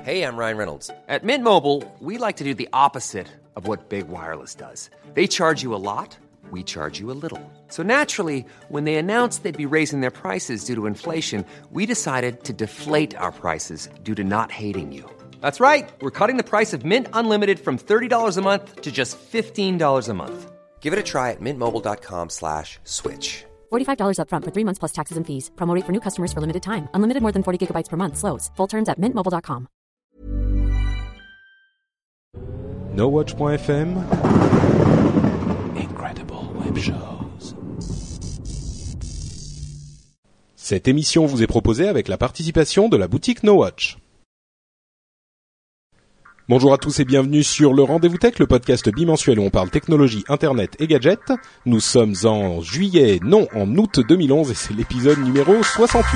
Hey, I'm Ryan Reynolds. At Mint Mobile, we like to do the opposite of what Big Wireless does. They charge you a lot, we charge you a little. So naturally, when they announced they'd be raising their prices due to inflation, we decided to deflate our prices due to not hating you. That's right. We're cutting the price of Mint Unlimited from $30 a month to just $15 a month. Give it a try at mintmobile.com/switch. $45 up front for 3 months plus taxes and fees. Promo rate for new customers for limited time. Unlimited more than 40 gigabytes per month. Slows full terms at mintmobile.com. NoWatch.fm Incredible Web Shows. Cette émission vous est proposée avec la participation de la boutique NoWatch. Bonjour à tous et bienvenue sur le Rendez-vous Tech, le podcast bimensuel où on parle technologie, internet et gadgets. Nous sommes en juillet, non en août 2011 et c'est l'épisode numéro 68.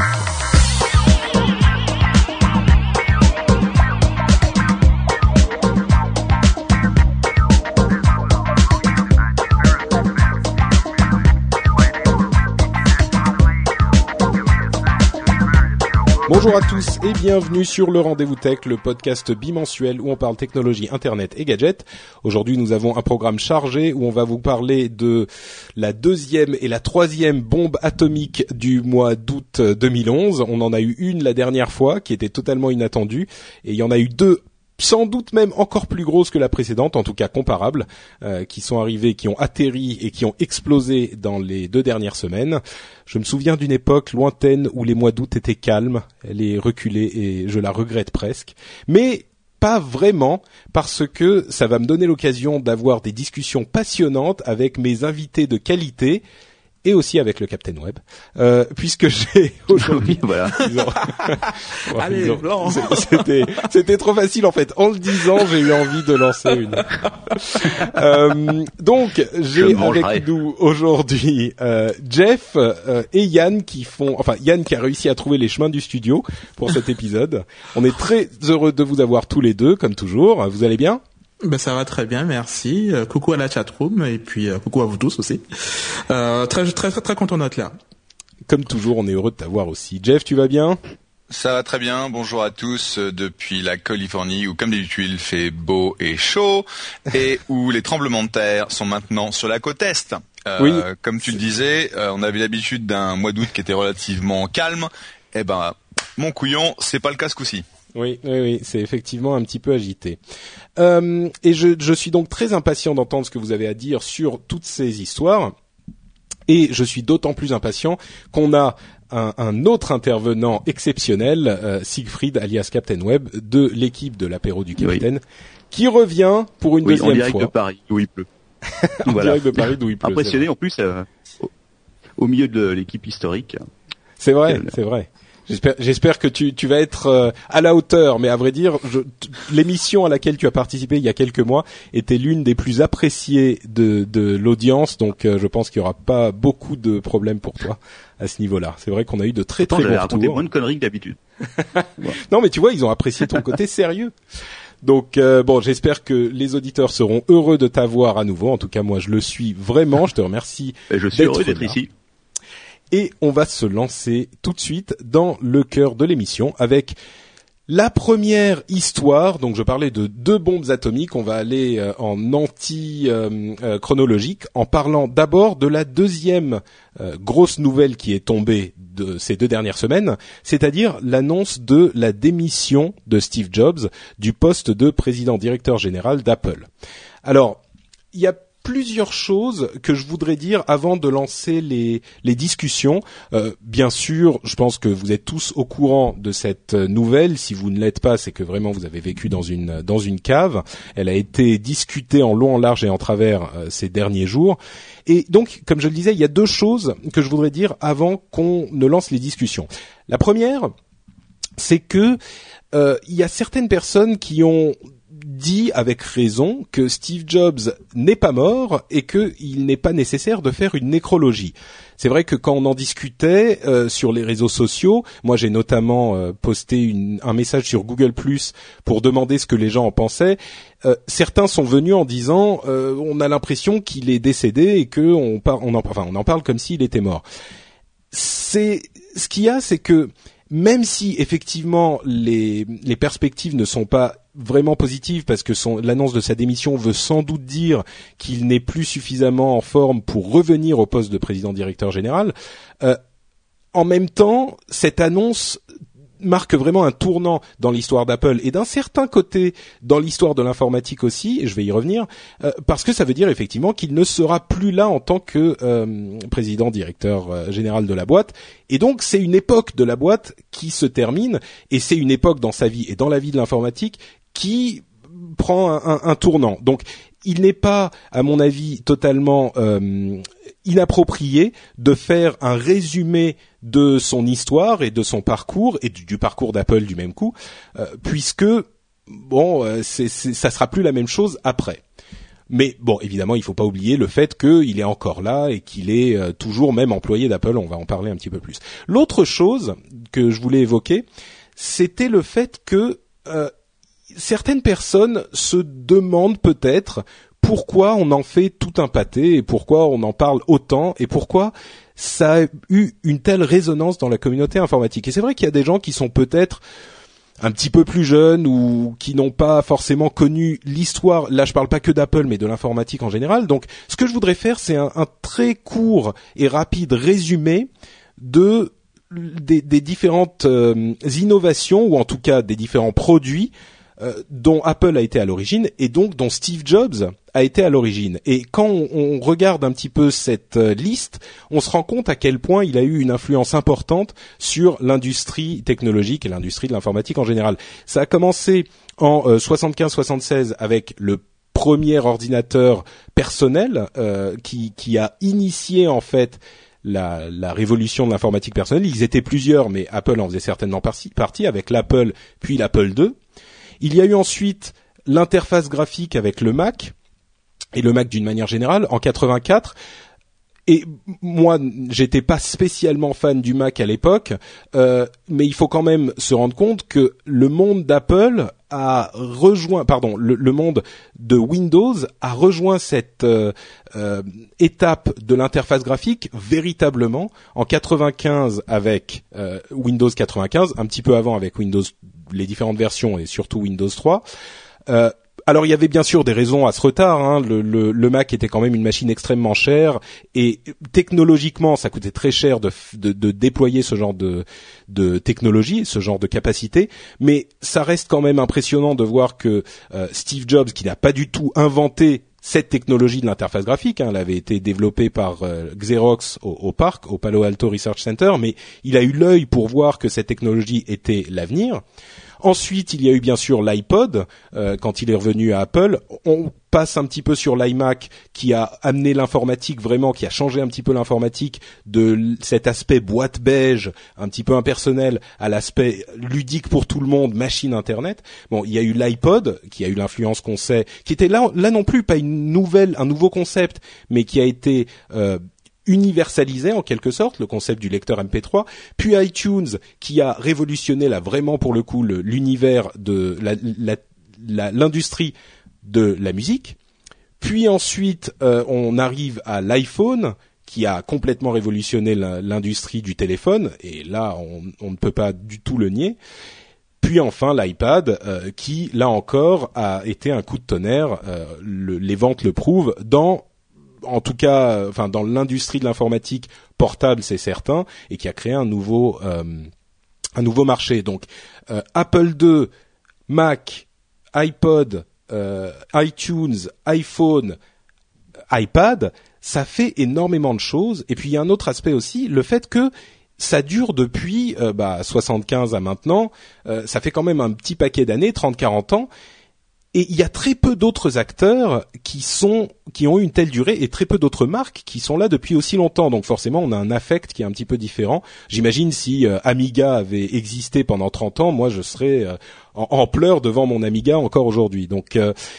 Bonjour à tous et bienvenue sur le Rendez-vous Tech, le podcast bimensuel où on parle technologie, internet et gadgets. Aujourd'hui, nous avons un programme chargé où on va vous parler de la deuxième et la troisième bombe atomique du mois d'août 2011. On en a eu une la dernière fois qui était totalement inattendue et il y en a eu deux sans doute même encore plus grosses que la précédente, en tout cas comparables, qui sont arrivées, qui ont atterri et qui ont explosé dans les 2 dernières semaines. Je me souviens d'une époque lointaine où les mois d'août étaient calmes, elle est reculée et je la regrette presque. Mais pas vraiment, parce que ça va me donner l'occasion d'avoir des discussions passionnantes avec mes invités de qualité, et aussi avec le Captain Web, puisque j'ai aujourd'hui... Voilà. Allez, c'était trop facile en fait. En le disant, j'ai eu envie de lancer une. Donc, j'ai avec nous aujourd'hui Jeff et Yann Yann qui a réussi à trouver les chemins du studio pour cet épisode. On est très heureux de vous avoir tous les deux, comme toujours. Vous allez bien ? Ben ça va très bien, merci. Coucou à la chatroom et puis coucou à vous tous aussi. Très content d'être là. Comme toujours, on est heureux de t'avoir aussi. Jeff, tu vas bien ? Ça va très bien, bonjour à tous depuis la Californie où comme d'habitude il fait beau et chaud et où les tremblements de terre sont maintenant sur la côte Est. Oui. Comme tu le disais, on avait l'habitude d'un mois d'août qui était relativement calme. Eh ben, mon couillon, c'est pas le cas ce coup-ci. Oui, c'est effectivement un petit peu agité. Et je suis donc très impatient d'entendre ce que vous avez à dire sur toutes ces histoires. Et je suis d'autant plus impatient qu'on a un autre intervenant exceptionnel, Siegfried alias Captain Web, de l'équipe de l'apéro du Capitaine, qui revient pour une deuxième fois. En direct de Paris, où il pleut. Direct de Paris, d'où il pleut. Impressionné en plus au milieu de l'équipe historique. C'est vrai. J'espère que tu vas être à la hauteur, mais à vrai dire, l'émission à laquelle tu as participé il y a quelques mois était l'une des plus appréciées de l'audience, donc je pense qu'il y aura pas beaucoup de problèmes pour toi à ce niveau-là. C'est vrai qu'on a eu de très bons retours. J'avais raconté moins de conneries que d'habitude. Non, mais tu vois, ils ont apprécié ton côté sérieux. Donc j'espère que les auditeurs seront heureux de t'avoir à nouveau. En tout cas, moi, je le suis vraiment. Je te remercie. Je suis heureux d'être ici. Et on va se lancer tout de suite dans le cœur de l'émission avec la première histoire. Donc je parlais de 2 bombes atomiques, on va aller en chronologique en parlant d'abord de la deuxième grosse nouvelle qui est tombée de ces 2 dernières semaines, c'est-à-dire l'annonce de la démission de Steve Jobs du poste de président directeur général d'Apple. Alors, il y a plusieurs choses que je voudrais dire avant de lancer les discussions. Bien sûr, je pense que vous êtes tous au courant de cette nouvelle. Si vous ne l'êtes pas, c'est que vraiment vous avez vécu dans une cave. Elle a été discutée en long, en large et en travers ces derniers jours. Et donc, comme je le disais, il y a 2 choses que je voudrais dire avant qu'on ne lance les discussions. La première, c'est que il y a certaines personnes qui ont dit avec raison que Steve Jobs n'est pas mort et qu'il n'est pas nécessaire de faire une nécrologie. C'est vrai que quand on en discutait sur les réseaux sociaux, moi j'ai notamment posté un message sur Google+ pour demander ce que les gens en pensaient. Certains sont venus en disant on a l'impression qu'il est décédé et que on en parle comme s'il était mort. C'est ce qu'il y a, c'est que même si effectivement les perspectives ne sont pas vraiment positives parce que l'annonce de sa démission veut sans doute dire qu'il n'est plus suffisamment en forme pour revenir au poste de président-directeur général, en même temps, cette annonce marque vraiment un tournant dans l'histoire d'Apple et d'un certain côté dans l'histoire de l'informatique aussi, et je vais y revenir, parce que ça veut dire effectivement qu'il ne sera plus là en tant que président-directeur général de la boîte, et donc c'est une époque de la boîte qui se termine, et c'est une époque dans sa vie et dans la vie de l'informatique qui prend un tournant. Donc il n'est pas, à mon avis, totalement inapproprié de faire un résumé de son histoire et de son parcours et du parcours d'Apple du même coup, puisque ça sera plus la même chose après. Mais bon, évidemment, il faut pas oublier le fait qu'il est encore là et qu'il est toujours même employé d'Apple. On va en parler un petit peu plus. L'autre chose que je voulais évoquer, c'était le fait que certaines personnes se demandent peut-être pourquoi on en fait tout un pâté et pourquoi on en parle autant et pourquoi ça a eu une telle résonance dans la communauté informatique. Et c'est vrai qu'il y a des gens qui sont peut-être un petit peu plus jeunes ou qui n'ont pas forcément connu l'histoire. Là, je parle pas que d'Apple, mais de l'informatique en général. Donc, ce que je voudrais faire, c'est un très court et rapide résumé des différentes innovations ou en tout cas des différents produits dont Apple a été à l'origine et donc dont Steve Jobs a été à l'origine. Et quand on regarde un petit peu cette liste, on se rend compte à quel point il a eu une influence importante sur l'industrie technologique et l'industrie de l'informatique en général. Ça a commencé en 75-76 avec le premier ordinateur personnel qui a initié en fait la révolution de l'informatique personnelle. Ils étaient plusieurs, mais Apple en faisait certainement partie avec l'Apple puis l'Apple II. Il y a eu ensuite l'interface graphique avec le Mac, et le Mac d'une manière générale, en 84. Et moi, j'étais pas spécialement fan du Mac à l'époque, mais il faut quand même se rendre compte que le monde d'Apple a rejoint, le monde de Windows a rejoint cette étape de l'interface graphique véritablement en 95 avec Windows 95, un petit peu avant avec Windows, les différentes versions et surtout Windows 3. Alors il y avait bien sûr des raisons à ce retard, hein. Le Mac était quand même une machine extrêmement chère et technologiquement ça coûtait très cher de déployer ce genre de technologie, ce genre de capacité, mais ça reste quand même impressionnant de voir que Steve Jobs, qui n'a pas du tout inventé cette technologie de l'interface graphique, hein, elle avait été développée par Xerox au Palo Alto Research Center, mais il a eu l'œil pour voir que cette technologie était l'avenir. Ensuite, il y a eu bien sûr l'iPod quand il est revenu à Apple. On passe un petit peu sur l'iMac qui a amené l'informatique vraiment, qui a changé un petit peu l'informatique de cet aspect boîte beige, un petit peu impersonnel, à l'aspect ludique pour tout le monde, machine Internet. Bon, il y a eu l'iPod qui a eu l'influence qu'on sait, qui était là non plus pas un nouveau concept, mais qui a été universalisé en quelque sorte, le concept du lecteur MP3, puis iTunes qui a révolutionné là vraiment pour le coup l'univers de l'industrie de la musique, puis ensuite on arrive à l'iPhone qui a complètement révolutionné l'industrie du téléphone, et là on ne peut pas du tout le nier. Puis enfin l'iPad qui là encore a été un coup de tonnerre, les ventes le prouvent, en tout cas, enfin dans l'industrie de l'informatique portable, c'est certain, et qui a créé un nouveau marché. Donc Apple II, Mac, iPod, iTunes, iPhone, iPad, ça fait énormément de choses. Et puis il y a un autre aspect aussi, le fait que ça dure depuis 75 à maintenant, ça fait quand même un petit paquet d'années, 30-40 ans. Et il y a très peu d'autres acteurs qui ont eu une telle durée et très peu d'autres marques qui sont là depuis aussi longtemps. Donc forcément, on a un affect qui est un petit peu différent. J'imagine si Amiga avait existé pendant 30 ans, moi je serais en pleurs devant mon Amiga encore aujourd'hui. Donc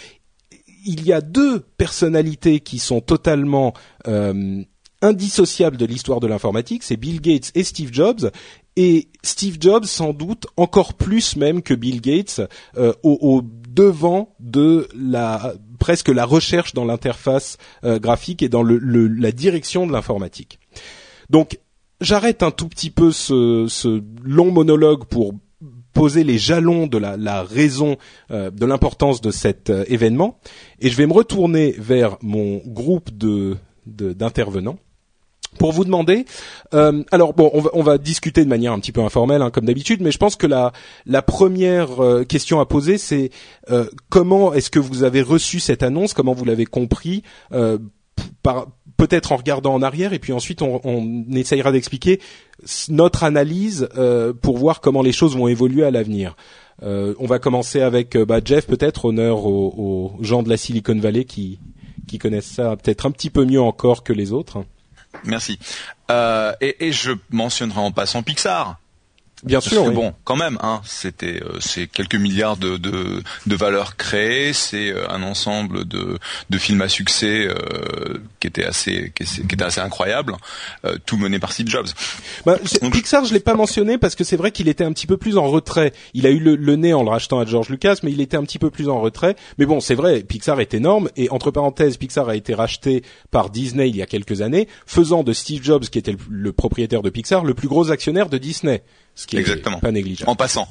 il y a deux personnalités qui sont totalement indissociables de l'histoire de l'informatique, c'est Bill Gates et Steve Jobs. Et Steve Jobs, sans doute, encore plus même que Bill Gates, au devant de presque la recherche dans l'interface graphique et dans la direction de l'informatique. Donc, j'arrête un tout petit peu ce long monologue pour poser les jalons de la raison de l'importance de cet événement, et je vais me retourner vers mon groupe d'intervenants pour vous demander. Alors bon, on va discuter de manière un petit peu informelle, comme d'habitude, mais je pense que la première question à poser, c'est comment est-ce que vous avez reçu cette annonce, comment vous l'avez compris, peut-être en regardant en arrière, et puis ensuite on essayera d'expliquer notre analyse pour voir comment les choses vont évoluer à l'avenir. On va commencer avec Jeff, peut-être, honneur aux gens de la Silicon Valley qui connaissent ça peut-être un petit peu mieux encore que les autres. Merci. Et je mentionnerai en passant Pixar. Bien sûr, que, oui. Bon, quand même, c'est quelques milliards de valeurs créées, c'est un ensemble de films à succès qui était assez incroyable, tout mené par Steve Jobs. Pixar, je l'ai pas mentionné parce que c'est vrai qu'il était un petit peu plus en retrait. Il a eu le nez en le rachetant à George Lucas, mais il était un petit peu plus en retrait. Mais bon, c'est vrai, Pixar est énorme, et entre parenthèses, Pixar a été racheté par Disney il y a quelques années, faisant de Steve Jobs, qui était le propriétaire de Pixar, le plus gros actionnaire de Disney. Ce qui Exactement. est pas négligeable. En passant.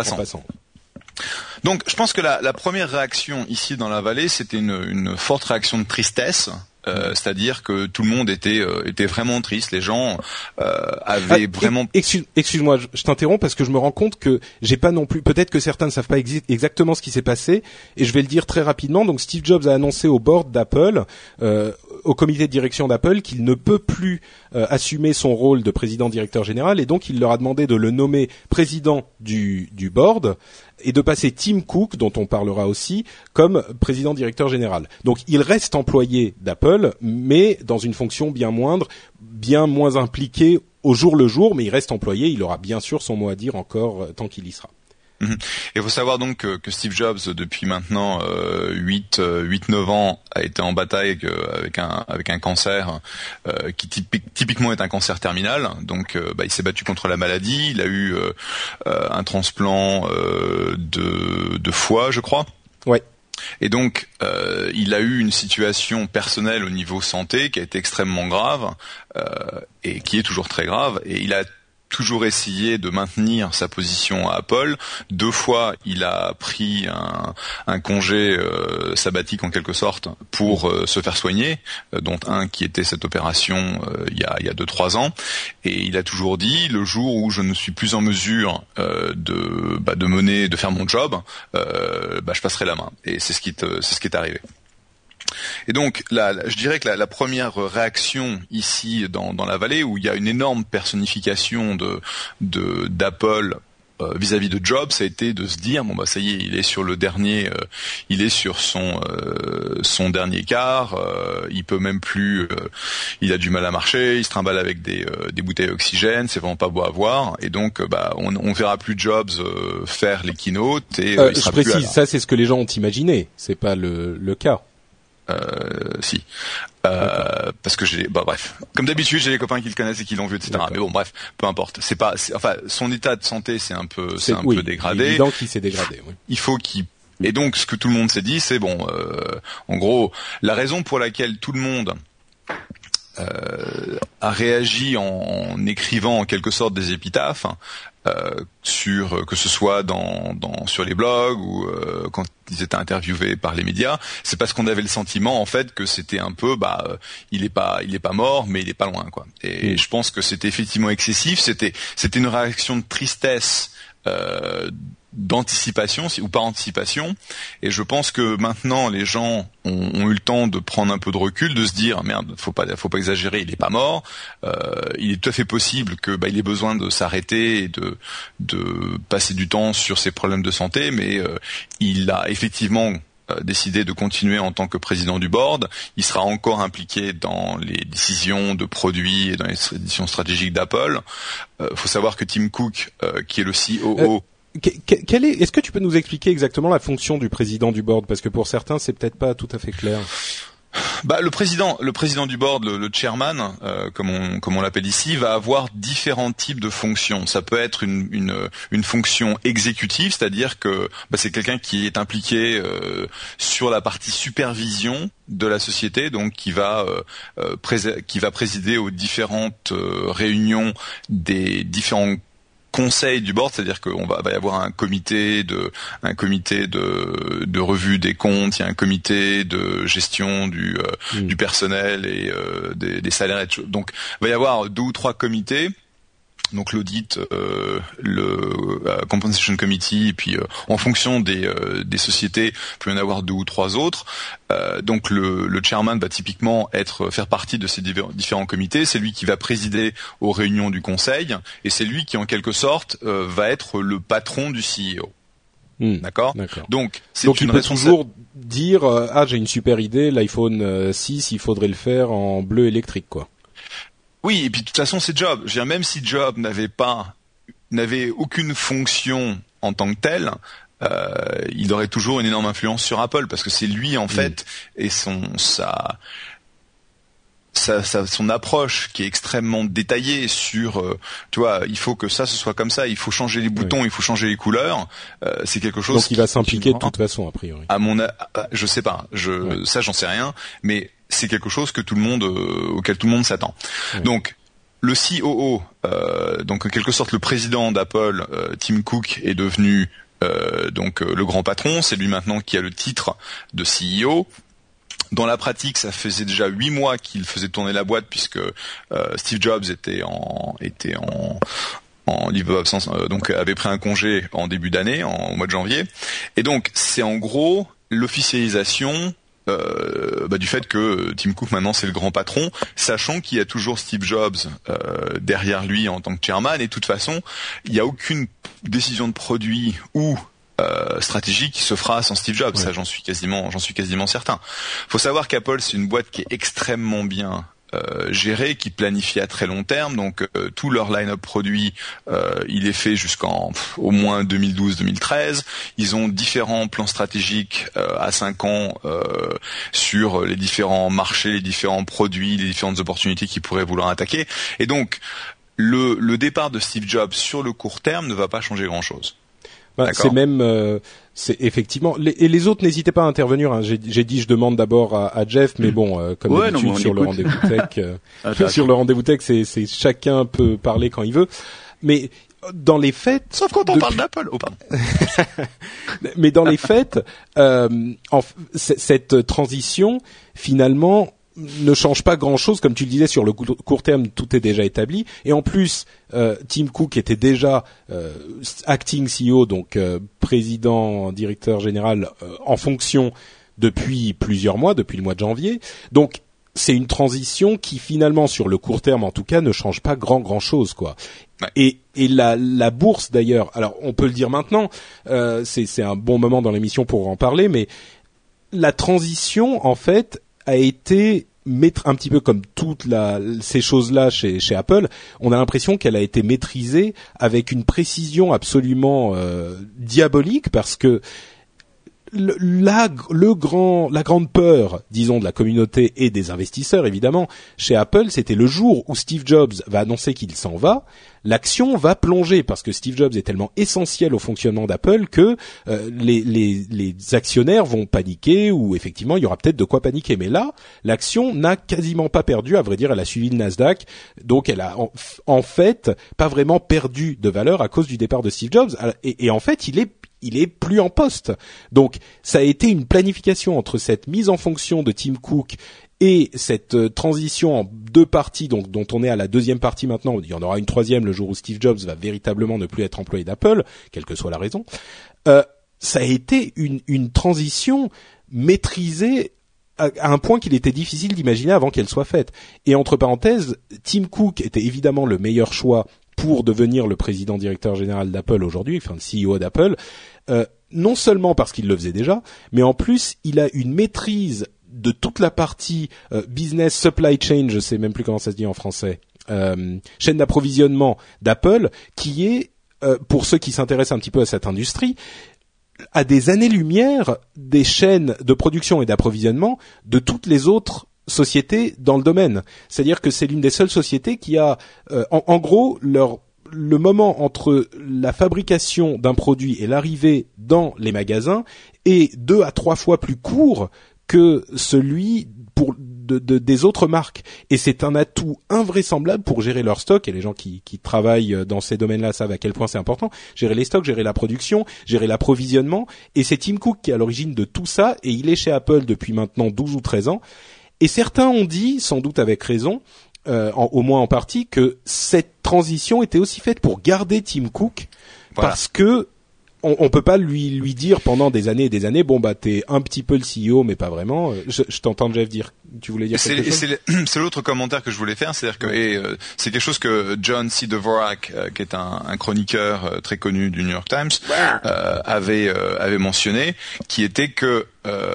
Donc, je pense que la première réaction ici dans la vallée, c'était une forte réaction de tristesse. C'est-à-dire que tout le monde était vraiment triste. Les gens avaient vraiment. Excuse-moi, je t'interromps parce que je me rends compte que j'ai pas non plus. Peut-être que certains ne savent pas exactement ce qui s'est passé, et je vais le dire très rapidement. Donc, Steve Jobs a annoncé au board d'Apple, au comité de direction d'Apple, qu'il ne peut plus assumer son rôle de président-directeur général, et donc il leur a demandé de le nommer président du board et de passer Tim Cook, dont on parlera aussi, comme président-directeur général. Donc il reste employé d'Apple, mais dans une fonction bien moindre, bien moins impliqué au jour le jour, mais il reste employé, il aura bien sûr son mot à dire encore tant qu'il y sera. Il faut savoir donc que Steve Jobs, depuis maintenant 8-9 ans, a été en bataille avec un cancer qui typiquement est un cancer terminal. Donc il s'est battu contre la maladie. Il a eu un transplant de foie, je crois. Ouais. Et donc, il a eu une situation personnelle au niveau santé qui a été extrêmement grave et qui est toujours très grave. Et il a toujours essayé de maintenir sa position à Apple. 2 fois, il a pris un congé sabbatique en quelque sorte pour se faire soigner, dont un qui était cette opération il y a 2-3 ans. Et il a toujours dit, le jour où je ne suis plus en mesure de faire mon job, je passerai la main. Et c'est ce qui est arrivé. Et donc, je dirais que la première réaction ici dans la vallée, où il y a une énorme personnification d'Apple vis-à-vis de Jobs, ça a été de se dire ça y est, il est sur le dernier, il est sur son dernier quart, il peut même plus, il a du mal à marcher, il se trimballe avec des bouteilles d'oxygène, c'est vraiment pas beau à voir, et donc on verra plus Jobs faire les keynotes et il sera je précise, plus ça c'est ce que les gens ont imaginé, c'est pas le cas. Si. Parce que bref. Comme d'habitude, j'ai des copains qui le connaissent et qui l'ont vu, etc. D'accord. Mais bon, bref, peu importe. Son état de santé, c'est un peu dégradé. C'est évident qu'il s'est dégradé, oui. Il faut et donc, ce que tout le monde s'est dit, c'est en gros, la raison pour laquelle tout le monde a réagi en écrivant en quelque sorte des épitaphes, que ce soit sur les blogs ou quand ils étaient interviewés par les médias, c'est parce qu'on avait le sentiment en fait que c'était un peu il est pas mort mais il est pas loin quoi. Et je pense que c'était effectivement excessif, c'était une réaction de tristesse, d'anticipation ou par anticipation, et je pense que maintenant les gens ont eu le temps de prendre un peu de recul, de se dire merde, faut pas exagérer, il est pas mort, il est tout à fait possible que il ait besoin de s'arrêter et de passer du temps sur ses problèmes de santé, mais il a effectivement décidé de continuer en tant que président du board. Il sera encore impliqué dans les décisions de produits et dans les décisions stratégiques d'Apple. Faut savoir que Tim Cook, qui est le COO, est-ce que tu peux nous expliquer exactement la fonction du président du board, parce que pour certains c'est peut-être pas tout à fait clair. Le président du board, le chairman, comme on l'appelle ici, va avoir différents types de fonctions. Ça peut être une fonction exécutive, c'est-à-dire que c'est quelqu'un qui est impliqué sur la partie supervision de la société, donc qui va présider aux différentes réunions des différents conseil du board, c'est-à-dire qu'on va y avoir un comité de revue des comptes, il y a un comité de gestion du personnel et des salaires. Donc, il va y avoir 2 ou 3 comités. Donc l'audit, le compensation committee, et puis en fonction des sociétés, il peut y en avoir 2 ou 3 autres. Donc le chairman va typiquement faire partie de ces différents comités. C'est lui qui va présider aux réunions du conseil, et c'est lui qui en quelque sorte va être le patron du CEO. D'accord. Donc il peut toujours dire j'ai une super idée, l'iPhone 6, il faudrait le faire en bleu électrique, quoi. Oui, et puis de toute façon c'est Jobs. Je veux dire, même si Jobs n'avait aucune fonction en tant que telle, il aurait toujours une énorme influence sur Apple, parce que c'est lui en fait et son approche qui est extrêmement détaillée sur tu vois, il faut que ça ce soit comme ça, il faut changer les boutons, il faut changer les couleurs, c'est quelque chose donc il va s'impliquer de toute façon a priori. Je sais pas, ça j'en sais rien, mais c'est quelque chose que auquel tout le monde s'attend. Ouais. Donc le COO, donc en quelque sorte le président d'Apple, Tim Cook, est devenu le grand patron. C'est lui maintenant qui a le titre de CEO. Dans la pratique, ça faisait déjà 8 mois qu'il faisait tourner la boîte, puisque Steve Jobs était en leave of absence, donc avait pris un congé en début d'année, au mois de janvier. Et donc c'est en gros l'officialisation du fait que Tim Cook maintenant c'est le grand patron, sachant qu'il y a toujours Steve Jobs derrière lui en tant que chairman, et de toute façon il n'y a aucune décision de produit ou stratégique qui se fera sans Steve Jobs. Ouais. Ça j'en suis quasiment certain. Faut savoir qu'Apple c'est une boîte qui est extrêmement bien géré, qui planifie à très long terme, donc tout leur line-up produit il est fait jusqu'en au moins 2012-2013. Ils ont différents plans stratégiques à 5 ans sur les différents marchés, les différents produits, les différentes opportunités qu'ils pourraient vouloir attaquer, et donc le départ de Steve Jobs sur le court terme ne va pas changer grand-chose. C'est même, c'est effectivement. Les autres, n'hésitez pas à intervenir. Hein. J'ai dit, je demande d'abord à Jeff, mais bon, comme d'habitude sur le rendez-vous tech, sur le rendez-vous tech, c'est chacun peut parler quand il veut. Mais dans les faits, sauf quand on parle d'Apple. Oh, pardon. Mais dans les faits, cette transition, finalement, ne change pas grand-chose, comme tu le disais, sur le court terme, tout est déjà établi. Et en plus, Tim Cook était déjà acting CEO, donc président, directeur général en fonction depuis plusieurs mois, depuis le mois de janvier. Donc, c'est une transition qui, finalement, sur le court terme, en tout cas, ne change pas grand-chose, quoi. Ouais. Et la bourse, d'ailleurs, alors on peut le dire maintenant, c'est un bon moment dans l'émission pour en parler, mais la transition, en fait, a été un petit peu comme toutes ces choses-là chez Apple, on a l'impression qu'elle a été maîtrisée avec une précision absolument diabolique, parce que la grande peur, disons, de la communauté et des investisseurs, évidemment, chez Apple, c'était le jour où Steve Jobs va annoncer qu'il s'en va, l'action va plonger, parce que Steve Jobs est tellement essentiel au fonctionnement d'Apple que les actionnaires vont paniquer, ou effectivement, il y aura peut-être de quoi paniquer. Mais là, l'action n'a quasiment pas perdu, à vrai dire, elle a suivi le Nasdaq, donc elle a en fait pas vraiment perdu de valeur à cause du départ de Steve Jobs, et en fait, il est plus en poste. Donc, ça a été une planification entre cette mise en fonction de Tim Cook et cette transition en 2 parties, donc dont on est à la 2e partie maintenant. Il y en aura une 3e le jour où Steve Jobs va véritablement ne plus être employé d'Apple, quelle que soit la raison. Ça a été une transition maîtrisée à un point qu'il était difficile d'imaginer avant qu'elle soit faite. Et entre parenthèses, Tim Cook était évidemment le meilleur choix pour devenir le président directeur général d'Apple aujourd'hui, enfin le CEO d'Apple, non seulement parce qu'il le faisait déjà, mais en plus il a une maîtrise de toute la partie business supply chain, je sais même plus comment ça se dit en français, chaîne d'approvisionnement d'Apple, qui est, pour ceux qui s'intéressent un petit peu à cette industrie, à des années-lumière des chaînes de production et d'approvisionnement de toutes les autres société dans le domaine. C'est-à-dire que c'est l'une des seules sociétés qui a, en gros, le moment entre la fabrication d'un produit et l'arrivée dans les magasins est 2 à 3 fois plus court que celui des autres marques, et c'est un atout invraisemblable pour gérer leur stock, et les gens qui travaillent dans ces domaines-là savent à quel point c'est important, gérer les stocks, gérer la production, gérer l'approvisionnement, et c'est Tim Cook qui est à l'origine de tout ça, et il est chez Apple depuis maintenant 12 ou 13 ans, et certains ont dit, sans doute avec raison, au moins en partie, que cette transition était aussi faite pour garder Tim Cook, voilà. Parce que on peut pas lui dire pendant des années et des années, bon bah t'es un petit peu le CEO mais pas vraiment. Je t'entends Jeff dire, tu voulais dire quelque chose? C'est l'autre commentaire que je voulais faire, c'est-à-dire que c'est quelque chose que John C. Dvorak, qui est un chroniqueur très connu du New York Times, avait mentionné, qui était que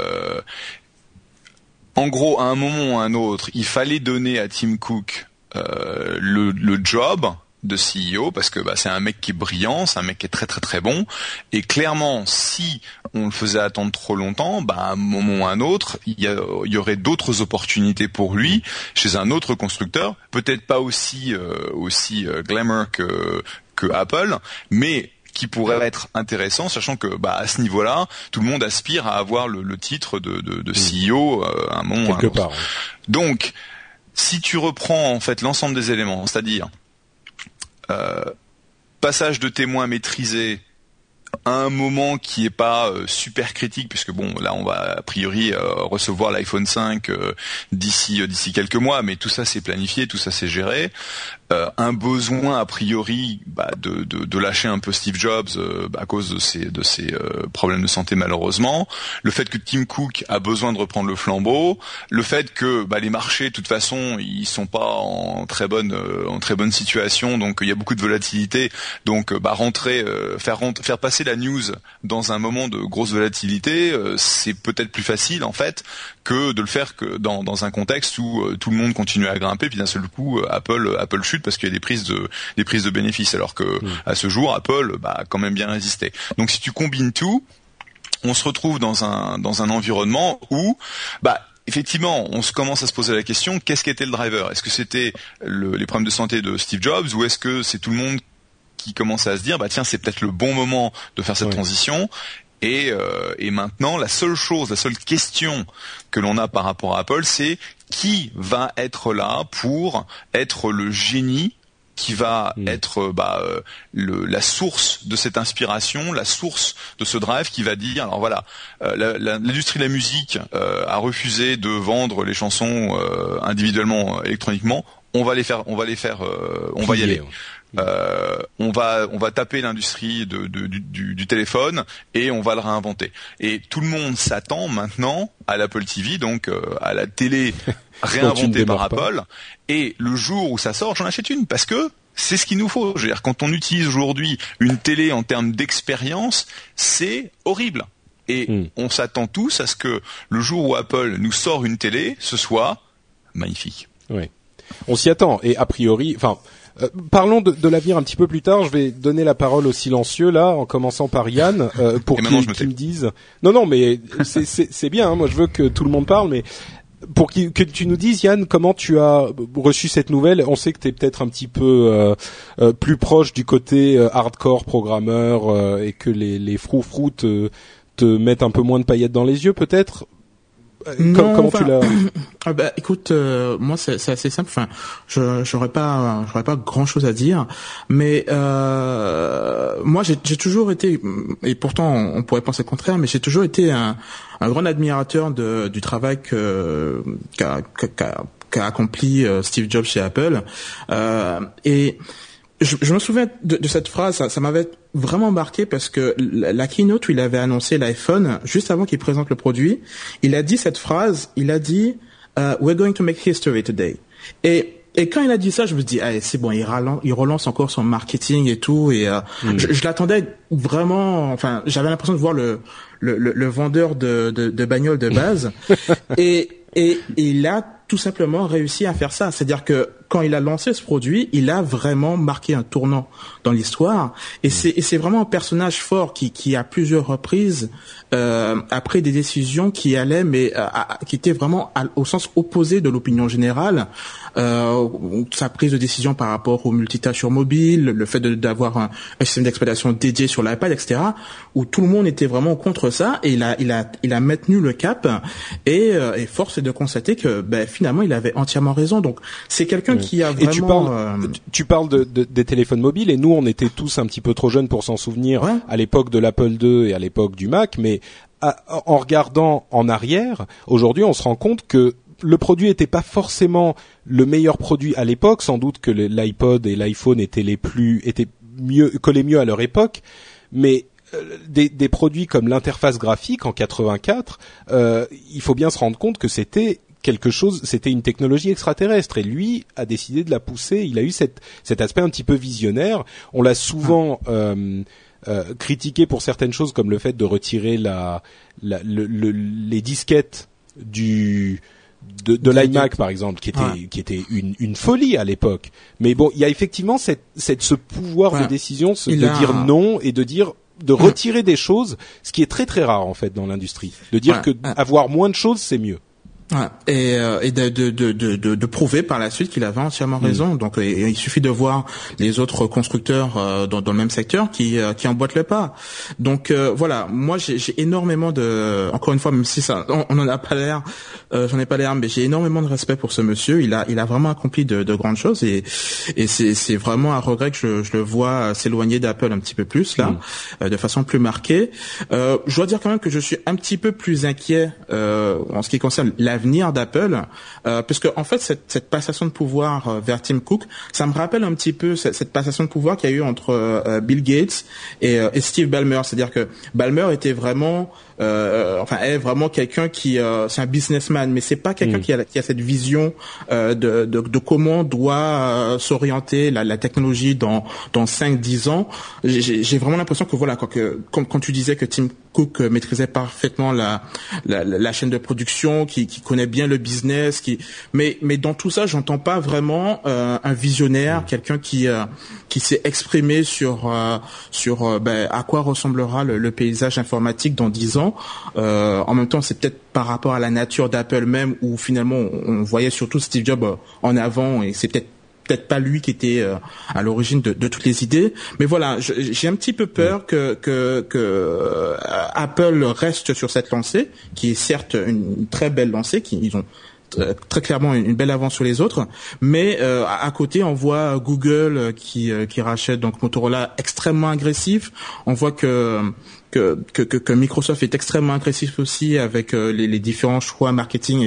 en gros à un moment ou à un autre, il fallait donner à Tim Cook le job de CEO, parce que c'est un mec qui est brillant, c'est un mec qui est très très très bon, et clairement si on le faisait attendre trop longtemps, à un moment ou à un autre, il y aurait d'autres opportunités pour lui chez un autre constructeur, peut-être pas aussi glamour que Apple, mais qui pourrait être intéressant, sachant que à ce niveau-là, tout le monde aspire à avoir le titre de CEO à un moment ou à un autre. Part, ouais. Donc, si tu reprends en fait l'ensemble des éléments, c'est-à-dire passage de témoin maîtrisé à un moment qui est pas super critique, puisque là on va a priori recevoir l'iPhone 5 d'ici quelques mois, mais tout ça c'est planifié, tout ça c'est géré. Un besoin a priori de lâcher un peu Steve Jobs à cause de ses problèmes de santé malheureusement, le fait que Tim Cook a besoin de reprendre le flambeau, le fait que les marchés de toute façon ils sont pas en très bonne situation, donc il y a beaucoup de volatilité, donc faire passer la news dans un moment de grosse volatilité, c'est peut-être plus facile en fait que de le faire que dans un contexte où tout le monde continue à grimper, puis d'un seul coup Apple chute parce qu'il y a des prises de bénéfices, alors que à ce jour Apple a quand même bien résisté. Donc si tu combines tout, on se retrouve dans un environnement où effectivement, on se commence à se poser la question, qu'est-ce qu'était le driver? Est-ce que c'était les problèmes de santé de Steve Jobs, ou est-ce que c'est tout le monde qui commence à se dire tiens, c'est peut-être le bon moment de faire cette transition? Et maintenant, la seule question que l'on a par rapport à Apple, c'est qui va être là pour être le génie qui va être la source de cette inspiration, la source de ce drive qui va dire alors voilà, l'industrie de la musique a refusé de vendre les chansons individuellement électroniquement, on va y aller. On va taper l'industrie du téléphone et on va le réinventer. Et tout le monde s'attend maintenant à l'Apple TV, donc à la télé réinventée par Apple. Et le jour où ça sort, j'en achète une, parce que c'est ce qu'il nous faut. Je veux dire, quand on utilise aujourd'hui une télé en termes d'expérience, c'est horrible. Et on s'attend tous à ce que le jour où Apple nous sort une télé, ce soit magnifique. Oui, on s'y attend. Et a priori, parlons de l'avenir un petit peu plus tard. Je vais donner la parole aux silencieux là, en commençant par Yann, pour qu'ils me disent. Non, mais c'est bien. Hein, moi, je veux que tout le monde parle, mais pour que tu nous dises, Yann, comment tu as reçu cette nouvelle. On sait que t'es peut-être un petit peu plus proche du côté hardcore programmeur et que les froufrous te mettent un peu moins de paillettes dans les yeux, peut-être. Comment tu l'as? Écoute, moi c'est assez simple. Enfin, j'aurais pas grand chose à dire, mais moi j'ai toujours été, et pourtant on pourrait penser le contraire, mais j'ai toujours été un grand admirateur du travail qu'a accompli Steve Jobs chez Apple, et je me souviens de cette phrase, ça m'avait vraiment marqué, parce que la keynote où il avait annoncé l'iPhone, juste avant qu'il présente le produit, il a dit cette phrase, il a dit we're going to make history today. Et quand il a dit ça, je me dis c'est bon, il relance encore son marketing et tout, et je l'attendais vraiment, enfin, j'avais l'impression de voir le vendeur de bagnoles de base et il a tout simplement réussi à faire ça, c'est-à-dire que quand il a lancé ce produit, il a vraiment marqué un tournant dans l'histoire. Et c'est vraiment un personnage fort qui à plusieurs reprises a pris des décisions qui allaient, qui étaient vraiment au sens opposé de l'opinion générale. Sa prise de décision par rapport au multitâche sur mobile, le fait d'avoir un système d'exploitation dédié sur l'iPad, etc., où tout le monde était vraiment contre ça, et il a maintenu le cap, et force est de constater que finalement il avait entièrement raison. Donc c'est quelqu'un qui a vraiment... Et tu parles des téléphones mobiles, et nous on était tous un petit peu trop jeunes pour s'en souvenir à l'époque de l'Apple II et à l'époque du Mac, mais en regardant en arrière, aujourd'hui on se rend compte que le produit était pas forcément le meilleur produit à l'époque, sans doute que l'iPod et l'iPhone collaient mieux à leur époque, mais des produits comme l'interface graphique en 84, il faut bien se rendre compte que c'était une technologie extraterrestre, et lui a décidé de la pousser. Il a eu cet aspect un petit peu visionnaire. On l'a souvent critiqué pour certaines choses, comme le fait de retirer les disquettes de l'iMac par exemple, qui était une folie à l'époque. Mais bon, il y a effectivement ce pouvoir de décision, de dire non et de retirer des choses, ce qui est très très rare en fait dans l'industrie. De dire que avoir moins de choses c'est mieux. Et de prouver par la suite qu'il avait entièrement raison. Donc il suffit de voir les autres constructeurs dans le même secteur qui emboîtent le pas. Donc voilà, moi j'ai énormément encore une fois, même si ça on en a pas l'air, j'en ai pas l'air, mais j'ai énormément de respect pour ce monsieur. Il a vraiment accompli de grandes choses, et c'est vraiment un regret que je le vois s'éloigner d'Apple un petit peu plus là, de façon plus marquée. Je dois dire quand même que je suis un petit peu plus inquiet en ce qui concerne l'avenir d'Apple, parce que en fait cette passation de pouvoir vers Tim Cook, ça me rappelle un petit peu cette passation de pouvoir qu'il y a eu entre Bill Gates et Steve Ballmer. C'est-à-dire que Ballmer était vraiment est vraiment quelqu'un qui c'est un businessman, mais c'est pas quelqu'un qui a cette vision de comment doit s'orienter la technologie dans 5-10 ans. J'ai vraiment l'impression que voilà, quand tu disais que Tim Cook maîtrisait parfaitement la chaîne de production, qui connaît bien le business, mais dans tout ça, j'entends pas vraiment un visionnaire, quelqu'un qui s'est exprimé sur à quoi ressemblera le paysage informatique dans 10 ans. En même temps, c'est peut-être par rapport à la nature d'Apple même, où finalement on voyait surtout Steve Jobs en avant, et c'est peut-être pas lui qui était à l'origine de toutes les idées. Mais voilà, j'ai un petit peu peur que Apple reste sur cette lancée, qui est certes une très belle lancée, ils ont très clairement une belle avance sur les autres, mais à côté on voit Google qui rachète donc Motorola, extrêmement agressif. On voit que Microsoft est extrêmement agressif aussi avec les différents choix marketing,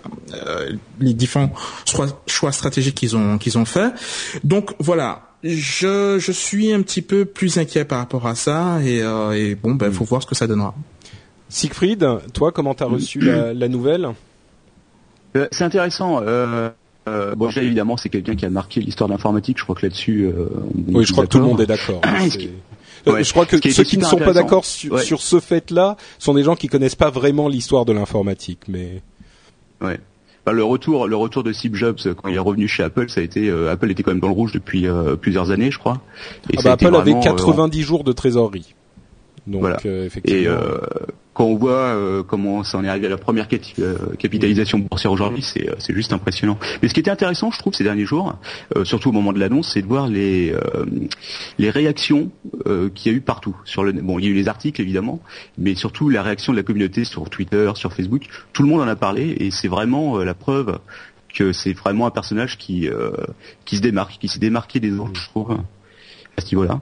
les différents choix stratégiques qu'ils ont fait. Donc voilà, je suis un petit peu plus inquiet par rapport à ça, et faut voir ce que ça donnera. Siegfried, toi, comment t'as reçu la nouvelle? C'est intéressant. Déjà, évidemment, c'est quelqu'un qui a marqué l'histoire de l'informatique. Je crois que là-dessus, oui, je crois que tout le monde est d'accord. Je crois que ceux qui ne sont pas d'accord sur ce fait-là sont des gens qui connaissent pas vraiment l'histoire de l'informatique, mais. Ouais. Le retour de Steve Jobs quand il est revenu chez Apple, ça a été Apple était quand même dans le rouge depuis plusieurs années, je crois. Et Apple avait 90 jours de trésorerie. Donc, voilà. Effectivement. Et quand on voit comment ça en est arrivé à la première capitalisation boursière aujourd'hui, c'est juste impressionnant. Mais ce qui était intéressant, je trouve, ces derniers jours, surtout au moment de l'annonce, c'est de voir les réactions qu'il y a eu partout. Il y a eu les articles évidemment, mais surtout la réaction de la communauté sur Twitter, sur Facebook. Tout le monde en a parlé, et c'est vraiment la preuve que c'est vraiment un personnage qui se démarque, qui s'est démarqué des autres, je trouve, à ce niveau-là.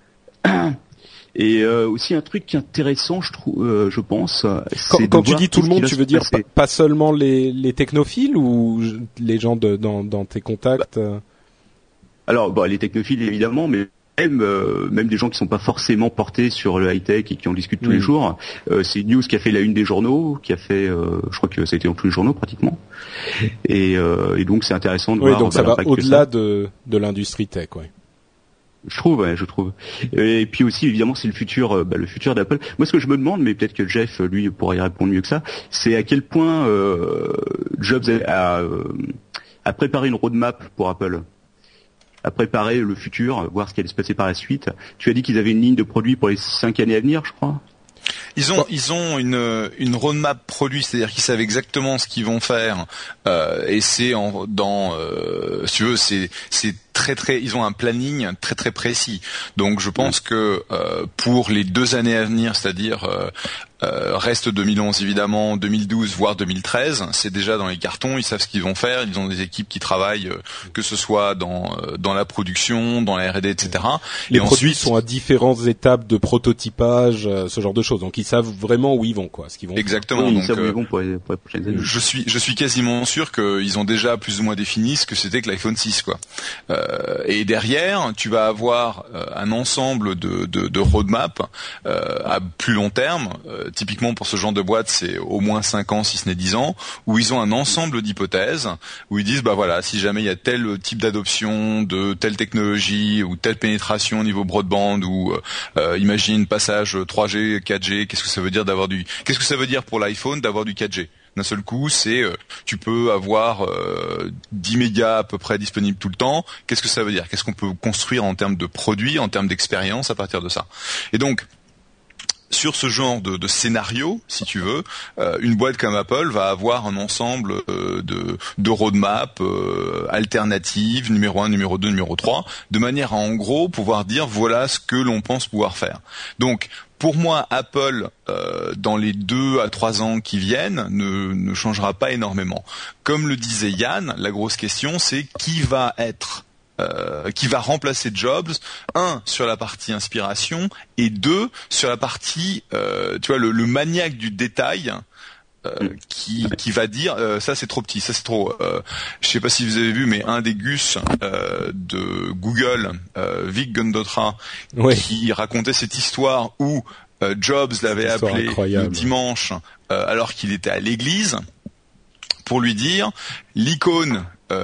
Et aussi un truc intéressant, je pense. Quand tu dis tout le monde, tu veux dire pas seulement les technophiles ou les gens dans tes contacts? Alors, les technophiles évidemment, mais même des gens qui sont pas forcément portés sur le high-tech et qui en discutent tous les jours. C'est une news qui a fait la une des journaux, qui a fait, je crois que ça a été dans tous les journaux pratiquement. Et donc c'est intéressant de voir. Donc ça va au-delà de l'industrie tech, ouais. Je trouve. Et puis aussi, évidemment, c'est le futur d'Apple. Moi, ce que je me demande, mais peut-être que Jeff, lui, pourra y répondre mieux que ça, c'est à quel point Jobs à préparer une roadmap pour Apple, à préparer le futur, voir ce qui allait se passer par la suite. Tu as dit qu'ils avaient une ligne de produits pour les 5 années à venir, je crois. Ils ont une roadmap produit, c'est-à-dire qu'ils savent exactement ce qu'ils vont faire, et c'est si tu veux, c'est très, ils ont un planning très très précis. Donc je pense que pour les 2 années à venir, c'est-à-dire reste 2011 évidemment, 2012 voire 2013, c'est déjà dans les cartons, ils savent ce qu'ils vont faire, ils ont des équipes qui travaillent, que ce soit dans la production, dans la R&D, etc. Les produits sont à différentes étapes de prototypage, ce genre de choses. Donc ils savent vraiment où ils vont, quoi, ce qu'ils vont. Exactement. Oui, donc ils savent où ils vont pour les prochaines années. je suis quasiment sûr qu'ils ont déjà plus ou moins défini ce que c'était que l'iPhone 6, quoi. Et derrière, tu vas avoir un ensemble de roadmap à plus long terme. Typiquement pour ce genre de boîte, c'est au moins 5 ans, si ce n'est 10 ans, où ils ont un ensemble d'hypothèses, où ils disent, bah voilà, si jamais il y a tel type d'adoption de telle technologie ou telle pénétration au niveau broadband, ou imagine passage 3G, 4G, qu'est-ce que ça veut dire pour l'iPhone d'avoir du 4G? D'un seul coup, c'est tu peux avoir 10 mégas à peu près disponibles tout le temps. Qu'est-ce que ça veut dire? Qu'est-ce qu'on peut construire en termes de produits, en termes d'expérience à partir de ça? Et donc, sur ce genre de scénario, si tu veux, une boîte comme Apple va avoir un ensemble de roadmap alternatives, numéro 1, numéro 2, numéro 3, de manière à en gros pouvoir dire voilà ce que l'on pense pouvoir faire. Donc pour moi, Apple, dans les 2 à 3 ans qui viennent, ne changera pas énormément. Comme le disait Yann, la grosse question, c'est qui va remplacer Jobs, 1 sur la partie inspiration et 2 sur la partie, tu vois, le maniaque du détail. Qui va dire ça c'est trop petit, ça c'est trop. Je sais pas si vous avez vu, mais un des Gus de Google, Vic Gundotra, qui racontait cette histoire où Jobs l'avait appelé le dimanche alors qu'il était à l'église pour lui dire l'icône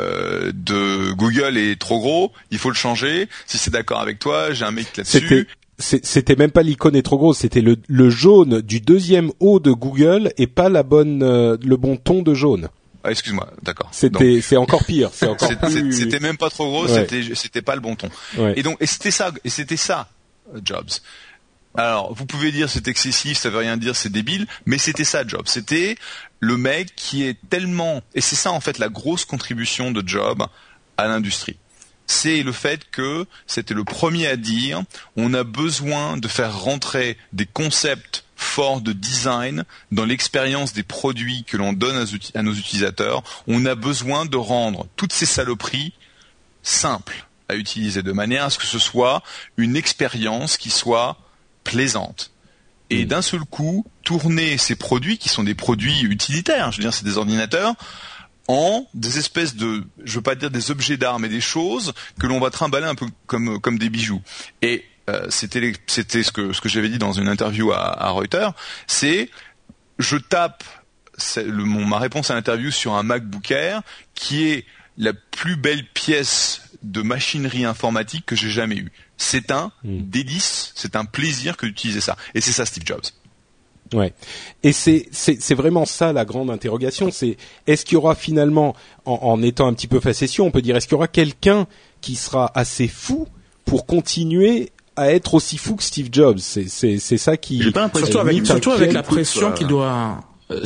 de Google est trop gros, il faut le changer. Si c'est d'accord avec toi, j'ai un mec là-dessus. C'était même pas l'icône est trop grosse, c'était le jaune du deuxième haut de Google et pas le bon ton de jaune. Ah, excuse-moi, d'accord. C'est encore pire, c'était même pas trop gros, c'était pas le bon ton. Ouais. Et c'était ça, Jobs. Alors, vous pouvez dire c'est excessif, ça veut rien dire, c'est débile, mais c'était ça, Jobs. C'était le mec qui est tellement, et c'est ça en fait la grosse contribution de Jobs à l'industrie. C'est le fait que c'était le premier à dire on a besoin de faire rentrer des concepts forts de design dans l'expérience des produits que l'on donne à nos utilisateurs. On a besoin de rendre toutes ces saloperies simples à utiliser de manière à ce que ce soit une expérience qui soit plaisante. Et d'un seul coup, tourner ces produits qui sont des produits utilitaires, je veux dire c'est des ordinateurs, en des espèces de, je veux pas dire des objets d'art, mais des choses que l'on va trimballer un peu comme des bijoux. Et c'était ce que j'avais dit dans une interview à Reuters, c'est je tape ma réponse à l'interview sur un MacBook Air qui est la plus belle pièce de machinerie informatique que j'ai jamais eue. C'est un délice, c'est un plaisir que d'utiliser ça. Et c'est ça Steve Jobs. Ouais. Et c'est vraiment ça la grande interrogation, c'est est-ce qu'il y aura finalement, en étant un petit peu facétieux, on peut dire est-ce qu'il y aura quelqu'un qui sera assez fou pour continuer à être aussi fou que Steve Jobs? C'est ça qui surtout avec la pression qu'il doit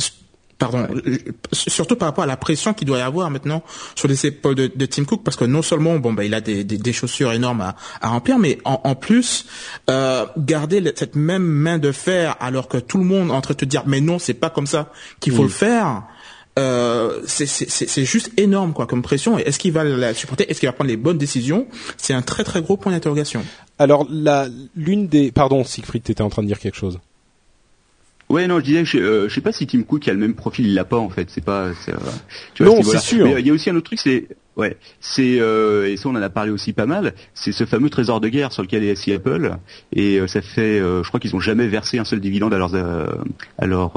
surtout par rapport à la pression qu'il doit y avoir maintenant sur les épaules de Tim Cook, parce que non seulement il a des chaussures énormes à remplir, mais en plus garder cette même main de fer alors que tout le monde est en train de te dire mais non, c'est pas comme ça qu'il faut le faire. C'est juste énorme quoi comme pression. Et est-ce qu'il va la supporter? Est-ce qu'il va prendre les bonnes décisions? C'est un très très gros point d'interrogation. Alors pardon Siegfried, t'étais en train de dire quelque chose. Ouais, non, je disais, je sais pas si Tim Cook a le même profil, il l'a pas en fait, tu vois, non, c'est sûr. Mais il y a aussi un autre truc, et ça on en a parlé aussi pas mal, c'est ce fameux trésor de guerre sur lequel est assis Apple, et ça fait, je crois qu'ils ont jamais versé un seul dividende à leurs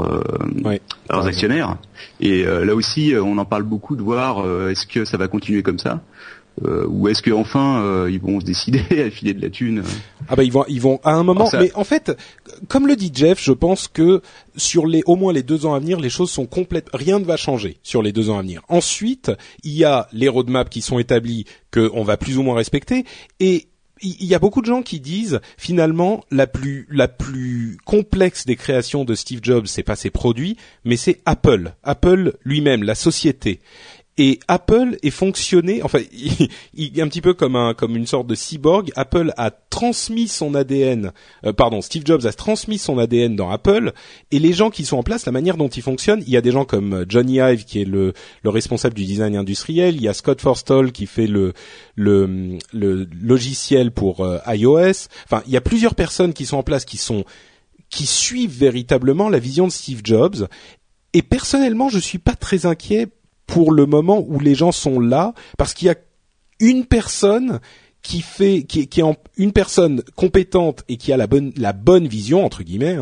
actionnaires, et là aussi on en parle beaucoup de voir, est-ce que ça va continuer comme ça? ou est-ce que enfin ils vont se décider à filer de la thune? Ah bah ils vont à un moment. Mais en fait, comme le dit Jeff, je pense que sur au moins les 2 ans à venir, les choses sont complètes. Rien ne va changer sur les 2 ans à venir. Ensuite, il y a les roadmaps qui sont établis que on va plus ou moins respecter, et il y a beaucoup de gens qui disent finalement la plus complexe des créations de Steve Jobs, c'est pas ses produits, mais c'est Apple lui-même, la société. Et Apple est fonctionné, enfin, il est un petit peu comme une sorte de cyborg. Apple a transmis son ADN, Steve Jobs a transmis son ADN dans Apple, et les gens qui sont en place, la manière dont ils fonctionnent, il y a des gens comme Johnny Ive qui est le responsable du design industriel, il y a Scott Forstall qui fait le logiciel pour iOS. Enfin, il y a plusieurs personnes qui sont en place qui suivent véritablement la vision de Steve Jobs. Et personnellement, je suis pas très inquiet pour le moment où les gens sont là, parce qu'il y a une personne une personne compétente et qui a la bonne vision entre guillemets,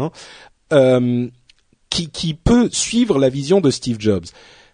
qui peut suivre la vision de Steve Jobs.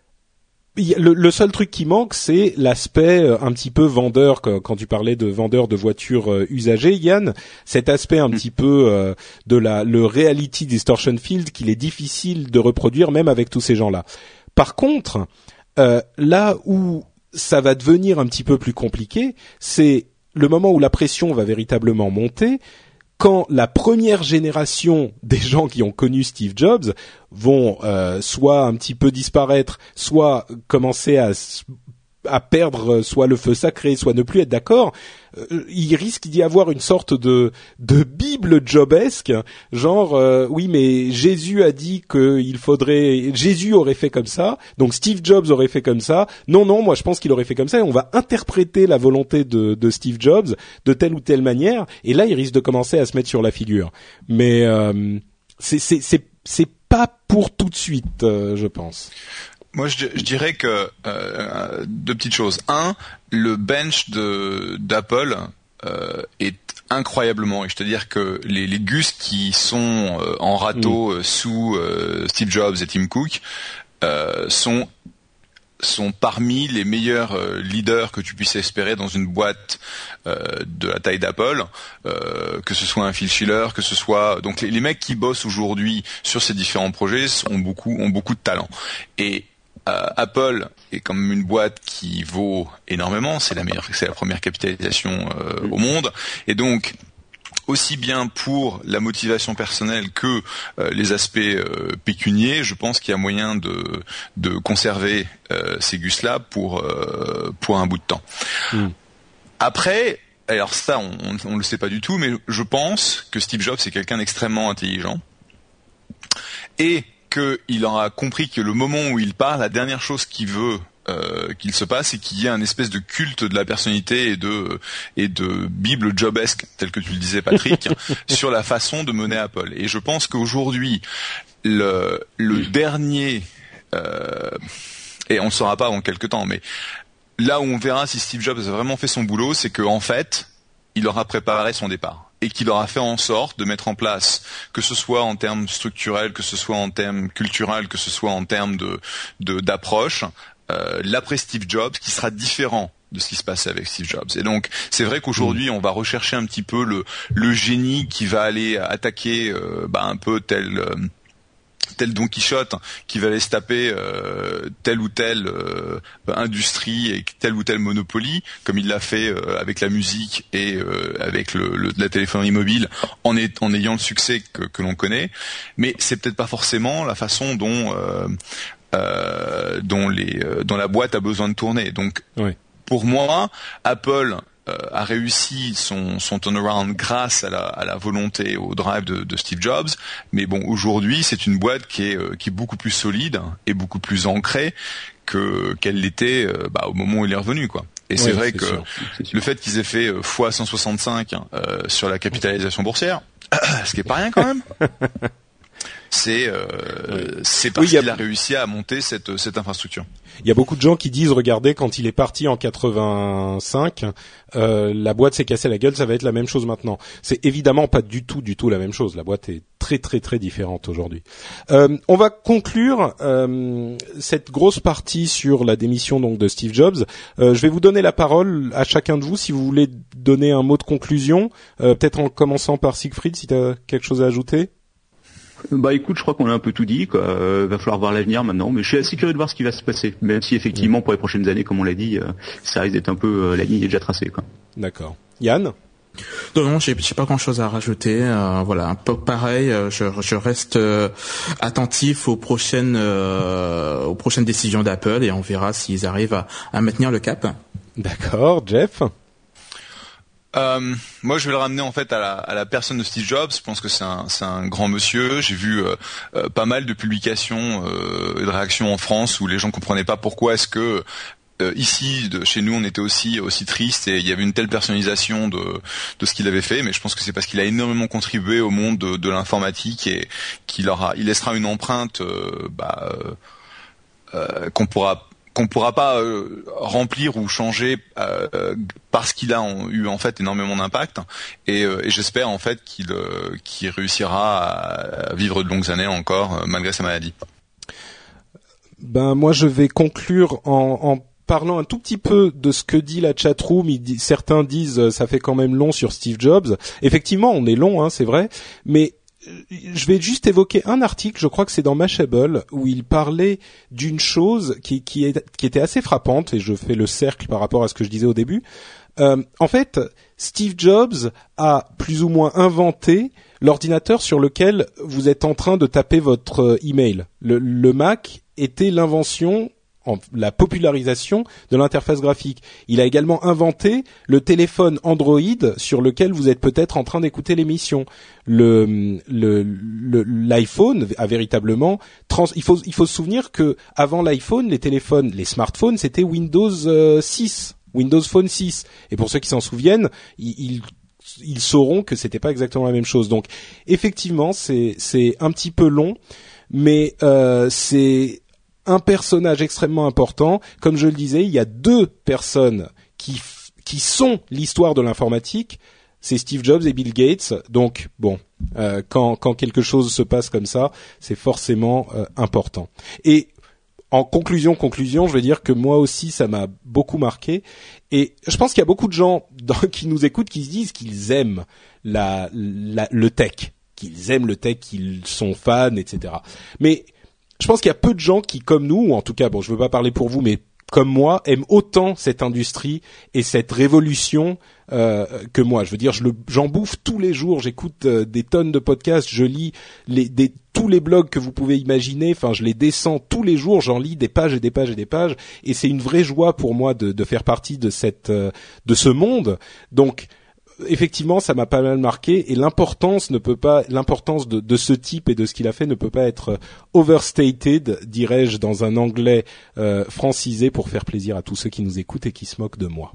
Le seul truc qui manque, c'est l'aspect un petit peu vendeur, quand tu parlais de vendeur de voitures usagées, Yann, cet aspect un petit peu le reality distortion field qu'il est difficile de reproduire même avec tous ces gens-là. Par contre, là où ça va devenir un petit peu plus compliqué, c'est le moment où la pression va véritablement monter, quand la première génération des gens qui ont connu Steve Jobs vont soit un petit peu disparaître, soit commencer à perdre soit le feu sacré, soit ne plus être d'accord. Il risque d'y avoir une sorte de bible jobesque, genre oui mais Jésus a dit Jésus aurait fait comme ça, donc Steve Jobs aurait fait comme ça. Non, moi je pense qu'il aurait fait comme ça, et on va interpréter la volonté de Steve Jobs de telle ou telle manière, et là il risque de commencer à se mettre sur la figure. Mais c'est pas pour tout de suite, je pense. Moi, je dirais que 2 petites choses. Un, le bench d'Apple est incroyablement riche. C'est-à-dire que les gus qui sont en râteau sous Steve Jobs et Tim Cook sont parmi les meilleurs leaders que tu puisses espérer dans une boîte de la taille d'Apple, que ce soit un Phil Schiller, que ce soit donc les mecs qui bossent aujourd'hui sur ces différents projets ont beaucoup de talent. Et Apple est comme une boîte qui vaut énormément, c'est la première capitalisation au monde, et donc aussi bien pour la motivation personnelle que les aspects pécuniaires, je pense qu'il y a moyen de conserver ces gus-là pour un bout de temps. Après, alors ça on le sait pas du tout, mais je pense que Steve Jobs c'est quelqu'un d'extrêmement intelligent, et qu'il aura compris que le moment où il part, la dernière chose qu'il veut qu'il se passe, c'est qu'il y ait un espèce de culte de la personnalité et de bible jobesque, tel que tu le disais Patrick, sur la façon de mener Apple. Et je pense qu'aujourd'hui, le dernier, et on ne saura pas avant quelques temps, mais là où on verra si Steve Jobs a vraiment fait son boulot, c'est qu'en fait, il aura préparé son départ. Et qu'il aura fait en sorte de mettre en place, que ce soit en termes structurels, que ce soit en termes culturels, que ce soit en termes d'approche, l'après Steve Jobs qui sera différent de ce qui se passait avec Steve Jobs. Et donc c'est vrai qu'aujourd'hui on va rechercher un petit peu le génie qui va aller attaquer un peu tel Don Quichotte qui va aller se taper telle ou telle industrie et telle ou telle monopoly, comme il l'a fait avec la musique et avec la téléphonie mobile, en ayant le succès que l'on connaît. Mais c'est peut-être pas forcément la façon dont la boîte a besoin de tourner. Donc pour moi, Apple a réussi son turnaround grâce à la volonté, au drive de Steve Jobs. Mais bon, aujourd'hui, c'est une boîte qui est beaucoup plus solide et beaucoup plus ancrée qu'elle l'était au moment où il est revenu, quoi. Et c'est vrai que le fait qu'ils aient fait fois 165 sur la capitalisation boursière, ce qui est pas rien quand même. c'est parce qu'il a réussi à monter cette infrastructure. Il y a beaucoup de gens qui disent, regardez, quand il est parti en 85, la boîte s'est cassée la gueule, ça va être la même chose maintenant. C'est évidemment pas du tout la même chose. La boîte est très très très différente aujourd'hui. On va conclure cette grosse partie sur la démission donc de Steve Jobs. Je vais vous donner la parole à chacun de vous si vous voulez donner un mot de conclusion. Peut-être en commençant par Siegfried, si tu as quelque chose à ajouter. Bah écoute, je crois qu'on a un peu tout dit, quoi. Va falloir voir l'avenir maintenant, mais je suis assez curieux de voir ce qui va se passer, même si effectivement pour les prochaines années, comme on l'a dit, ça risque d'être un peu la ligne est déjà tracée, quoi. D'accord. Yann? Non, j'ai pas grand chose à rajouter. Voilà, un peu pareil. Je reste attentif aux prochaines décisions d'Apple et on verra s'ils arrivent à maintenir le cap. D'accord, Jeff. Moi, je vais le ramener en fait à la personne de Steve Jobs. Je pense que c'est un grand monsieur. J'ai vu pas mal de publications et de réactions en France où les gens comprenaient pas pourquoi est-ce que ici, chez nous, on était aussi triste et il y avait une telle personnalisation de ce qu'il avait fait. Mais je pense que c'est parce qu'il a énormément contribué au monde de l'informatique et il laissera une empreinte qu'on pourra pas remplir ou changer parce qu'il a eu en fait énormément d'impact et j'espère en fait qu'il réussira à vivre de longues années encore malgré sa maladie. Ben moi je vais conclure en parlant un tout petit peu de ce que dit la chatroom. Certains disent ça fait quand même long sur Steve Jobs. Effectivement, on est long, hein, c'est vrai, mais je vais juste évoquer un article, je crois que c'est dans Mashable, où il parlait d'une chose qui était assez frappante, et je fais le cercle par rapport à ce que je disais au début. En fait, Steve Jobs a plus ou moins inventé l'ordinateur sur lequel vous êtes en train de taper votre email. Le Mac était l'invention, la popularisation de l'interface graphique. Il a également inventé le téléphone Android sur lequel vous êtes peut-être en train d'écouter l'émission. L'iPhone a véritablement il faut se souvenir que avant l'iPhone, les smartphones, c'était Windows Phone 6. Et pour ceux qui s'en souviennent, ils sauront que c'était pas exactement la même chose. Donc effectivement, c'est un petit peu long, mais c'est un personnage extrêmement important. Comme je le disais, il y a deux personnes qui sont l'histoire de l'informatique, c'est Steve Jobs et Bill Gates. Donc bon, quand quelque chose se passe comme ça, c'est forcément important. Et en conclusion, je vais dire que moi aussi ça m'a beaucoup marqué. Et je pense qu'il y a beaucoup de gens qui nous écoutent qui se disent qu'ils aiment le tech, qu'ils sont fans, etc. Mais je pense qu'il y a peu de gens qui, comme nous, ou en tout cas, bon, je veux pas parler pour vous, mais comme moi, aiment autant cette industrie et cette révolution que moi. Je veux dire, j'en bouffe tous les jours. J'écoute des tonnes de podcasts. Je lis tous les blogs que vous pouvez imaginer. Enfin, je les descends tous les jours. J'en lis des pages et des pages et des pages. Et c'est une vraie joie pour moi de faire partie de ce monde. Donc, effectivement, ça m'a pas mal marqué et l'importance de ce type et de ce qu'il a fait ne peut pas être overstated, dirais-je dans un anglais francisé pour faire plaisir à tous ceux qui nous écoutent et qui se moquent de moi.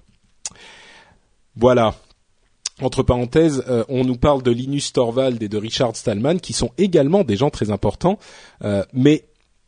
Voilà. Entre parenthèses, on nous parle de Linus Torvald et de Richard Stallman qui sont également des gens très importants, mais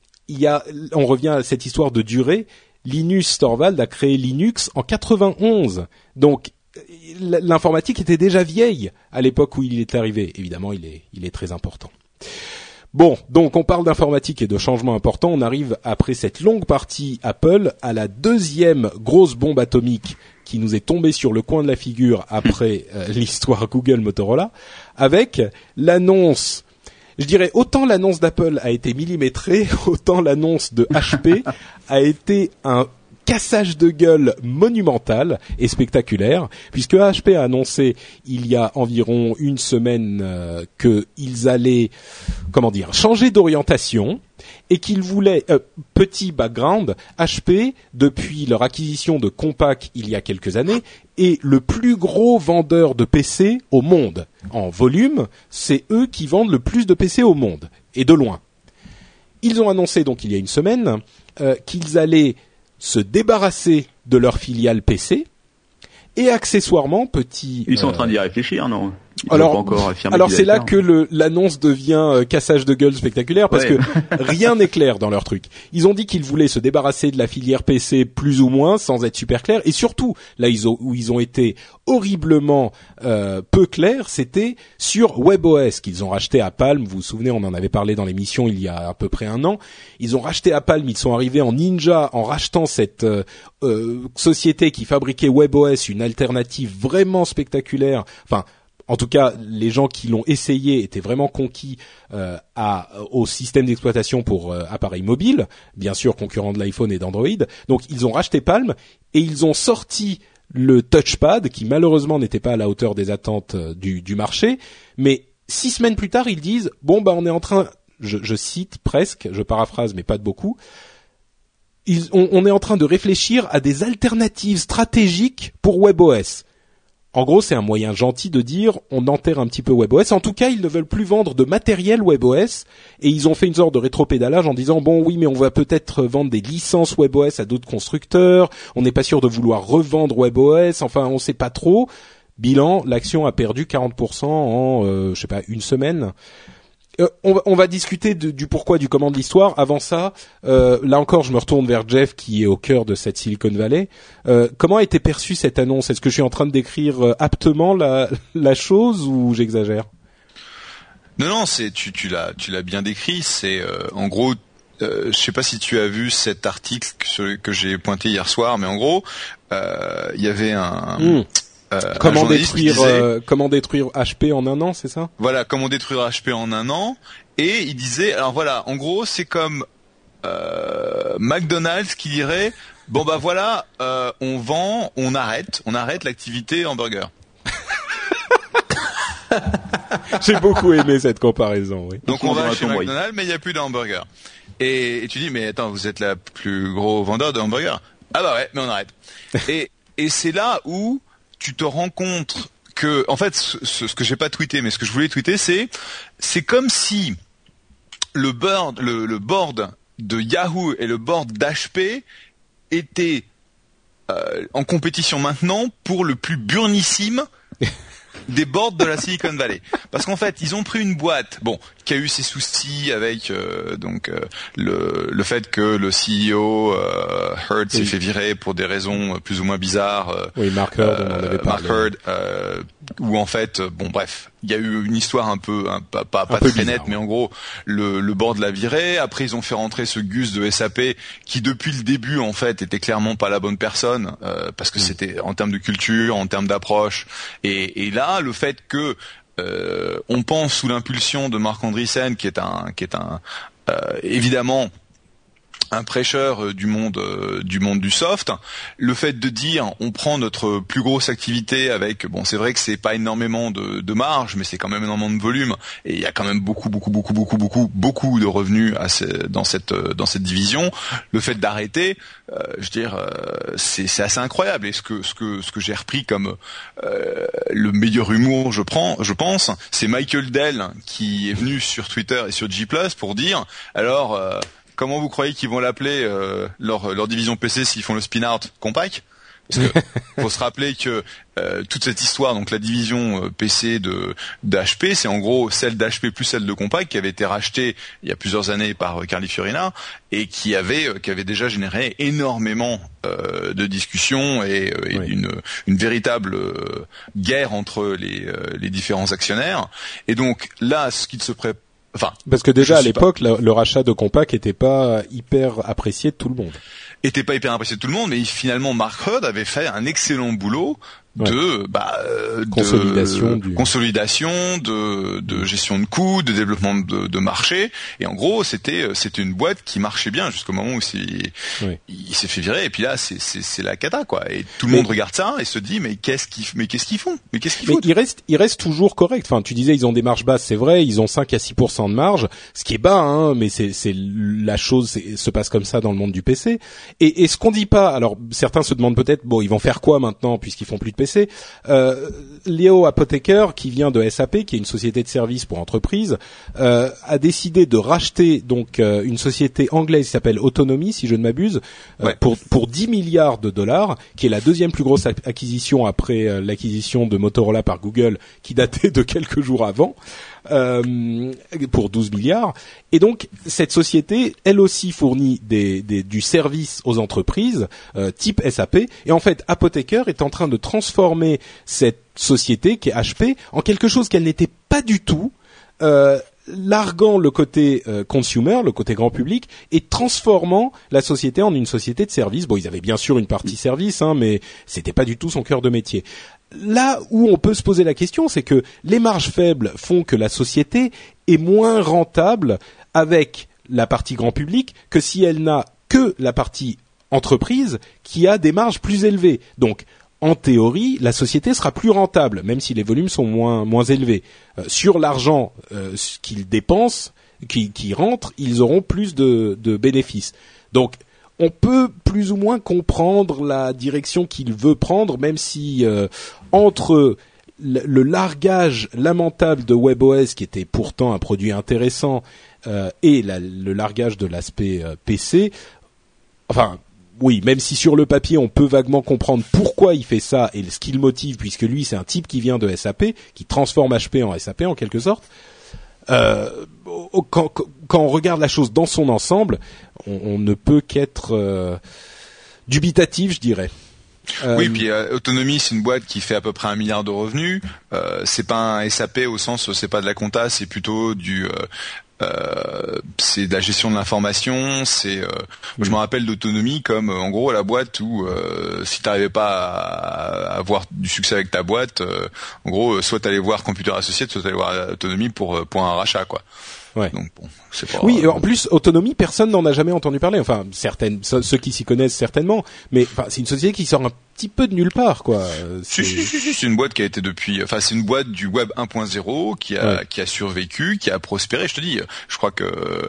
on revient à cette histoire de durée. Linus Torvald a créé Linux en 91, donc l'informatique était déjà vieille à l'époque où il est arrivé. Évidemment, il est très important. Bon, donc on parle d'informatique et de changements importants. On arrive, après cette longue partie Apple, à la deuxième grosse bombe atomique qui nous est tombée sur le coin de la figure après l'histoire Google-Motorola, avec l'annonce. Je dirais, autant l'annonce d'Apple a été millimétrée, autant l'annonce de HP a été un cassage de gueule monumental et spectaculaire, puisque HP a annoncé il y a environ une semaine qu'ils allaient, changer d'orientation et qu'ils voulaient, petit background, HP, depuis leur acquisition de Compaq il y a quelques années, est le plus gros vendeur de PC au monde. En volume, c'est eux qui vendent le plus de PC au monde, et de loin. Ils ont annoncé donc il y a une semaine qu'ils allaient se débarrasser de leur filiale PC et accessoirement Ils sont en train d'y réfléchir, non? Alors c'est là que l'annonce devient cassage de gueule spectaculaire parce que rien n'est clair dans leur truc. Ils ont dit qu'ils voulaient se débarrasser de la filière PC plus ou moins sans être super clair, et surtout là où ils ont été horriblement peu clairs, c'était sur WebOS qu'ils ont racheté à Palm. Vous vous souvenez, on en avait parlé dans l'émission il y a à peu près un an. Ils ont racheté à Palm, ils sont arrivés en ninja en rachetant cette société qui fabriquait WebOS, une alternative vraiment spectaculaire. Enfin, en tout cas, les gens qui l'ont essayé étaient vraiment conquis au système d'exploitation pour appareils mobiles, bien sûr concurrent de l'iPhone et d'Android. Donc ils ont racheté Palm et ils ont sorti le touchpad qui malheureusement n'était pas à la hauteur des attentes du marché. Mais 6 semaines plus tard, ils disent on est en train, je cite presque, je paraphrase mais pas de beaucoup. On est en train de réfléchir à des alternatives stratégiques pour WebOS. En gros, c'est un moyen gentil de dire on enterre un petit peu WebOS. En tout cas, ils ne veulent plus vendre de matériel WebOS et ils ont fait une sorte de rétropédalage en disant oui, mais on va peut-être vendre des licences WebOS à d'autres constructeurs. On n'est pas sûr de vouloir revendre WebOS. Enfin, on sait pas trop. Bilan, l'action a perdu 40% en une semaine. On va discuter du pourquoi, du comment de l'histoire. Avant ça, là encore, je me retourne vers Jeff qui est au cœur de cette Silicon Valley. Comment a été perçue cette annonce ? Est-ce que je suis en train de décrire aptement la chose ou j'exagère ? Non, tu l'as bien décrit. C'est en gros, je sais pas si tu as vu cet article que j'ai pointé hier soir, mais en gros, il y avait comment détruire HP en un an, c'est ça ? Voilà, comment détruire HP en un an. Et il disait, alors voilà, en gros, c'est comme McDonald's qui dirait, on arrête l'activité hamburger. J'ai beaucoup aimé cette comparaison, oui. Donc on va chez McDonald's, mais il n'y a plus de hamburger. Et tu dis, mais attends, vous êtes la plus gros vendeur de hamburgers. Ah bah ouais, mais on arrête. Et c'est là où tu te rends compte que, en fait, ce que j'ai pas tweeté, mais ce que je voulais tweeter, c'est comme si le board de Yahoo et le board d'HP étaient en compétition maintenant pour le plus burnissime des boards de la Silicon Valley. Parce qu'en fait, ils ont pris une boîte, qui a eu ses soucis avec le fait que le CEO Hurd s'est fait virer pour des raisons plus ou moins bizarres. Oui, Mark Hurd, on en avait parlé. Mark Hurd, où en fait, bref, il y a eu une histoire un peu pas très bizarre, nette, mais en gros, le board l'a viré. Après, ils ont fait rentrer ce Gus de SAP qui, depuis le début, en fait, était clairement pas la bonne personne parce que c'était en termes de culture, en termes d'approche, et là, le fait que on pense sous l'impulsion de Marc Andreessen, qui est un évidemment un prêcheur du monde du soft, le fait de dire on prend notre plus grosse activité avec, c'est vrai que c'est pas énormément de marge, mais c'est quand même énormément de volume, et il y a quand même beaucoup de revenus dans cette division. Le fait d'arrêter, c'est assez incroyable. Et ce que j'ai repris comme le meilleur humour, je pense, c'est Michael Dell qui est venu sur Twitter et sur G+ pour dire alors comment vous croyez qu'ils vont l'appeler leur division PC s'ils font le spin-out Compaq ? Parce que faut se rappeler que toute cette histoire, donc la division PC d'HP, c'est en gros celle d'HP plus celle de Compaq qui avait été rachetée il y a plusieurs années par Carly Fiorina et qui avait déjà généré énormément de discussions et une véritable guerre entre les différents actionnaires. Et donc là, ce qu'il se prépare. Parce que déjà à l'époque, le rachat de Compaq était pas hyper apprécié de tout le monde. Mais finalement Mark Hurd avait fait un excellent boulot de consolidation, de gestion de coûts, de développement de marché, et en gros c'était une boîte qui marchait bien jusqu'au moment où il s'est fait virer, et puis là c'est la cata quoi, et tout le monde regarde ça et se dit mais qu'est-ce qu'ils font. Il reste toujours correct. Enfin, tu disais ils ont des marges basses, c'est vrai, ils ont 5 à 6% de marge, ce qui est bas, mais c'est la chose se passe comme ça dans le monde du PC. Et ce qu'on dit pas, alors certains se demandent peut-être ils vont faire quoi maintenant puisqu'ils font plus de PC. PC. Léo Apotheker, qui vient de SAP, qui est une société de services pour entreprises, a décidé de racheter donc une société anglaise qui s'appelle Autonomy, si je ne m'abuse, pour 10 milliards de dollars, qui est la deuxième plus grosse acquisition après l'acquisition de Motorola par Google, qui datait de quelques jours avant. Pour 12 milliards. Et donc, cette société, elle aussi fournit du service aux entreprises, type SAP. Et en fait, Apotheker est en train de transformer cette société, qui est HP, en quelque chose qu'elle n'était pas du tout, larguant le côté consumer, le côté grand public, et transformant la société en une société de service. Bon, ils avaient bien sûr une partie service, mais c'était pas du tout son cœur de métier. Là où on peut se poser la question, c'est que les marges faibles font que la société est moins rentable avec la partie grand public que si elle n'a que la partie entreprise qui a des marges plus élevées. Donc, en théorie, la société sera plus rentable, même si les volumes sont moins élevés. Sur l'argent qu'ils dépensent, qui rentre, ils auront plus de bénéfices. Donc, on peut plus ou moins comprendre la direction qu'il veut prendre, même si entre le largage lamentable de WebOS, qui était pourtant un produit intéressant, et le largage de l'aspect PC, enfin, oui, même si sur le papier on peut vaguement comprendre pourquoi il fait ça et ce qui le motive, puisque lui c'est un type qui vient de SAP, qui transforme HP en SAP en quelque sorte. Quand on regarde la chose dans son ensemble, on ne peut qu'être dubitatif, je dirais. Oui, puis Autonomy, c'est une boîte qui fait à peu près 1 milliard de revenus. C'est pas un SAP au sens, c'est pas de la compta, c'est plutôt c'est de la gestion de l'information. Je me rappelle d'Autonomy comme en gros la boîte où si t'arrivais pas à avoir du succès avec ta boîte, en gros soit t'allais voir Computer Associates, soit t'allais voir Autonomy pour un rachat, quoi. Ouais. Donc bon, c'est pas. Oui, en plus Autonomy, personne n'en a jamais entendu parler. Enfin, ceux qui s'y connaissent certainement, mais enfin, c'est une société qui sort un petit peu de nulle part, quoi. Si, c'est une boîte qui a été c'est une boîte du web 1.0 qui a survécu, qui a prospéré. Je te dis, je crois que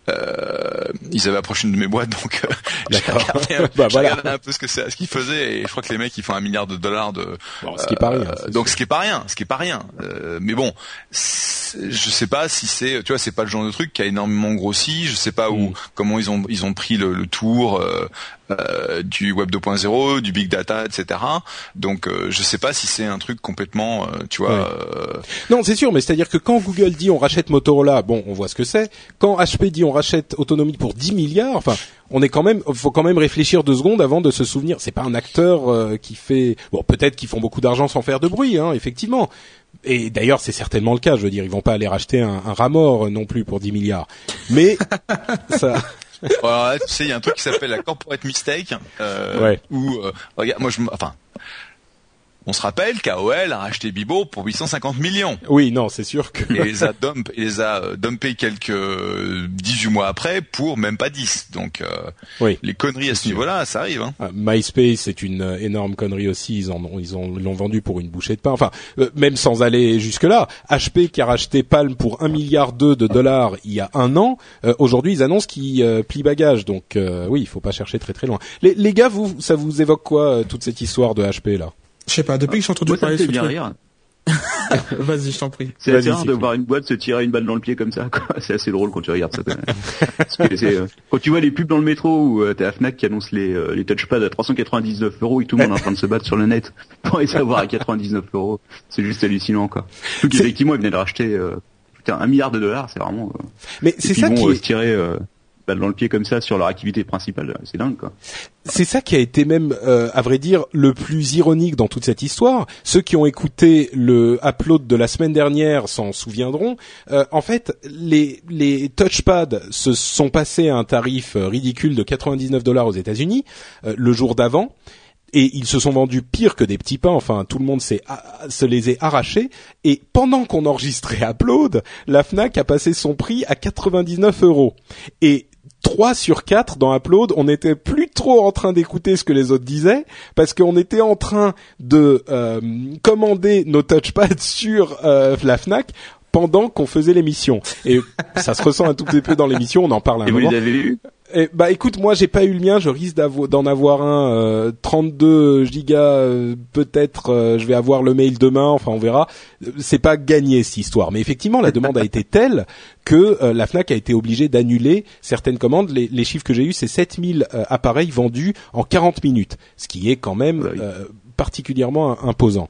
ils avaient approché une de mes boîtes, donc j'ai regardé un peu ce qu'ils faisaient, et je crois que les mecs ils font 1 milliard de dollars ce qui est pas rien. Donc ce qui est pas rien. Mais bon, je sais pas si c'est, tu vois, c'est pas le genre de truc qui a énormément grossi. Je sais pas comment ils ont pris le tour du web 2.0, du big data, etc. Donc je sais pas si c'est un truc complètement, tu vois. Non, c'est sûr, mais c'est-à-dire que quand Google dit on rachète Motorola, bon, on voit ce que c'est. Quand HP dit on rachète Autonomy pour 10 milliards, enfin, faut quand même réfléchir 2 secondes avant de se souvenir. C'est pas un acteur qui fait, bon, peut-être qu'ils font beaucoup d'argent sans faire de bruit, effectivement. Et d'ailleurs, c'est certainement le cas. Je veux dire, ils vont pas aller racheter un rat mort non plus pour 10 milliards. Mais ça. Alors, tu sais, il y a un truc qui s'appelle la corporate mistake, où regarde, on se rappelle qu'AOL a racheté Bibo pour 850 millions. Oui, non, c'est sûr que. Et les a dumpés quelques 18 mois après pour même pas 10. Donc, les conneries à ce niveau-là, ça arrive, hein. MySpace, c'est une énorme connerie aussi. Ils l'ont vendu pour une bouchée de pain. Enfin, même sans aller jusque là. HP qui a racheté Palm pour 1,2 milliard de dollars il y a 1 an. Aujourd'hui, ils annoncent qu'ils plient bagage. Donc, oui, il faut pas chercher très très loin. Les gars, ça vous évoque quoi, toute cette histoire de HP là? Je sais pas, depuis que j'ai entendu parler de ce truc. Rire. Vas-y, je t'en prie. C'est assez rare de voir une boîte se tirer une balle dans le pied comme ça, quoi. C'est assez drôle quand tu regardes ça. Parce que quand tu vois les pubs dans le métro où t'as la Fnac qui annonce les touchpads à 399 € et tout le monde est en train de se battre sur le net pour les avoir à 99 €. C'est juste hallucinant, quoi. Surtout qu'effectivement, ils venaient de racheter 1 milliard de dollars, c'est vraiment. Mais c'est ça qui se tirer balle dans le pied comme ça sur leur activité principale, c'est dingue, quoi. C'est ça qui a été même, à vrai dire, le plus ironique dans toute cette histoire. Ceux qui ont écouté le upload de la semaine dernière s'en souviendront. En fait, les touchpads se sont passés à un tarif ridicule de 99 $ aux États-Unis le jour d'avant. Et ils se sont vendus pire que des petits pains. Enfin, tout le monde se les est arrachés. Et pendant qu'on enregistrait Upload, la Fnac a passé son prix à 99 €. Et 3 sur 4 dans Upload, on n'était plus trop en train d'écouter ce que les autres disaient, parce qu'on était en train de commander nos touchpads sur la Fnac pendant qu'on faisait l'émission. Et ça se ressent un tout petit peu dans l'émission, on en parle un moment. Et vous les avez eus ? Écoute, moi j'ai pas eu le mien, je risque d'en avoir un 32 gigas peut-être je vais avoir le mail demain, enfin on verra. C'est pas gagné cette histoire, mais effectivement la demande a été telle que la Fnac a été obligée d'annuler certaines commandes. Les chiffres que j'ai eus, c'est 7000 appareils vendus en 40 minutes, ce qui est quand même particulièrement imposant.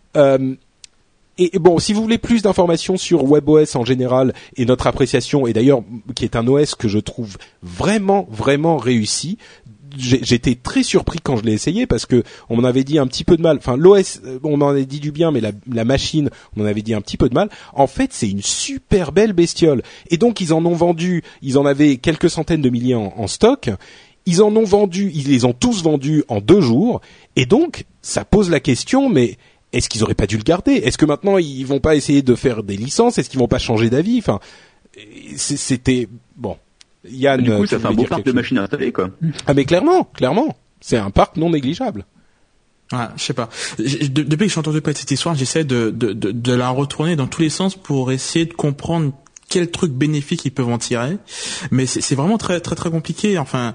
Et bon, si vous voulez plus d'informations sur WebOS en général et notre appréciation, et d'ailleurs qui est un OS que je trouve vraiment réussi, j'étais très surpris quand je l'ai essayé parce que on m'en avait dit un petit peu de mal. Enfin, l'OS, on m'en avait dit du bien, mais la machine, on en avait dit un petit peu de mal. En fait, c'est une super belle bestiole. Et donc, ils en avaient quelques centaines de milliers en stock. Ils les ont tous vendus en 2 jours. Et donc, ça pose la question, mais est-ce qu'ils auraient pas dû le garder? Est-ce que maintenant ils vont pas essayer de faire des licences? Est-ce qu'ils vont pas changer d'avis? Enfin, c'était bon. Yann, du coup, ça fait un beau parc de machines installées, quoi. Ah mais clairement, c'est un parc non négligeable. Ah, je sais pas. Depuis que j'ai entendu parler de cette histoire, j'essaie de la retourner dans tous les sens pour essayer de comprendre quel truc bénéfique ils peuvent en tirer, mais c'est vraiment très très très compliqué. Enfin,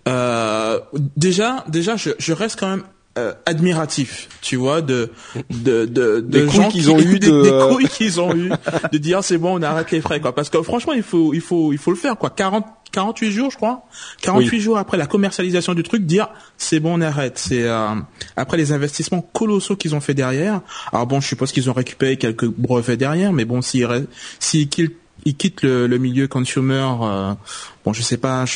déjà, je reste quand même admiratif, tu vois, de gens qu'ils ont eu des couilles qu'ils ont eu de dire c'est bon, on arrête les frais, quoi, parce que franchement il faut le faire, quoi. 48 jours, je crois. 48 jours après la commercialisation du truc, dire c'est bon, on arrête. C'est après les investissements colossaux qu'ils ont fait derrière. Alors bon, je suppose qu'ils ont récupéré quelques brevets derrière, mais bon, s'ils quittent le milieu consumer, bon, je sais pas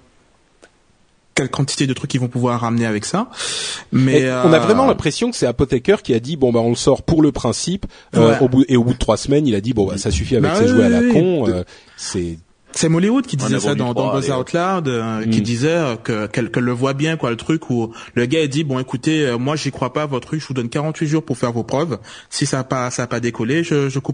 quelle quantité de trucs ils vont pouvoir ramener avec ça, mais on a vraiment l'impression que c'est Apotheker qui a dit bon on le sort pour le principe, au bout de 3 semaines il a dit bon ça suffit avec ces jouets à la con. C'est Mollywood qui disait ça dans Buzz Out Loud, qui disait qu'elle le voit bien, quoi, le truc où le gars a dit bon écoutez, moi j'y crois pas, votre truc, je vous donne 48 jours pour faire vos preuves, si ça a pas décollé, je coupe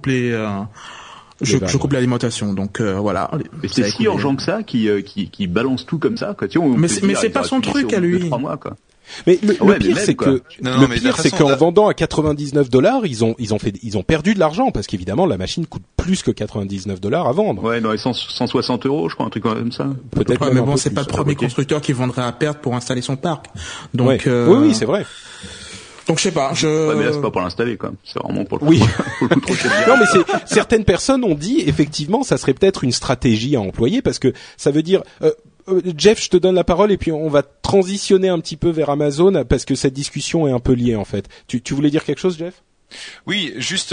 je coupe l'alimentation, donc voilà. Mais c'est si urgent que ça qui balance tout comme ça, quoi. Tu vois, mais c'est pas son truc à lui. 3 mois, quoi. Mais le pire c'est que c'est qu'en vendant à $99, ils ont perdu de l'argent parce qu'évidemment la machine coûte plus que $99 à vendre. Ouais, dans les 160 €, je crois, un truc comme ça. Peut-être. Ouais, mais bon, c'est pas le premier constructeur qui vendrait à perte pour installer son parc. Donc oui, c'est vrai. Donc je sais pas, Ouais, mais là c'est pas pour l'installer, quoi. C'est vraiment pour le coup. Oui. Pour le coup, trop cher. Non, mais certaines personnes ont dit effectivement ça serait peut-être une stratégie à employer parce que ça veut dire Jeff, je te donne la parole et puis on va transitionner un petit peu vers Amazon parce que cette discussion est un peu liée en fait. Tu voulais dire quelque chose, Jeff? Oui, juste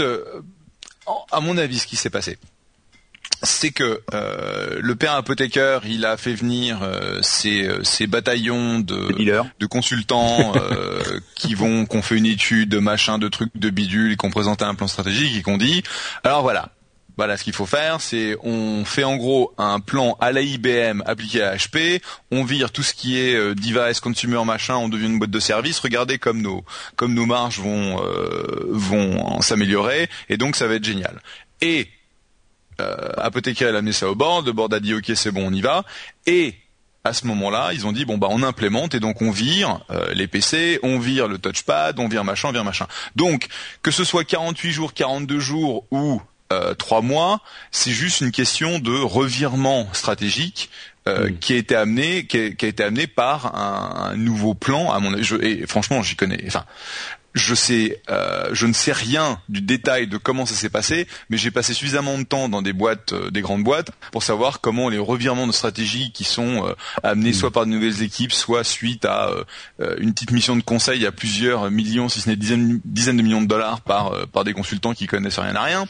à mon avis, ce qui s'est passé, c'est que le père apothécaire, il a fait venir ses bataillons de consultants qu'on fait une étude, de machin, de trucs, de bidules, et qu'on présentait un plan stratégique et qu'on dit alors voilà, ce qu'il faut faire, c'est on fait en gros un plan à la IBM appliqué à HP, on vire tout ce qui est device, consumer, machin, on devient une boîte de service. Regardez comme nos marges vont s'améliorer, et donc ça va être génial. Et Apothécaire a amené ça au board, le board a dit ok c'est bon on y va, et à ce moment-là ils ont dit bon on implémente, et donc on vire les PC, on vire le touchpad, on vire machin. Donc que ce soit 48 jours, 42 jours ou 3 mois, c'est juste une question de revirement stratégique qui a été amené par un nouveau plan à mon avis. Et franchement j'y connais. Enfin, je ne sais rien du détail de comment ça s'est passé, mais j'ai passé suffisamment de temps dans des grandes boîtes, pour savoir comment les revirements de stratégie qui sont amenés soit par de nouvelles équipes, soit suite à une petite mission de conseil à plusieurs millions, si ce n'est dizaines de millions de dollars par des consultants qui connaissent rien à rien,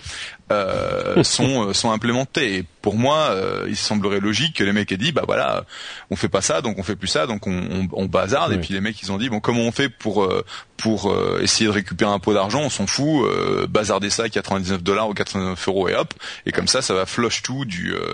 sont implémentés. Et pour moi, il semblerait logique que les mecs aient dit voilà, on fait pas ça, donc on fait plus ça, donc on bazarde. Oui. Et puis les mecs ils ont dit comment on fait pour essayer de récupérer un pot d'argent, on s'en fout, bazarder ça à $99 ou 89 € et hop, et comme ça va flush tout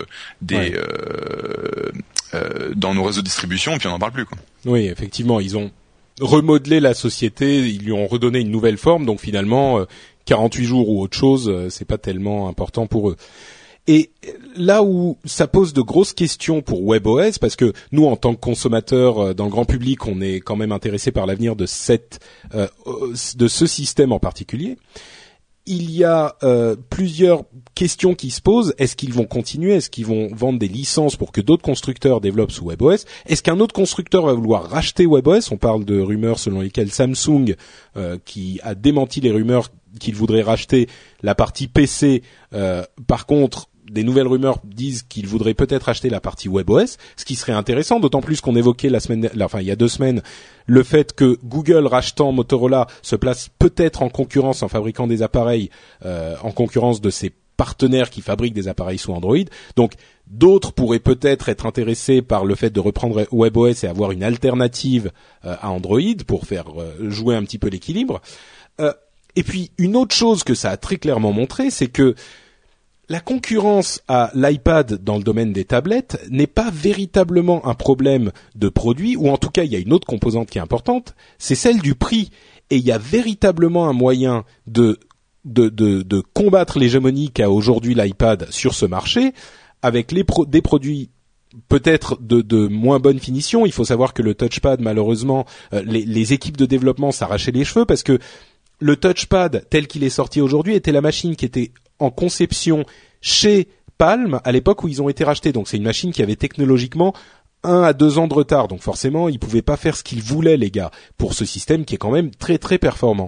dans nos réseaux de distribution, et puis on n'en parle plus, quoi. Oui, effectivement, ils ont remodelé la société, ils lui ont redonné une nouvelle forme, donc finalement 48 jours ou autre chose, c'est pas tellement important pour eux. Et là où ça pose de grosses questions pour WebOS, parce que nous, en tant que consommateurs dans le grand public, on est quand même intéressé par l'avenir de ce système en particulier. il y a plusieurs questions qui se posent. Est-ce qu'ils vont continuer? Est-ce qu'ils vont vendre des licences pour que d'autres constructeurs développent sous WebOS? Est-ce qu'un autre constructeur va vouloir racheter WebOS? On parle de rumeurs selon lesquelles Samsung, qui a démenti les rumeurs qu'il voudrait racheter la partie PC. Par contre, des nouvelles rumeurs disent qu'il voudrait peut-être acheter la partie WebOS, ce qui serait intéressant, d'autant plus qu'on évoquait il y a 2 semaines, le fait que Google rachetant Motorola se place peut-être en concurrence en fabriquant des appareils, en concurrence de ses partenaires qui fabriquent des appareils sous Android. Donc, d'autres pourraient peut-être être intéressés par le fait de reprendre WebOS et avoir une alternative à Android pour faire jouer un petit peu l'équilibre. Et puis, une autre chose que ça a très clairement montré, c'est que la concurrence à l'iPad dans le domaine des tablettes n'est pas véritablement un problème de produit, ou en tout cas il y a une autre composante qui est importante, c'est celle du prix. Et il y a véritablement un moyen de combattre l'hégémonie qu'a aujourd'hui l'iPad sur ce marché avec des produits peut-être de moins bonne finition. Il faut savoir que le touchpad, malheureusement, les équipes de développement s'arrachaient les cheveux parce que le touchpad tel qu'il est sorti aujourd'hui était la machine qui était en conception chez Palm à l'époque où ils ont été rachetés. Donc c'est une machine qui avait technologiquement 1 à 2 ans de retard. Donc forcément, ils pouvaient pas faire ce qu'ils voulaient, les gars, pour ce système qui est quand même très très performant.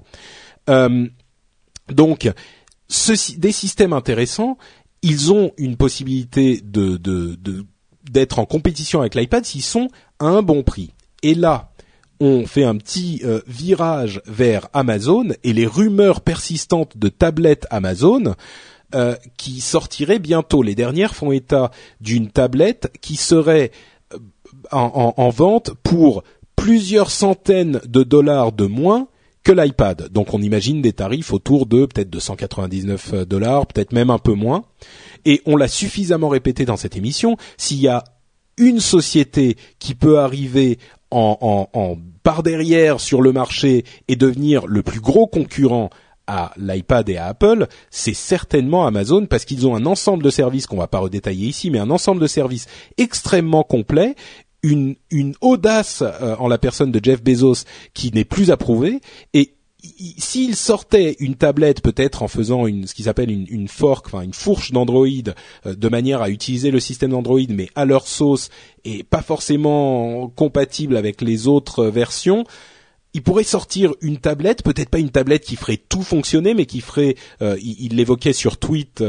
Donc des systèmes intéressants, ils ont une possibilité d'être en compétition avec l'iPad s'ils sont à un bon prix. Et là, on fait un petit virage vers Amazon et les rumeurs persistantes de tablettes Amazon qui sortiraient bientôt. Les dernières font état d'une tablette qui serait en vente pour plusieurs centaines de dollars de moins que l'iPad. Donc on imagine des tarifs autour de peut-être de $199, peut-être même un peu moins. Et on l'a suffisamment répété dans cette émission, s'il y a une société qui peut arriver en par derrière sur le marché et devenir le plus gros concurrent à l'iPad et à Apple, c'est certainement Amazon, parce qu'ils ont un ensemble de services qu'on va pas redétailler ici, mais un ensemble de services extrêmement complet, une audace en la personne de Jeff Bezos qui n'est plus approuvée. Et s'il sortait une tablette, peut-être en faisant ce qui s'appelle une fork, enfin une fourche d'Android, de manière à utiliser le système d'Android, mais à leur sauce et pas forcément compatible avec les autres versions, il pourrait sortir une tablette, peut-être pas une tablette qui ferait tout fonctionner, mais qui ferait, il l'évoquait sur Tweet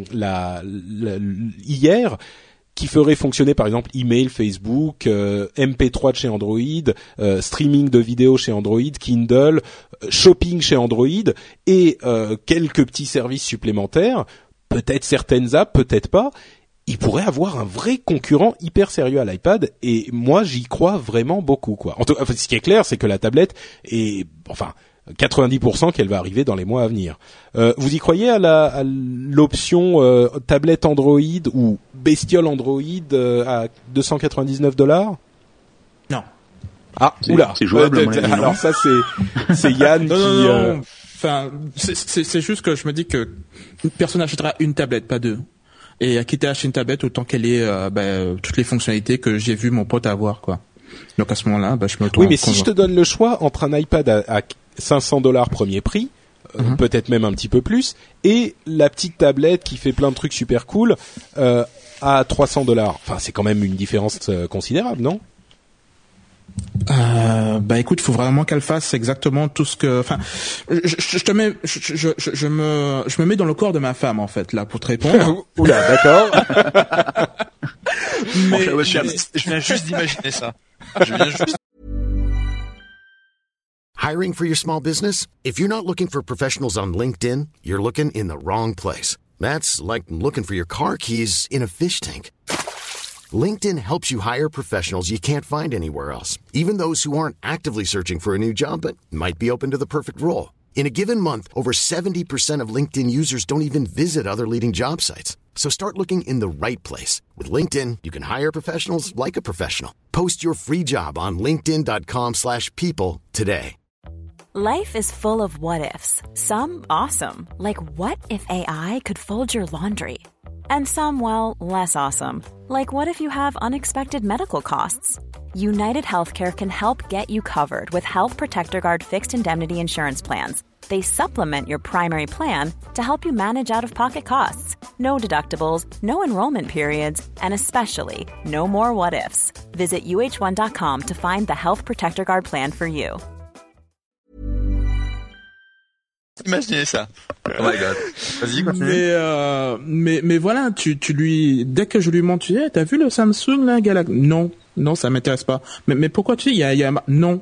hier, qui ferait fonctionner par exemple email, Facebook, MP3 de chez Android, streaming de vidéos chez Android, Kindle, shopping chez Android et quelques petits services supplémentaires, peut-être certaines apps, peut-être pas. Il pourrait avoir un vrai concurrent hyper sérieux à l'iPad et moi j'y crois vraiment beaucoup, quoi. Ce qui est clair, c'est que la tablette est 90% qu'elle va arriver dans les mois à venir. Vous y croyez à l'option tablette Android ou bestiole Android à $299? Non. Ah, oula, c'est jouable. Alors ça c'est Yann non. Enfin, c'est juste que je me dis que personne n'achètera une tablette, pas deux. Et quitte à acheter une tablette, autant qu'elle ait toutes les fonctionnalités que j'ai vu mon pote avoir, quoi. Donc à ce moment-là, je me. Oui, mais si je te donne le choix entre un iPad à $500 premier prix, peut-être même un petit peu plus, et la petite tablette qui fait plein de trucs super cool à $300. Enfin, c'est quand même une différence considérable, non? Écoute, faut vraiment qu'elle fasse exactement tout ce que. Enfin, je me mets dans le corps de ma femme en fait là pour te répondre. Oula, d'accord. Mais je viens juste d'imaginer ça. Hiring for your small business? If you're not looking for professionals on LinkedIn, you're looking in the wrong place. That's like looking for your car keys in a fish tank. LinkedIn helps you hire professionals you can't find anywhere else, even those who aren't actively searching for a new job but might be open to the perfect role. In a given month, over 70% of LinkedIn users don't even visit other leading job sites. So start looking in the right place. With LinkedIn, you can hire professionals like a professional. Post your free job on linkedin.com/people today. Life is full of what-ifs. Some awesome, like what if AI could fold your laundry? And some, well, less awesome, like what if you have unexpected medical costs? United Healthcare can help get you covered with Health Protector Guard fixed indemnity insurance plans. They supplement your primary plan to help you manage out-of-pocket costs. No deductibles, no enrollment periods, and especially no more what-ifs. Visit uh1.com to find the Health Protector Guard plan for you. Imaginez ça. Oh my god. Vas-y, continue. Mais voilà, tu lui, dès que je lui montre, tu dis, t'as vu le Samsung, là, Galaxy? Non, ça m'intéresse pas. Mais pourquoi tu dis, non,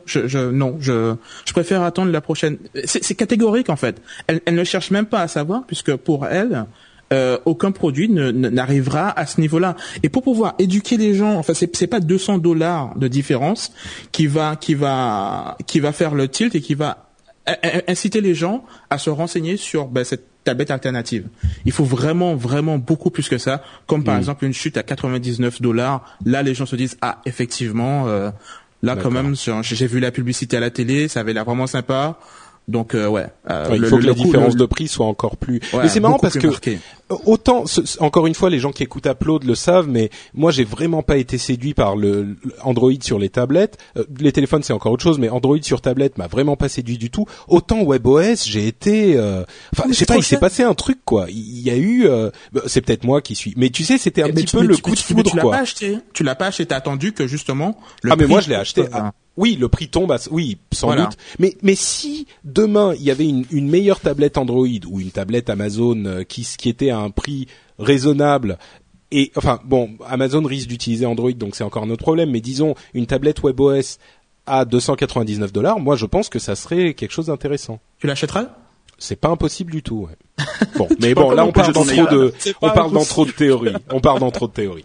je préfère attendre la prochaine. C'est catégorique, en fait. Elle ne cherche même pas à savoir, puisque pour elle, aucun produit n'arrivera à ce niveau-là. Et pour pouvoir éduquer les gens, enfin, c'est pas $200 de différence qui va faire le tilt et qui va inciter les gens à se renseigner sur cette tablette alternative. Il faut vraiment beaucoup plus que ça, comme par exemple une chute à $99. Là, les gens se disent effectivement, là D'accord. Quand même, j'ai vu la publicité à la télé, ça avait l'air vraiment sympa. Donc il faut que la différence de prix soit encore plus. Mais c'est marrant parce que autant encore une fois les gens qui écoutent Upload le savent, mais moi j'ai vraiment pas été séduit par le Android sur les tablettes. Les téléphones c'est encore autre chose, mais Android sur tablette m'a vraiment pas séduit du tout. Autant WebOS j'ai été, je sais pas, il s'est passé un truc quoi. Il y a eu, c'est peut-être moi qui suis, mais tu sais c'était un petit peu le coup de foudre quoi. Tu l'as pas acheté, t'as attendu que justement. Mais moi je l'ai acheté. Oui, le prix tombe, oui, sans doute. Mais si demain il y avait une meilleure tablette Android ou une tablette Amazon qui était à un prix raisonnable, et enfin bon, Amazon risque d'utiliser Android, donc c'est encore un autre problème. Mais disons une tablette WebOS à $299, moi je pense que ça serait quelque chose d'intéressant. Tu l'achèteras ? C'est pas impossible du tout. Ouais. Bon, mais bon, là on parle dans trop de théories. On parle dans trop de théories.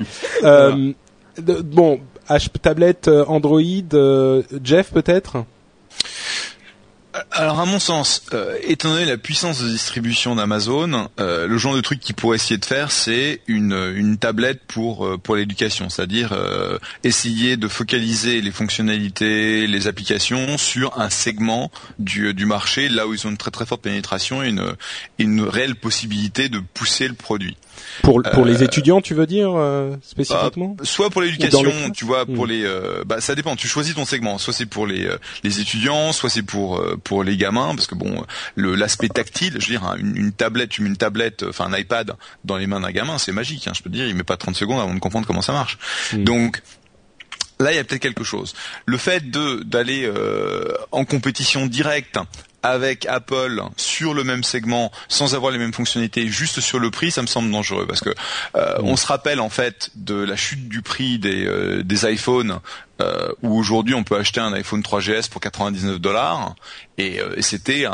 Bon. Tablette Android, Jeff peut-être. Alors à mon sens, étant donné la puissance de distribution d'Amazon, le genre de truc qu'ils pourraient essayer de faire, c'est une tablette pour l'éducation, c'est-à-dire essayer de focaliser les fonctionnalités, les applications sur un segment du marché, là où ils ont une très très forte pénétration et une réelle possibilité de pousser le produit. Pour les étudiants, tu veux dire spécifiquement? Soit pour l'éducation, tu vois, pour les, ça dépend. Tu choisis ton segment. Soit c'est pour les étudiants, soit c'est pour les gamins, parce que bon, l'aspect tactile, je veux dire, une tablette, tu mets une tablette, enfin un iPad dans les mains d'un gamin, c'est magique. Je peux te dire, il met pas 30 secondes avant de comprendre comment ça marche. Donc là, il y a peut-être quelque chose. Le fait d'aller en compétition directe avec Apple sur le même segment sans avoir les mêmes fonctionnalités juste sur le prix, ça me semble dangereux parce que on se rappelle en fait de la chute du prix des iPhones où aujourd'hui on peut acheter un iPhone 3GS pour $99 et c'était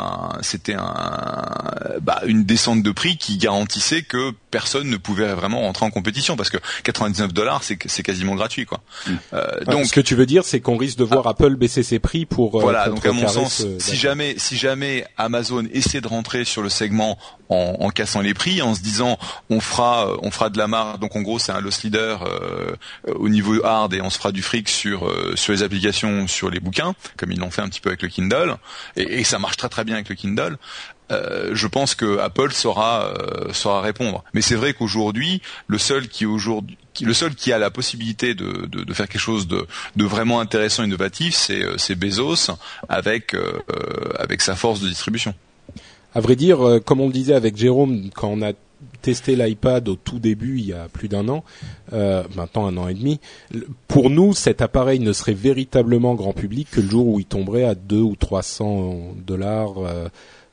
une descente de prix qui garantissait que personne ne pouvait vraiment rentrer en compétition parce que $99 c'est quasiment gratuit quoi. Donc ce que tu veux dire c'est qu'on risque de voir Apple baisser ses prix pour voilà, donc à mon sens si jamais Amazon essaie de rentrer sur le segment en cassant les prix, en se disant on fera de la marge, donc en gros c'est un loss leader au niveau hard et on se fera du fric sur les applications, sur les bouquins, comme ils l'ont fait un petit peu avec le Kindle, et ça marche très très bien avec le Kindle. Je pense que Apple saura répondre. Mais c'est vrai qu'aujourd'hui, le seul qui a la possibilité de faire quelque chose de vraiment intéressant, innovatif, c'est Bezos avec sa force de distribution. À vrai dire, comme on le disait avec Jérôme, quand on a testé l'iPad au tout début, il y a plus d'un an, maintenant 1 an et demi, pour nous, cet appareil ne serait véritablement grand public que le jour où il tomberait à $200 ou $300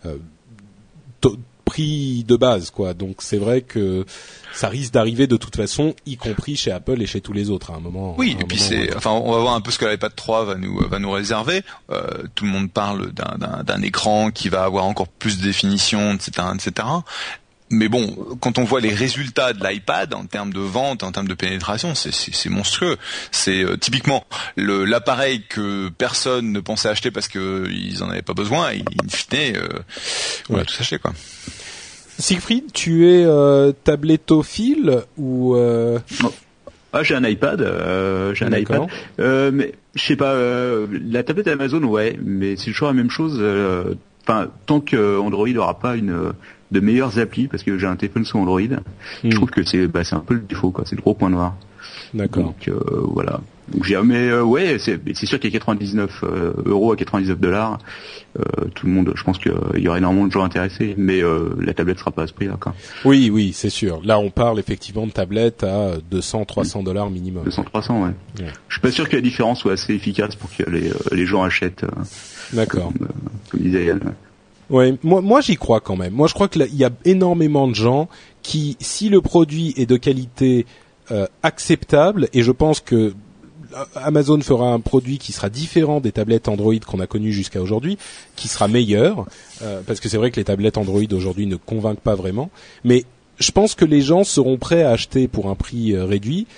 prix de base, quoi. Donc c'est vrai que ça risque d'arriver de toute façon, y compris chez Apple et chez tous les autres à un moment. Oui, et puis on va voir un peu ce que l'iPad 3 va nous réserver. Tout le monde parle d'un écran qui va avoir encore plus de définition, etc., etc. Mais bon, quand on voit les résultats de l'iPad en termes de vente, en termes de pénétration, c'est monstrueux. C'est typiquement l'appareil que personne ne pensait acheter parce que ils en avaient pas besoin. Et in fine, on a tous acheté quoi. Siegfried, tu es tablettophile ou j'ai un iPad, mais je sais pas, la tablette Amazon, ouais, mais c'est toujours la même chose. Tant que Android n'aura pas de meilleures applis, parce que j'ai un téléphone sous Android, je trouve que c'est un peu le défaut, quoi. C'est le gros point noir. D'accord. Donc voilà. Donc ouais, c'est sûr qu'il y a 99 euros à 99 $. Tout le monde, je pense qu'il y aura énormément de gens intéressés, mais la tablette sera pas à ce prix-là, quoi. Oui, c'est sûr. Là, on parle effectivement de tablettes à 200-300 $ minimum. 200-300, ouais. Je suis pas sûr que la différence soit assez efficace pour que les gens achètent. D'accord. Comme disait Yann. Ouais, moi j'y crois quand même. Moi je crois que il y a énormément de gens qui, si le produit est de qualité acceptable, et je pense que Amazon fera un produit qui sera différent des tablettes Android qu'on a connues jusqu'à aujourd'hui, qui sera meilleur, parce que c'est vrai que les tablettes Android aujourd'hui ne convainquent pas vraiment, mais je pense que les gens seront prêts à acheter pour un prix réduit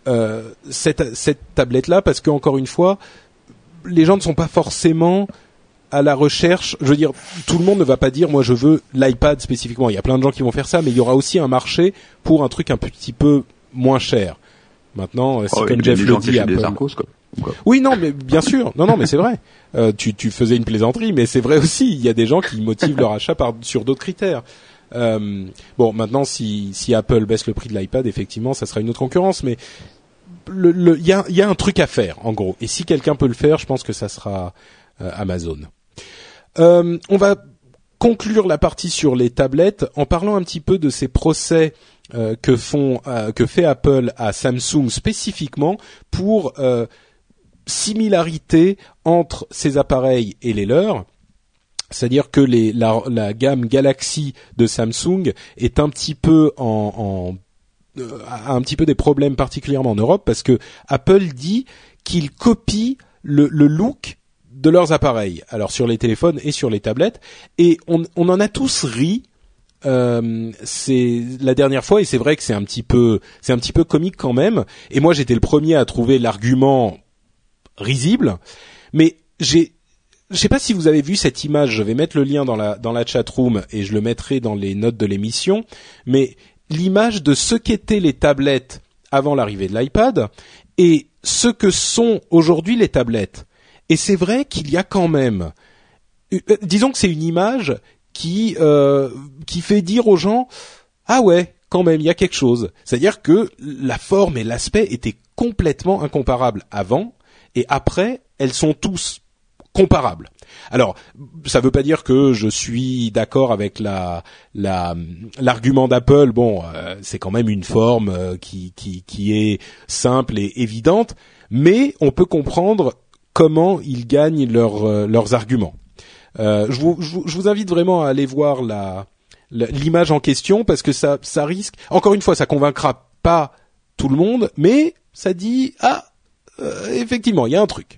cette tablette-là, parce que encore une fois, les gens ne sont pas forcément à la recherche. Je veux dire, tout le monde ne va pas dire moi je veux l'iPad spécifiquement. Il y a plein de gens qui vont faire ça, mais il y aura aussi un marché pour un truc un petit peu moins cher. Maintenant, si comme Jeff le dit, Apple... Oui, non, mais bien sûr. Non, mais c'est vrai. Tu faisais une plaisanterie, mais c'est vrai aussi. Il y a des gens qui motivent leur achat sur d'autres critères. Bon, maintenant, si Apple baisse le prix de l'iPad, effectivement, ça sera une autre concurrence, mais il y a un truc à faire, en gros. Et si quelqu'un peut le faire, je pense que ça sera Amazon. On va conclure la partie sur les tablettes en parlant un petit peu de ces procès que fait Apple à Samsung spécifiquement pour similarité entre ces appareils et les leurs. C'est-à-dire que la gamme Galaxy de Samsung est un petit peu a un petit peu des problèmes, particulièrement en Europe, parce que Apple dit qu'il copie le look de leurs appareils, alors sur les téléphones et sur les tablettes, et on en a tous ri. C'est la dernière fois, et c'est vrai que c'est un petit peu comique quand même. Et moi, j'étais le premier à trouver l'argument risible, mais je sais pas si vous avez vu cette image. Je vais mettre le lien dans la chatroom et je le mettrai dans les notes de l'émission. Mais l'image de ce qu'étaient les tablettes avant l'arrivée de l'iPad et ce que sont aujourd'hui les tablettes. Et c'est vrai qu'il y a quand même, disons que c'est une image qui fait dire aux gens, ah ouais, quand même, il y a quelque chose. C'est-à-dire que la forme et l'aspect étaient complètement incomparables avant, et après, elles sont tous comparables. Alors, ça veut pas dire que je suis d'accord avec l'argument d'Apple. Bon, c'est quand même une forme qui est simple et évidente, mais on peut comprendre comment ils gagnent leurs arguments. Je vous invite vraiment à aller voir l'image en question, parce que ça risque, encore une fois, ça convaincra pas tout le monde, mais ça dit effectivement, il y a un truc.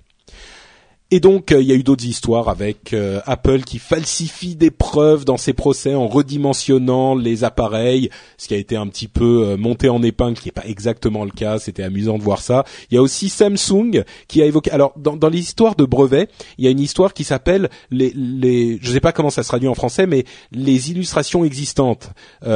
Et donc, il y a eu d'autres histoires avec Apple qui falsifie des preuves dans ses procès en redimensionnant les appareils, ce qui a été un petit peu monté en épingle, qui n'est pas exactement le cas. C'était amusant de voir ça. Il y a aussi Samsung qui a évoqué... Alors, dans les histoires de brevets, il y a une histoire qui s'appelle je sais pas comment ça se traduit en français, mais les illustrations existantes,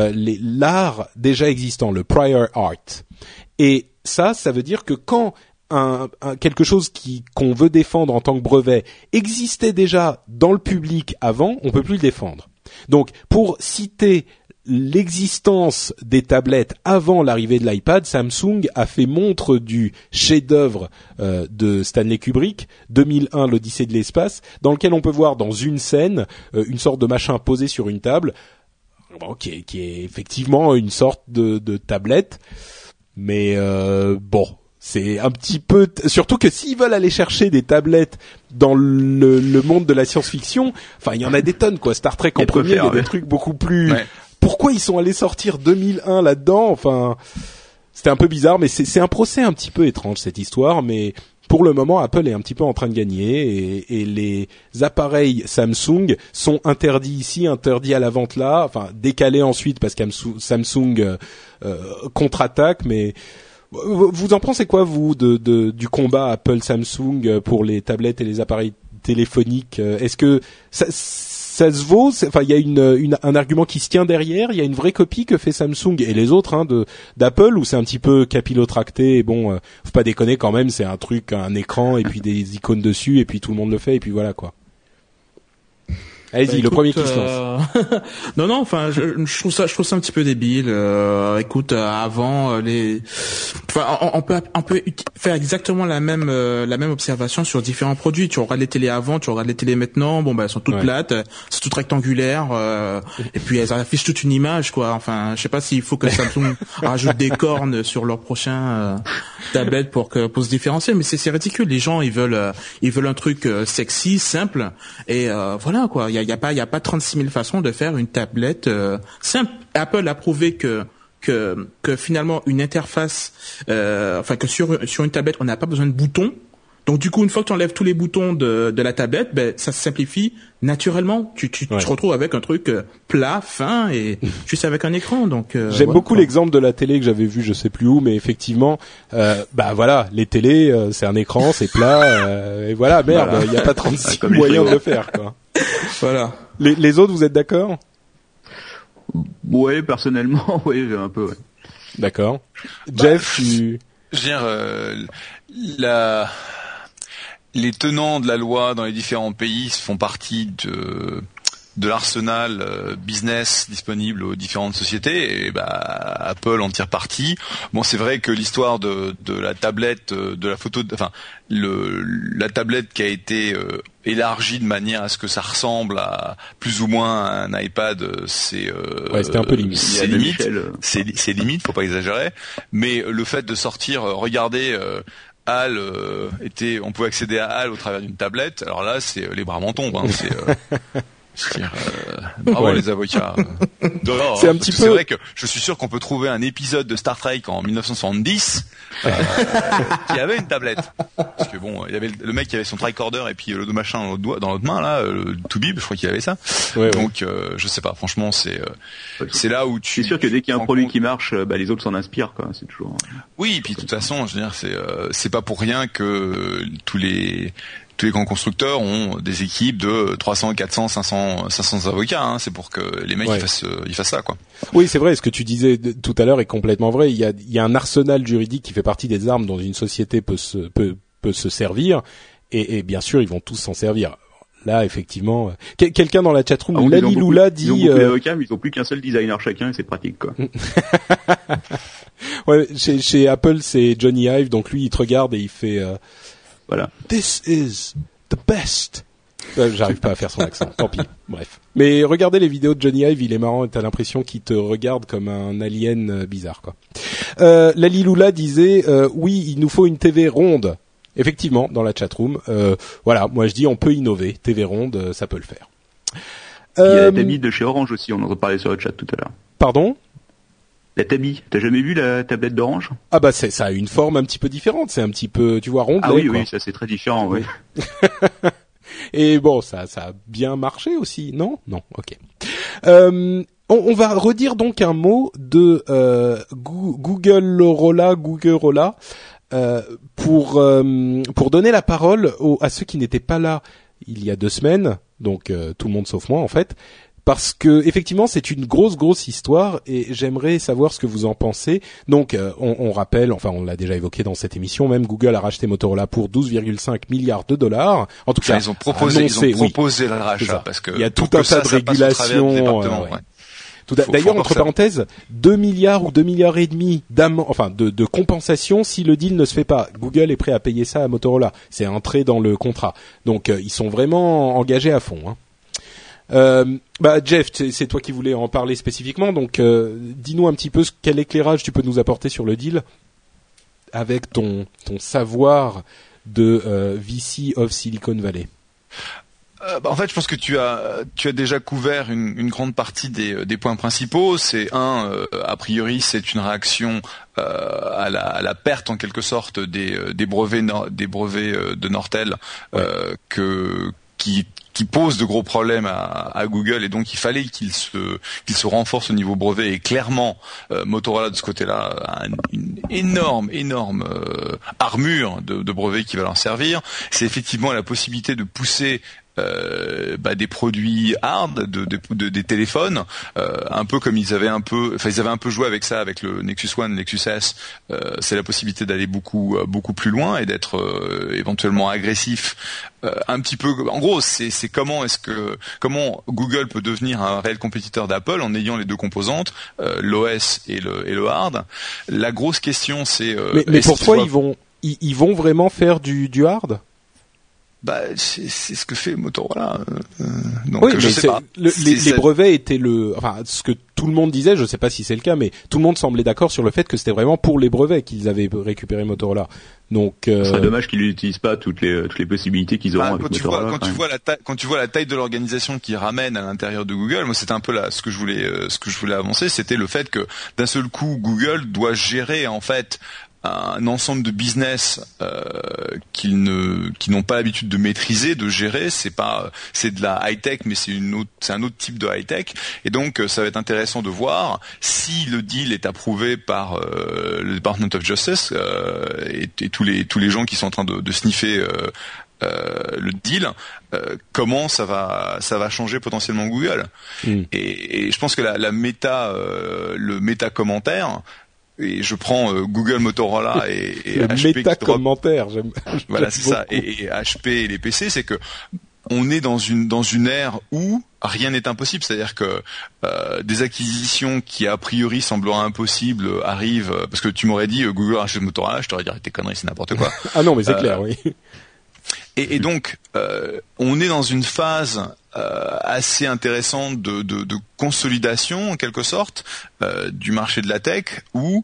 l'art déjà existant, le prior art. Et ça veut dire que quand quelque chose qu'on veut défendre en tant que brevet existait déjà dans le public avant, on peut plus le défendre. Donc, pour citer l'existence des tablettes avant l'arrivée de l'iPad, Samsung a fait montre du chef-d'œuvre de Stanley Kubrick, 2001, l'Odyssée de l'espace, dans lequel on peut voir dans une scène une sorte de machin posé sur une table, qui est effectivement une sorte de tablette, mais bon. C'est un petit peu, surtout que s'ils veulent aller chercher des tablettes dans le monde de la science-fiction, enfin il y en a des tonnes quoi. Star Trek en premier, il y a des trucs beaucoup plus. Ouais. Pourquoi ils sont allés sortir 2001 là-dedans? Enfin, c'était un peu bizarre, mais c'est un procès un petit peu étrange cette histoire. Mais pour le moment, Apple est un petit peu en train de gagner et les appareils Samsung sont interdits ici, interdits à la vente là, enfin décalés ensuite parce que Samsung contre-attaque, mais vous en pensez quoi, vous, du combat Apple-Samsung pour les tablettes et les appareils téléphoniques? Est-ce que ça se vaut? Enfin, il y a un argument qui se tient derrière. Il y a une vraie copie que fait Samsung et les autres d'Apple, ou c'est un petit peu capillotracté? Et bon, faut pas déconner quand même. C'est un truc, un écran et puis des icônes dessus et puis tout le monde le fait et puis voilà quoi. Allez-y, Écoute, le premier qui se lance. non, enfin, je trouve ça un petit peu débile. Écoute, avant on peut faire exactement la même observation sur différents produits. Tu regardes les télés avant, tu regardes les télés maintenant. Bon, elles sont toutes plates, c'est toutes rectangulaires, et puis elles affichent toute une image, quoi. Enfin, je sais pas s'il faut que Samsung rajoute des cornes sur leur prochain tablette pour se différencier, mais c'est ridicule. Les gens, ils veulent un truc sexy, simple, et voilà, quoi. Il y a pas 36 000 façons de faire une tablette simple. Apple a prouvé que finalement une interface, que sur une tablette on n'a pas besoin de boutons. Donc du coup, une fois que tu enlèves tous les boutons de la tablette, ça se simplifie naturellement. Tu te retrouves avec un truc plat, fin et juste avec un écran. Donc j'aime beaucoup l'exemple de la télé que j'avais vu, je sais plus où, mais effectivement, voilà, les télés, c'est un écran, c'est plat, et voilà, merde, il y a pas 36 moyens de le faire, quoi. Voilà. Les autres, vous êtes d'accord? Ouais, personnellement, oui, un peu. Ouais. D'accord. Jeff, je veux dire, les tenants de la loi dans les différents pays font partie de l'arsenal business disponible aux différentes sociétés, et Apple en tire parti. Bon, c'est vrai que l'histoire de la tablette, de la photo, la tablette qui a été élargie de manière à ce que ça ressemble à plus ou moins à un iPad, c'était un peu limite. C'est limite, faut pas exagérer. Mais le fait de sortir, regardez. HAL on pouvait accéder à HAL au travers d'une tablette. Alors là, c'est les bras m'en tombent. Bravo les avocats. C'est un petit peu. C'est vrai que je suis sûr qu'on peut trouver un épisode de Star Trek en 1970 qui avait une tablette. Parce que bon, il y avait le mec qui avait son tricorder et puis le machin dans l'autre main là, le Toubib, je crois qu'il avait ça. Donc je sais pas. Franchement, c'est là où tu. C'est sûr que dès qu'il y a un produit qui marche, les autres s'en inspirent, quoi. C'est toujours. Oui, et puis de toute façon, je veux dire, c'est pas pour rien que tous les grands constructeurs ont des équipes de 300, 400, 500 avocats. Hein. C'est pour que les mecs ils fassent ça, quoi. Oui, c'est vrai. Ce que tu disais tout à l'heure est complètement vrai. Il y a un arsenal juridique qui fait partie des armes dont une société peut se servir, et bien sûr ils vont tous s'en servir. Là, effectivement, quelqu'un dans la chatroom, Lali Lula dit. Ils ont beaucoup d'avocats, mais ils ont plus qu'un seul designer chacun, et c'est pratique, quoi. Ouais, chez Apple, c'est Johnny Ive, donc lui il te regarde et il fait. Voilà. This is the best. J'arrive pas à faire son accent. Tant pis. Bref. Mais regardez les vidéos de Johnny Ive, il est marrant et t'as l'impression qu'il te regarde comme un alien bizarre, quoi. Lali Lula disait, oui, il nous faut une TV ronde. Effectivement, dans la chatroom. Voilà, moi je dis on peut innover. TV ronde, ça peut le faire. Il y a la Tabi de chez Orange aussi, on en a parlé sur le chat tout à l'heure. Pardon ? La Tabi, t'as jamais vu la tablette d'Orange ? Ah ça a une forme un petit peu différente, c'est un petit peu, tu vois, ronde. Ah oui, quoi. Oui, ça c'est très différent, oui. Et bon, ça a bien marché aussi, non ? Non, ok. On va redire donc un mot de Google Rolla, pour donner la parole à ceux qui n'étaient pas là il y a 2 semaines, donc tout le monde sauf moi en fait. Parce que effectivement c'est une grosse histoire et j'aimerais savoir ce que vous en pensez. Donc on rappelle, enfin on l'a déjà évoqué dans cette émission, même Google a racheté Motorola pour 12,5 milliards de dollars. En tout cas, ils ont proposé le rachat parce que il y a tout un tas de régulations. D'ailleurs, entre parenthèses, 2 milliards ou 2 milliards et demi de compensation si le deal ne se fait pas. Google est prêt à payer ça à Motorola. C'est entré dans le contrat. Donc ils sont vraiment engagés à fond, hein. Jeff, c'est toi qui voulais en parler spécifiquement, donc dis-nous un petit peu quel éclairage tu peux nous apporter sur le deal avec ton savoir de VC of Silicon Valley. En fait, je pense que tu as déjà couvert une grande partie des points principaux. C'est a priori, c'est une réaction à la perte en quelque sorte des brevets de Nortel, qui pose de gros problèmes à Google, et donc il fallait qu'il se renforce au niveau brevet, et clairement Motorola de ce côté-là a une énorme armure de brevets qui va leur servir. C'est effectivement la possibilité de pousser des produits hard, des téléphones, un peu comme ils avaient un peu joué avec ça avec le Nexus One, Nexus S. C'est la possibilité d'aller beaucoup plus loin et d'être éventuellement agressif. Un petit peu, en gros, c'est comment Google peut devenir un réel compétiteur d'Apple en ayant les deux composantes, l'OS et le hard. La grosse question, c'est mais pour toi, ils vont vraiment faire du hard? C'est ce que fait Motorola. Donc oui, je sais pas. Les brevets étaient ce que tout le monde disait, je sais pas si c'est le cas, mais tout le monde semblait d'accord sur le fait que c'était vraiment pour les brevets qu'ils avaient récupéré Motorola. Donc ce serait dommage qu'ils n'utilisent pas toutes les possibilités qu'ils auront avec Motorola. Quand tu vois la taille de l'organisation qu'ils ramènent à l'intérieur de Google, moi c'était un peu ce que je voulais avancer, c'était le fait que d'un seul coup Google doit gérer en fait un ensemble de business qu'ils n'ont pas l'habitude de maîtriser, de gérer. C'est de la high tech, mais c'est un autre type de high tech. Et donc ça va être intéressant de voir si le deal est approuvé par le Department of Justice et tous les gens qui sont en train de sniffer le deal. Comment ça va changer potentiellement Google. Et je pense que le méta commentaire. Et je prends Google, Motorola et le HP méta-commentaire, voilà, c'est ça. Et HP et les PC, c'est que on est dans une ère où rien n'est impossible. C'est-à-dire que des acquisitions qui a priori sembleraient impossibles arrivent. Parce que tu m'aurais dit Google achète Motorola, je t'aurais dit arrête tes conneries, c'est n'importe quoi. Ah non, mais c'est clair, oui. Et donc, on est dans une phase assez intéressante de consolidation en quelque sorte du marché de la tech, où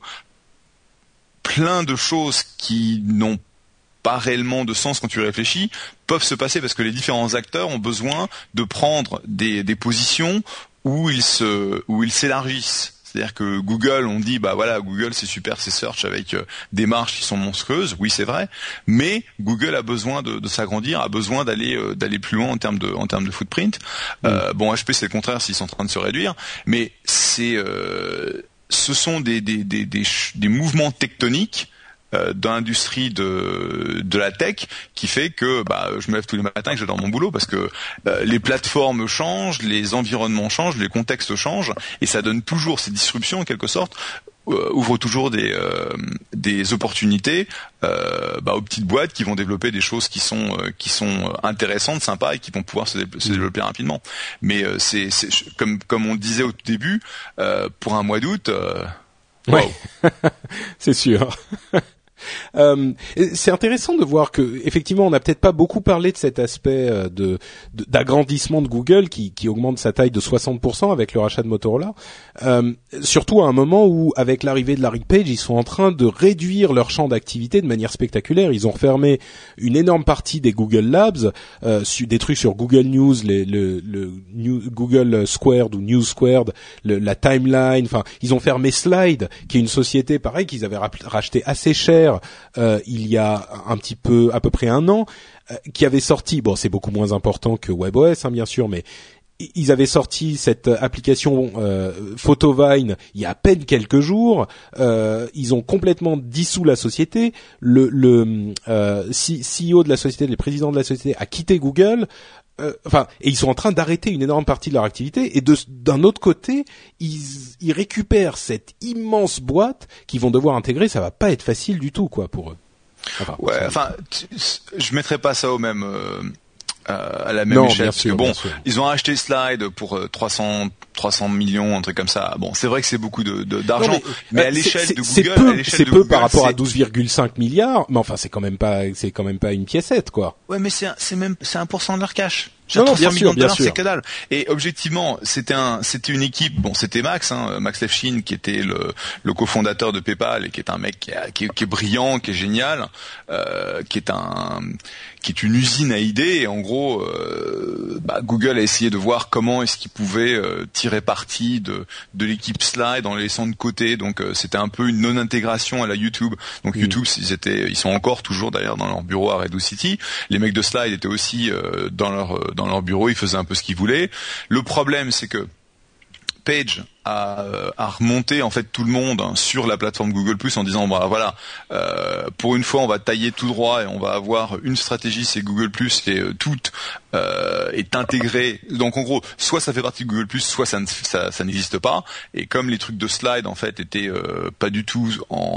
plein de choses qui n'ont pas réellement de sens quand tu réfléchis peuvent se passer parce que les différents acteurs ont besoin de prendre des positions où ils s'élargissent. C'est-à-dire que Google, on dit Google c'est super, c'est search avec des marges qui sont monstrueuses, oui c'est vrai, mais Google a besoin de s'agrandir, a besoin d'aller plus loin en termes de footprint. HP c'est le contraire, s'ils sont en train de se réduire, mais ce sont des mouvements tectoniques dans l'industrie de la tech qui fait que je me lève tous les matins et que j'adore mon boulot parce que les plateformes changent, les environnements changent, les contextes changent et ça donne toujours ces disruptions en quelque sorte ouvre toujours des opportunités aux petites boîtes qui vont développer des choses qui sont intéressantes, sympas et qui vont pouvoir se développer rapidement. Mais c'est comme on le disait au tout début, pour un mois d'août wow. C'est sûr. C'est intéressant de voir que effectivement on n'a peut-être pas beaucoup parlé de cet aspect d'agrandissement de Google qui augmente sa taille de 60% avec le rachat de Motorola, surtout à un moment où avec l'arrivée de Larry Page ils sont en train de réduire leur champ d'activité de manière spectaculaire. Ils ont refermé une énorme partie des Google Labs, des trucs sur Google News, le Google Squared ou News Squared, la timeline, enfin ils ont fermé Slide qui est une société pareil qu'ils avaient racheté assez cher il y a à peu près un an, qui avait sorti, c'est beaucoup moins important que WebOS bien sûr, mais ils avaient sorti cette application Photovine il y a à peine quelques jours. Ils ont complètement dissous la société. Le CEO de la société, le président de la société a quitté Google. Et ils sont en train d'arrêter une énorme partie de leur activité. Et d'un autre côté, ils récupèrent cette immense boîte qu'ils vont devoir intégrer. Ça va pas être facile du tout, quoi, pour eux. Je mettrais pas ça à la même échelle, parce que ils ont acheté Slide pour 300 millions, un truc comme ça. C'est vrai que c'est beaucoup d'argent, mais à l'échelle de Google, c'est peu par rapport à 12,5 milliards, mais enfin c'est quand même pas une piécette, quoi. Ouais, mais c'est 1% de leur cash. Non, bien sûr. C'est que dalle. Et objectivement, c'était une équipe. C'était Max Levchin, qui était le cofondateur de PayPal et qui est un mec qui est brillant, qui est génial, qui est une usine à idées. Et en gros, Google a essayé de voir comment est-ce qu'il pouvait tirer parti de l'équipe Slide en les laissant de côté. Donc c'était un peu une non-intégration à la YouTube. Donc YouTube, ils sont encore toujours d'ailleurs dans leur bureau à Redwood City. Les mecs de Slide étaient aussi dans leur bureau, ils faisaient un peu ce qu'ils voulaient. Le problème, c'est que Page a remonté en fait tout le monde sur la plateforme Google+ en disant voilà, pour une fois on va tailler tout droit et on va avoir une stratégie, c'est Google+ et tout est intégré. Donc en gros, soit ça fait partie de Google+, soit ça n'existe pas. Et comme les trucs de slide en fait étaient pas du tout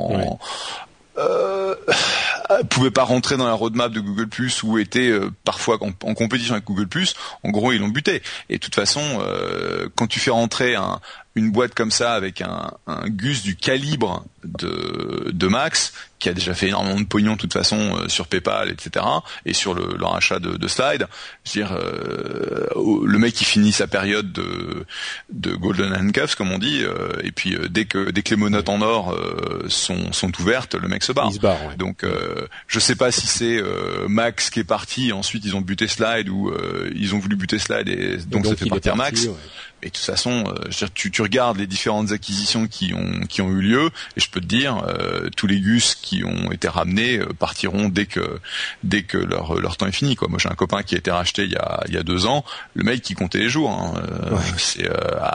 pouvaient pas rentrer dans la roadmap de Google+, ou étaient parfois en compétition avec Google+, en gros ils l'ont buté. Et de toute façon, quand tu fais rentrer une boîte comme ça avec un Gus du calibre de Max, qui a déjà fait énormément de pognon de toute façon sur PayPal, etc., et sur leur achat de Slide, je veux dire, le mec qui finit sa période de Golden Handcuffs, comme on dit, et puis dès que les menottes en or sont ouvertes, le mec se barre. Il se barre, ouais. Donc je sais pas si c'est Max qui est parti, ensuite ils ont buté Slide, ou ils ont voulu buter Slide et donc ça fait partir Max. Ouais. Et de toute façon, je veux dire, tu regardes les différentes acquisitions qui ont eu lieu, et je peux te dire, tous les Gus qui ont été ramenés partiront dès que leur temps est fini, quoi. Moi, j'ai un copain qui a été racheté il y a 2 ans. Le mec, il comptait les jours. Hein. C'est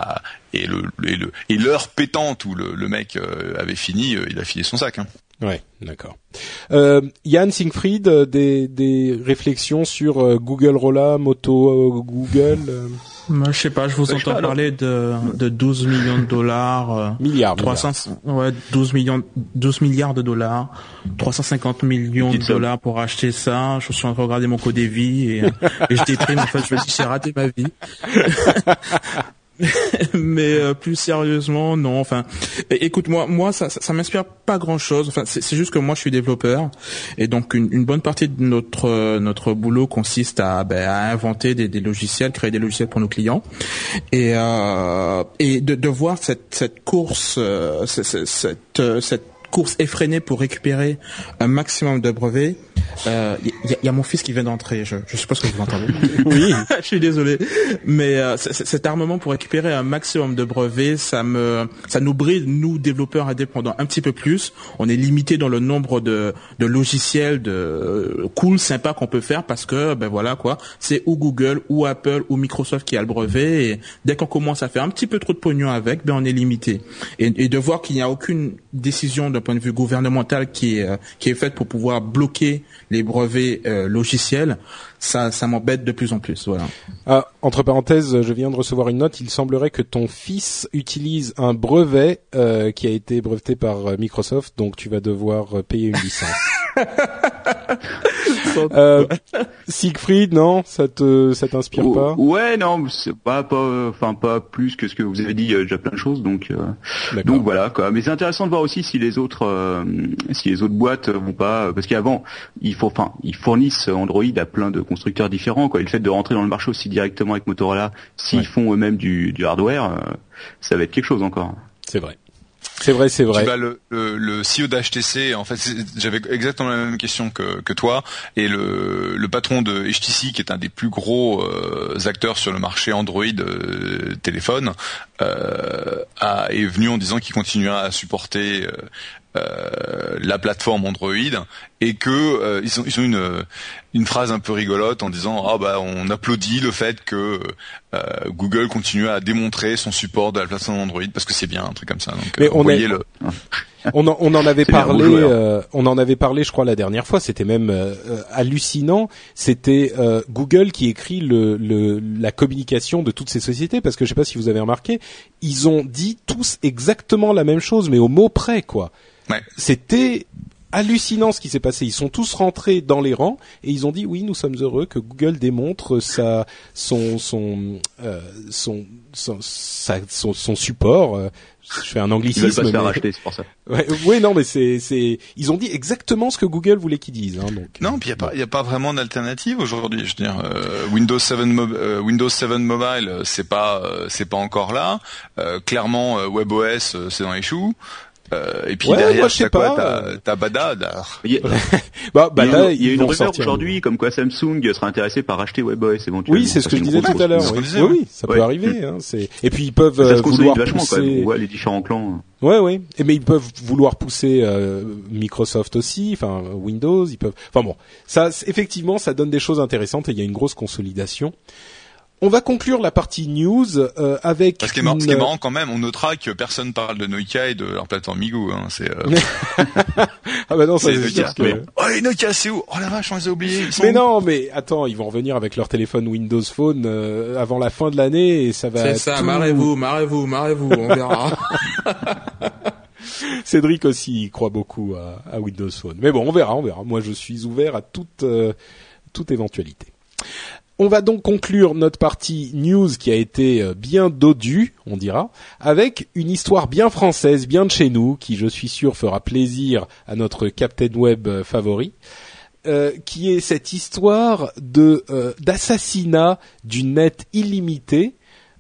et l'heure pétante où le mec avait fini, il a filé son sac. Hein. Ouais, d'accord. Yann Siegfried, des réflexions sur Google Rolla, Moto Google. Moi, je sais pas, je vous entends parler de 12 millions de dollars, milliards, 12 milliards de dollars, 350 millions de dollars pour acheter ça. Je suis en train de regarder mon code des vies et je déprime. En fait, je me dis, j'ai raté ma vie. Mais plus sérieusement, non. Enfin, écoute, moi, ça m'inspire pas grand-chose. Enfin, c'est juste que moi, je suis développeur, et donc une bonne partie de notre boulot consiste à inventer des logiciels, créer des logiciels pour nos clients, et de voir cette course, cette course effrénée pour récupérer un maximum de brevets. Y a mon fils qui vient d'entrer. Je suppose que vous l'entendez. Oui. Je suis désolé, mais cet armement pour récupérer un maximum de brevets, ça nous bride, nous développeurs indépendants, un petit peu plus. On est limité dans le nombre de logiciels cool, sympas qu'on peut faire, parce que voilà quoi, c'est ou Google ou Apple ou Microsoft qui a le brevet, et dès qu'on commence à faire un petit peu trop de pognon avec, on est limité. Et de voir qu'il n'y a aucune décision d'un point de vue gouvernemental qui est faite pour pouvoir bloquer les brevets logiciels, ça m'embête de plus en plus. Voilà. Ah, entre parenthèses, je viens de recevoir une note. Il semblerait que ton fils utilise un brevet qui a été breveté par Microsoft, donc tu vas devoir payer une licence. Siegfried, non, ça t'inspire pas? Ouais, non, c'est pas plus que ce que vous avez dit. Il y a déjà plein de choses, donc voilà quoi. Mais c'est intéressant de voir aussi si les autres boîtes vont pas, parce qu'avant ils fournissent Android à plein de constructeurs différents, quoi. Et le fait de rentrer dans le marché aussi directement avec Motorola, s'ils font eux-mêmes du hardware, ça va être quelque chose encore. C'est vrai. C'est vrai. Le CEO d'HTC, en fait, j'avais exactement la même question que toi, et le patron de HTC, qui est un des plus gros acteurs sur le marché Android téléphone, est venu en disant qu'il continuera à supporter la plateforme Android, et que ils ont une phrase un peu rigolote en disant on applaudit le fait que Google continue à démontrer son support de la plateforme Android, parce que c'est bien, un truc comme ça. Donc, mais on en avait parlé, je crois, la dernière fois. C'était même hallucinant. C'était Google qui écrit la communication de toutes ces sociétés, parce que je sais pas si vous avez remarqué, ils ont dit tous exactement la même chose, mais au mot près, quoi. Ouais. C'était hallucinant ce qui s'est passé. Ils sont tous rentrés dans les rangs et ils ont dit oui, nous sommes heureux que Google démontre son support. Je fais un anglicisme. Ils veulent pas se faire racheter, c'est pour ça. Ouais, non, mais ils ont dit exactement ce que Google voulait qu'ils disent, hein, donc. Non, puis il y a pas vraiment d'alternative aujourd'hui. Je veux dire, Windows 7 Mobile, c'est pas encore là. Clairement, WebOS, c'est dans les choux. Et puis derrière, t'as Bada. Bada, il y a une rumeur aujourd'hui comme quoi Samsung serait intéressé par racheter WebOS éventuellement. Oui, c'est ce que je disais tout à l'heure. Oui, ça peut arriver. Hein, et puis ils peuvent vouloir pousser. On voit les différents clans. Ouais. Mais ils peuvent vouloir pousser Microsoft aussi, enfin Windows. Ils peuvent. Enfin bon, ça effectivement, ça donne des choses intéressantes et il y a une grosse consolidation. On va conclure la partie news avec. Ce qui est marrant quand même, on notera que personne parle de Nokia et de leur plateforme Migu. Hein. C'est. Ah bah non, ça c'est sûr que. Oh les Nokia, c'est où? Oh la vache, on les a oubliés. Mais non, mais attends, ils vont revenir avec leur téléphone Windows Phone avant la fin de l'année et ça va. C'est ça, marrez-vous, on verra. Cédric aussi croit beaucoup à Windows Phone. Mais bon, on verra. Moi, je suis ouvert à toute éventualité. On va donc conclure notre partie news qui a été bien dodue, on dira, avec une histoire bien française, bien de chez nous, qui je suis sûr fera plaisir à notre Captain Web favori, qui est cette histoire d'assassinat du net illimité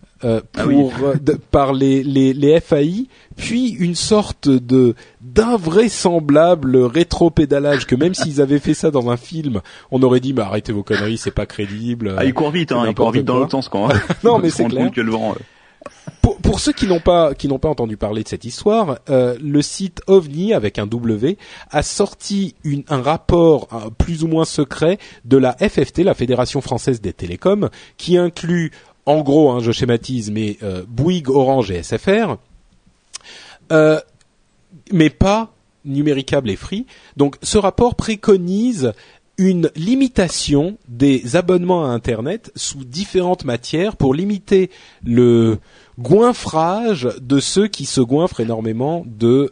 par les FAI, puis une sorte d'invraisemblable rétropédalage que même s'ils avaient fait ça dans un film, on aurait dit mais arrêtez vos conneries, c'est pas crédible. Il court vite, il court vite dans l'autre sens quand. Non mais c'est clair. Que le vent, Pour ceux qui n'ont pas entendu parler de cette histoire, le site OVNI avec un W a sorti un rapport plus ou moins secret de la FFT, la Fédération française des télécoms, qui inclut en gros, je schématise, mais Bouygues, Orange et SFR, mais pas Numéricable et Free. Donc, ce rapport préconise une limitation des abonnements à Internet sous différentes matières pour limiter le goinfrage de ceux qui se goinfrent énormément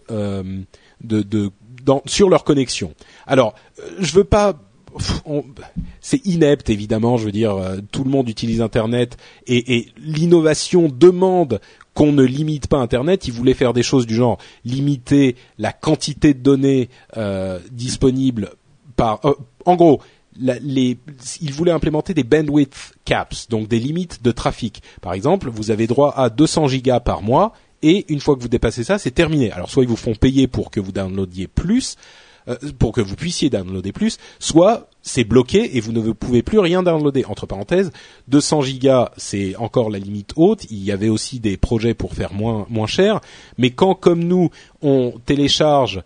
sur leur connexion. Alors, je veux pas. C'est inepte évidemment, je veux dire, tout le monde utilise Internet et l'innovation demande qu'on ne limite pas Internet. Ils voulaient faire des choses du genre limiter la quantité de données disponibles en gros, ils voulaient implémenter des bandwidth caps, donc des limites de trafic. Par exemple, vous avez droit à 200 gigas par mois et une fois que vous dépassez ça, c'est terminé. Alors soit ils vous font payer pour que vous downloadiez plus, pour que vous puissiez downloader plus, soit c'est bloqué et vous ne pouvez plus rien downloader. Entre parenthèses, 200 gigas, c'est encore la limite haute. Il y avait aussi des projets pour faire moins cher. Mais quand, comme nous, on télécharge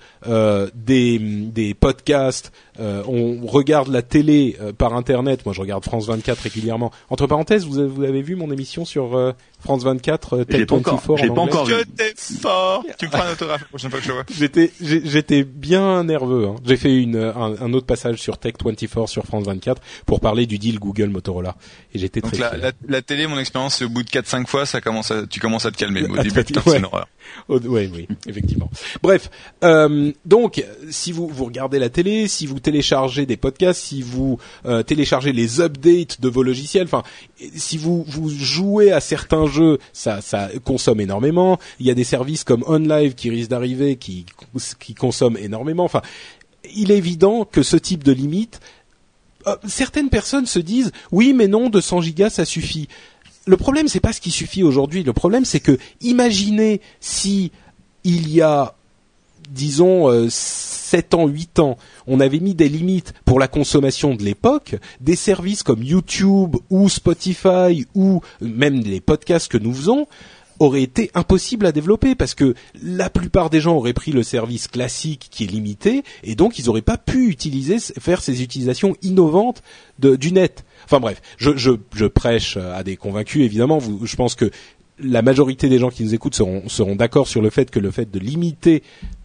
des podcasts, on regarde la télé par Internet. Moi, je regarde France 24 régulièrement. Entre parenthèses, vous avez vu mon émission sur France 24, Tech 24 J'ai pas encore vu. Que t'es fort. Tu me feras un autographe la prochaine fois que je le vois. J'étais bien nerveux. J'ai fait un autre passage sur Tech 24 sur France 24 pour parler du deal Google Motorola et j'étais très fier. La télé, mon expérience, c'est au bout de 4-5 fois, tu commences à te calmer. Mais au début, c'est une horreur. Oui, effectivement. Bref, donc si vous regardez la télé, si vous téléchargez des podcasts, si vous téléchargez les updates de vos logiciels, enfin, si vous jouez à certains jeux, ça consomme énormément. Il y a des services comme OnLive qui risquent d'arriver, qui consomment énormément. Enfin, il est évident que ce type de limite, certaines personnes se disent oui, mais non, 200 gigas ça suffit. Le problème, c'est pas ce qui suffit aujourd'hui. Le problème, c'est que imaginez si il y a, disons, 7 ans, 8 ans, on avait mis des limites pour la consommation de l'époque, des services comme YouTube ou Spotify ou même les podcasts que nous faisons aurait été impossible à développer parce que la plupart des gens auraient pris le service classique qui est limité et donc ils n'auraient pas pu faire ces utilisations innovantes du net. Enfin bref, je prêche à des convaincus évidemment. Je pense que la majorité des gens qui nous écoutent seront d'accord sur le fait que le fait de limiter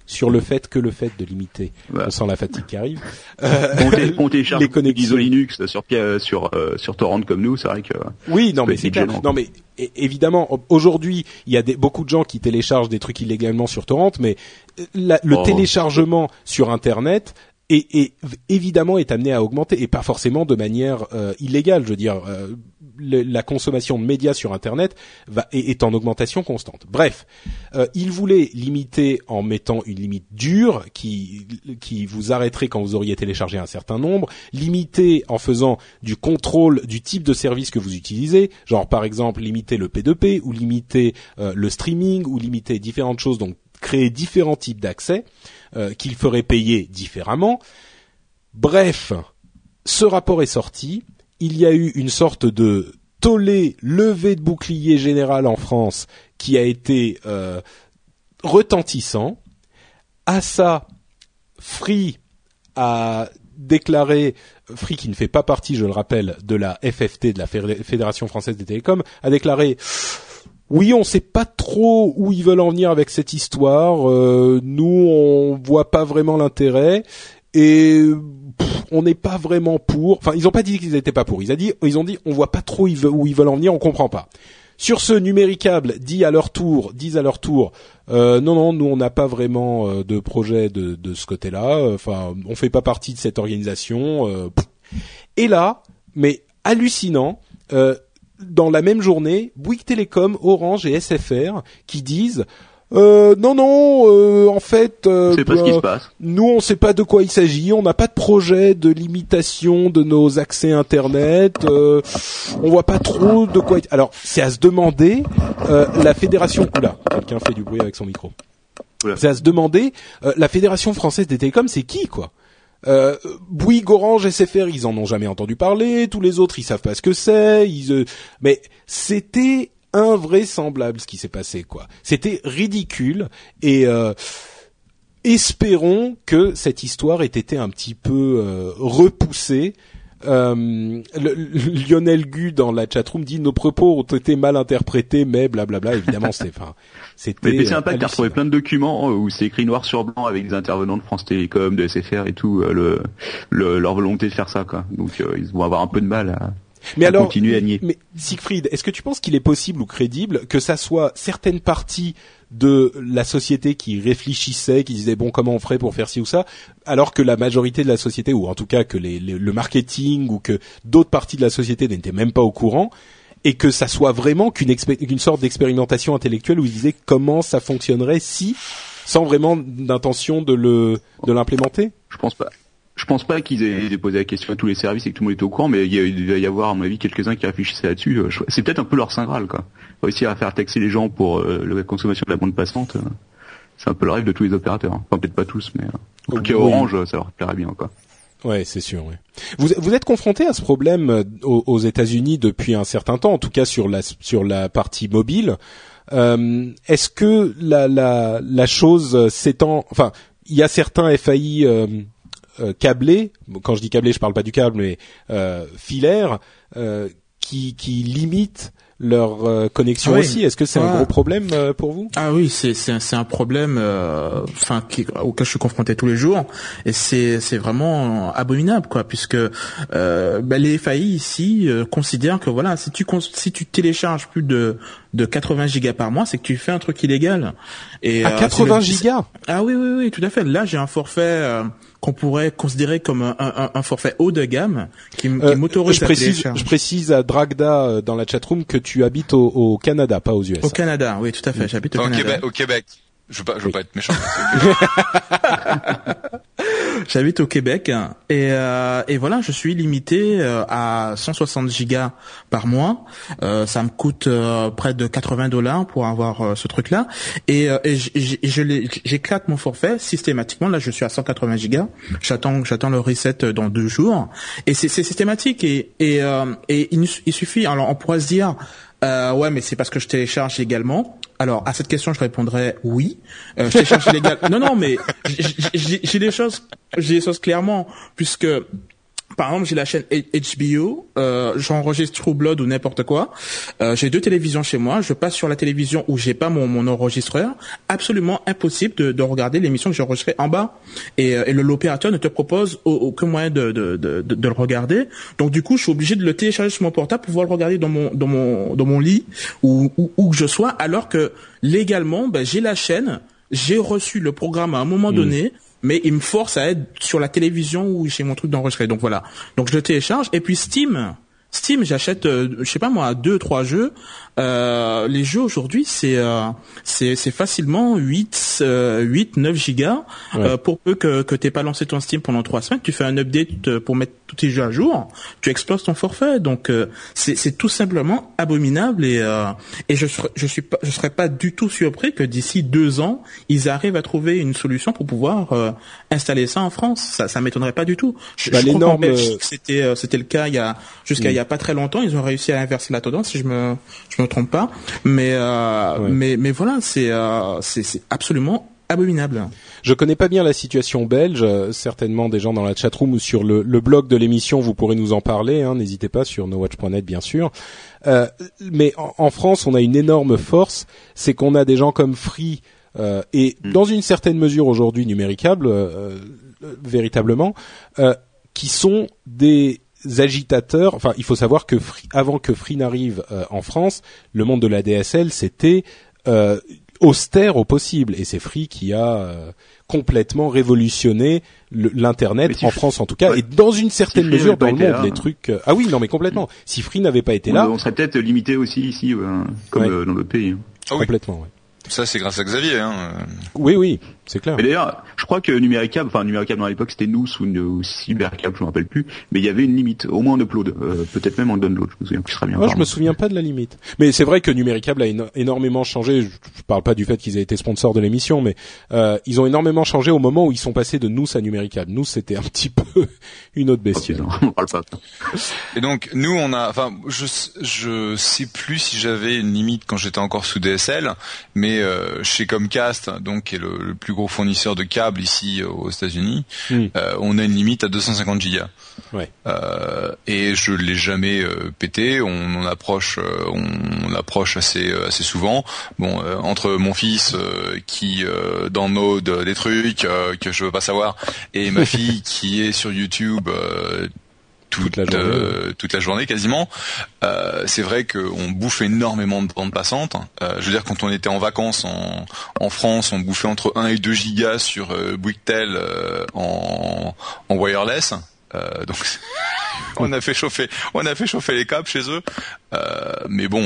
on sent la fatigue qui arrive. On télécharge des Linux sur torrent comme nous, c'est vrai que. Oui, non mais c'est clair. Non mais évidemment, aujourd'hui, il y a beaucoup de gens qui téléchargent des trucs illégalement sur torrent, mais le téléchargement sur Internet est évidemment amené à augmenter et pas forcément de manière illégale. Je veux dire, la consommation de médias sur Internet est en augmentation constante. Bref, ils voulaient limiter en mettant une limite dure qui vous arrêterait quand vous auriez téléchargé un certain nombre, limiter en faisant du contrôle du type de service que vous utilisez, genre par exemple limiter le P2P ou limiter le streaming ou limiter différentes choses, donc créer différents types d'accès qu'il ferait payer différemment. Bref, ce rapport est sorti. Il y a eu une sorte de tollé, levée de bouclier général en France qui a été retentissant. À ça, Free a déclaré Free, qui ne fait pas partie, je le rappelle, de la FFT, de la Fédération Française des Télécoms, a déclaré oui, on sait pas trop où ils veulent en venir avec cette histoire. Nous, on voit pas vraiment l'intérêt et on n'est pas vraiment pour. Enfin, ils ont pas dit qu'ils étaient pas pour. Ils ont dit, on voit pas trop où ils veulent en venir. On comprend pas. Sur ce, Numéricable disent à leur tour, non, nous on n'a pas vraiment de projet de ce côté-là. Enfin, on fait pas partie de cette organisation. Et là, mais hallucinant. Dans la même journée, Bouygues Télécom, Orange et SFR qui disent en fait, c'est pas ce qui se passe. Nous on sait pas de quoi il s'agit, on n'a pas de projet de limitation de nos accès internet, on voit pas trop de quoi. Alors c'est à se demander, la fédération. Oula, quelqu'un fait du bruit avec son micro. Oula. C'est à se demander, la Fédération Française des Télécoms, c'est qui quoi? Bouygues, Orange, SFR, ils en ont jamais entendu parler. Tous les autres, ils savent pas ce que c'est. Mais c'était invraisemblable ce qui s'est passé, quoi. C'était ridicule. Et espérons que cette histoire ait été un petit peu repoussée. Lionel Gu dans la chatroom dit nos propos ont été mal interprétés, mais blablabla. Évidemment, c'était. Mais PC Impact a retrouvé plein de documents où c'est écrit noir sur blanc avec des intervenants de France Télécom, de SFR et tout, leur volonté de faire ça, quoi. Donc ils vont avoir un peu de mal à continuer à nier. Mais Siegfried, est-ce que tu penses qu'il est possible ou crédible que ça soit certaines parties de la société qui réfléchissaient, qui disaient bon comment on ferait pour faire ci ou ça, alors que la majorité de la société, ou en tout cas que le marketing ou que d'autres parties de la société n'étaient même pas au courant, et que ça soit vraiment qu'une sorte d'expérimentation intellectuelle où ils disaient comment ça fonctionnerait si, sans vraiment d'intention de l'implémenter? Je pense pas qu'ils aient posé la question à tous les services et que tout le monde était au courant, mais il va y avoir, à mon avis, quelques-uns qui réfléchissaient là-dessus. C'est peut-être un peu leur saint graal, quoi. Réussir à faire taxer les gens pour la consommation de la bande passante, c'est un peu le rêve de tous les opérateurs. Enfin, peut-être pas tous, mais en tout cas, Orange, ça leur plairait bien, quoi. Ouais, c'est sûr. Ouais. Vous êtes confronté à ce problème aux États-Unis depuis un certain temps, en tout cas sur la partie mobile. Est-ce que la chose s'étend, enfin, il y a certains FAI câblés, quand je dis câblés, je parle pas du câble, mais filaires, qui limitent leur connexion aussi. Est-ce que c'est un gros problème pour vous? Ah oui, c'est un problème auquel je suis confronté tous les jours, et c'est vraiment abominable, quoi, puisque les FAI ici considèrent que voilà, si tu télécharges plus de 80 gigas par mois, c'est que tu fais un truc illégal. Et 80 gigas. Ah oui, tout à fait. Là, j'ai un forfait qu'on pourrait considérer comme un forfait haut de gamme qui m'autorise à télécharger. Je précise à Dragda dans la chatroom que tu habites au Canada, pas aux US. Au Canada, oui, tout à fait. J'habite au Canada. Au Québec. Je veux pas être méchant. J'habite au Québec et voilà, je suis limité à 160 gigas par mois. Ça me coûte près de $80 pour avoir ce truc-là, et j'éclate mon forfait systématiquement. Là, je suis à 180 gigas. J'attends le reset dans 2 jours, et c'est systématique, et il suffit. Alors, on pourrait se dire ouais, mais c'est parce que je télécharge également. Alors, à cette question, je répondrais oui. Je télécharge illégalement. Non, mais j'ai les choses clairement, puisque par exemple, j'ai la chaîne HBO, j'enregistre True Blood ou n'importe quoi. J'ai 2 télévisions chez moi. Je passe sur la télévision où j'ai pas mon enregistreur. Absolument impossible de regarder l'émission que j'ai enregistrée en bas. Et l'opérateur ne te propose aucun moyen de le regarder. Donc du coup, je suis obligé de le télécharger sur mon portable pour pouvoir le regarder dans mon lit ou où que je sois. Alors que légalement, j'ai la chaîne, j'ai reçu le programme à un moment donné. Mais il me force à être sur la télévision où j'ai mon truc d'enregistrer. Donc voilà. Donc je le télécharge. Et puis Steam, j'achète, je sais pas moi, 2-3 jeux. Les jeux aujourd'hui, c'est facilement 8-9 gigas. Ouais. Pour peu que t'aies pas lancé ton Steam pendant 3 semaines, tu fais un update pour mettre tous tes jeux à jour, tu exploses ton forfait. Donc c'est tout simplement abominable, et je serais pas du tout surpris que d'ici 2 ans, ils arrivent à trouver une solution pour pouvoir installer ça en France. Ça m'étonnerait pas du tout. Je crois qu'en Belgique, c'était le cas il y a pas très longtemps. Ils ont réussi à inverser la tendance, si je me trompe pas. Mais voilà, c'est absolument abominable. Je connais pas bien la situation belge. Certainement des gens dans la chatroom ou sur le blog de l'émission, vous pourrez nous en parler. N'hésitez pas sur nowatch.net, bien sûr. Mais en France, on a une énorme force, c'est qu'on a des gens comme Free et dans une certaine mesure aujourd'hui Numéricable, véritablement, qui sont des agitateurs. Enfin, il faut savoir que avant que Free n'arrive en France, le monde de la DSL c'était austère au possible, et c'est Free qui a complètement révolutionné l'internet en France en tout cas, et dans une certaine mesure dans le monde, les trucs. Ah oui, non mais complètement. Si Free n'avait pas été là, on serait peut-être limité aussi ici, comme dans notre pays. Complètement, ouais. Ça, c'est grâce à Xavier, Oui, c'est clair. Mais d'ailleurs, je crois que Numéricable dans l'époque c'était nous ou Cybercable, je me rappelle plus, mais il y avait une limite, au moins en upload, peut-être même en download, je me souviens plus très bien. Moi, je me souviens pas de la limite. Mais c'est vrai que Numéricable a énormément changé. Je parle pas du fait qu'ils aient été sponsors de l'émission, mais ils ont énormément changé au moment où ils sont passés de Nous à Numéricable. Nous, c'était un petit peu une autre bestiole. On parle pas. Et donc, nous, je sais plus si j'avais une limite quand j'étais encore sous DSL, mais chez Comcast, donc qui est le plus gros fournisseur de câbles ici aux États-Unis, on a une limite à 250 gigas. Ouais. Et je l'ai jamais pété. On approche assez souvent. Bon, entre mon fils qui download des trucs que je veux pas savoir, et ma fille qui est sur YouTube toute la journée quasiment. C'est vrai qu'on bouffe énormément de bande passante. Je veux dire, quand on était en vacances en France, on bouffait entre 1 et 2 gigas sur Bouygues en wireless. Donc on a fait chauffer les câbles chez eux. Mais bon,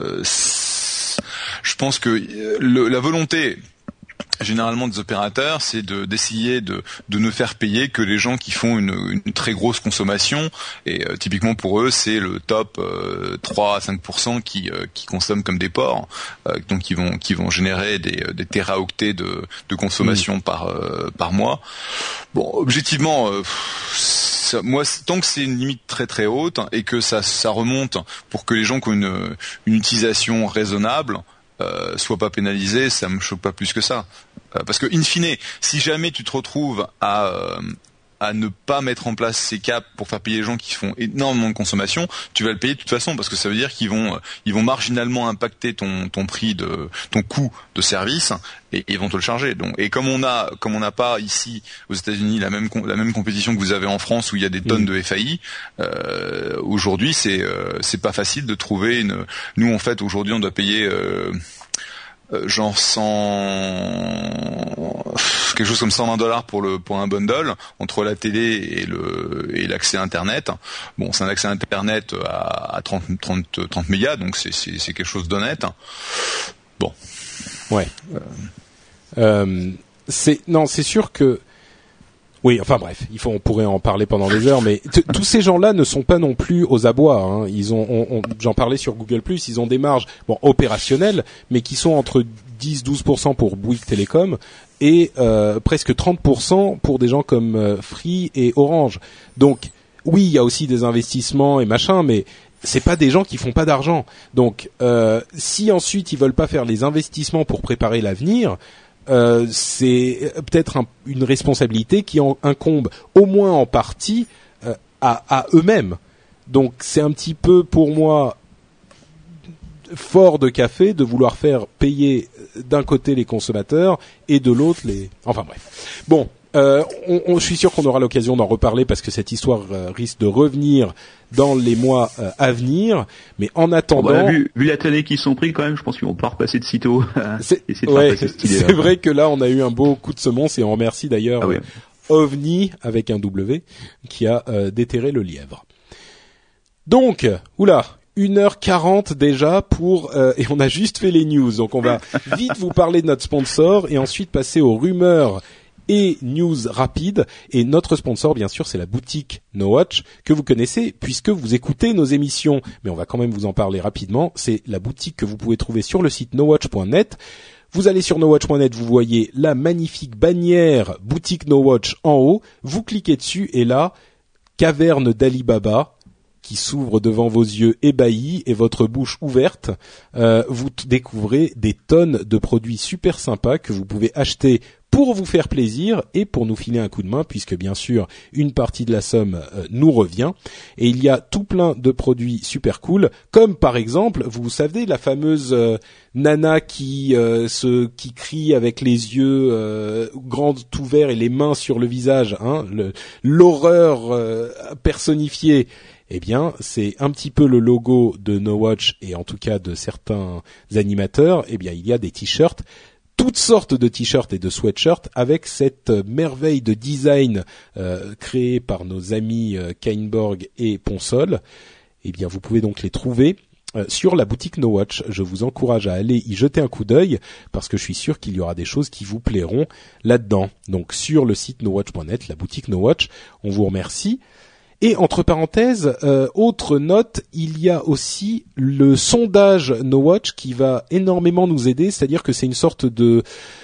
je pense que la volonté généralement des opérateurs, c'est d'essayer de ne faire payer que les gens qui font une très grosse consommation, et typiquement pour eux c'est le top 3 à 5% qui consomment comme des porcs, donc qui vont générer des téraoctets de consommation par mois. Bon, objectivement, moi, tant que c'est une limite très très haute et que ça remonte pour que les gens qui ont une utilisation raisonnable soit pas pénalisé, ça me choque pas plus que ça. Parce que in fine, si jamais tu te retrouves à ne pas mettre en place ces caps pour faire payer les gens qui font énormément de consommation, tu vas le payer de toute façon, parce que ça veut dire qu'ils vont marginalement impacter ton prix ton coût de service, et ils vont te le charger. Donc, et comme on n'a pas ici aux États-Unis la même compétition que vous avez en France où il y a des tonnes de FAI, aujourd'hui c'est pas facile de trouver nous en fait aujourd'hui on doit payer genre quelque chose comme $120 pour un bundle entre la télé et l'accès internet. Bon, c'est un accès internet à 30 mégas, donc c'est quelque chose d'honnête. Bon. Ouais. C'est sûr que oui, enfin bref, on pourrait en parler pendant des heures, mais tous ces gens-là ne sont pas non plus aux abois. J'en parlais sur Google+, ils ont des marges opérationnelles, mais qui sont entre 10-12% pour Bouygues Télécom et presque 30% pour des gens comme Free et Orange. Donc oui, il y a aussi des investissements et machin, mais c'est pas des gens qui font pas d'argent. Donc si ensuite ils veulent pas faire les investissements pour préparer l'avenir, c'est peut-être une responsabilité qui incombe au moins en partie à eux-mêmes. Donc c'est un petit peu pour moi fort de café de vouloir faire payer d'un côté les consommateurs et de l'autre les... Enfin bref. Bon, je suis sûr qu'on aura l'occasion d'en reparler parce que cette histoire risque de revenir dans les mois à venir. Mais en attendant, vu la tannée qu'ils sont pris quand même, je pense qu'ils vont pas repasser de sitôt. C'est vrai que là on a eu un beau coup de semonce et on remercie d'ailleurs OVNI avec un W qui a déterré le lièvre. Donc, 1h40 déjà et on a juste fait les news. Donc on va vite vous parler de notre sponsor et ensuite passer aux rumeurs et news rapides. Et notre sponsor, bien sûr, c'est la boutique NoWatch, que vous connaissez puisque vous écoutez nos émissions. Mais on va quand même vous en parler rapidement. C'est la boutique que vous pouvez trouver sur le site nowatch.net. Vous allez sur nowatch.net, vous voyez la magnifique bannière boutique NoWatch en haut. Vous cliquez dessus et là, caverne d'Alibaba, qui s'ouvre devant vos yeux ébahis et votre bouche ouverte. Vous découvrez des tonnes de produits super sympas que vous pouvez acheter pour vous faire plaisir et pour nous filer un coup de main, puisque bien sûr une partie de la somme nous revient. Et il y a tout plein de produits super cool, comme par exemple, vous savez, la fameuse nana qui crie avec les yeux grands ouverts et les mains sur le visage, hein, l'horreur personnifiée. Eh bien, c'est un petit peu le logo de No Watch et en tout cas de certains animateurs. Eh bien, il y a des t-shirts, toutes sortes de t-shirts et de sweatshirts avec cette merveille de design créée par nos amis Kainborg et Ponsol. Eh bien, vous pouvez donc les trouver sur la boutique No Watch. Je vous encourage à aller y jeter un coup d'œil parce que je suis sûr qu'il y aura des choses qui vous plairont là-dedans. Donc, sur le site nowatch.net, la boutique No Watch, on vous remercie. Et entre parenthèses, autre note, il y a aussi le sondage No Watch qui va énormément nous aider, c'est-à-dire que c'est une sorte de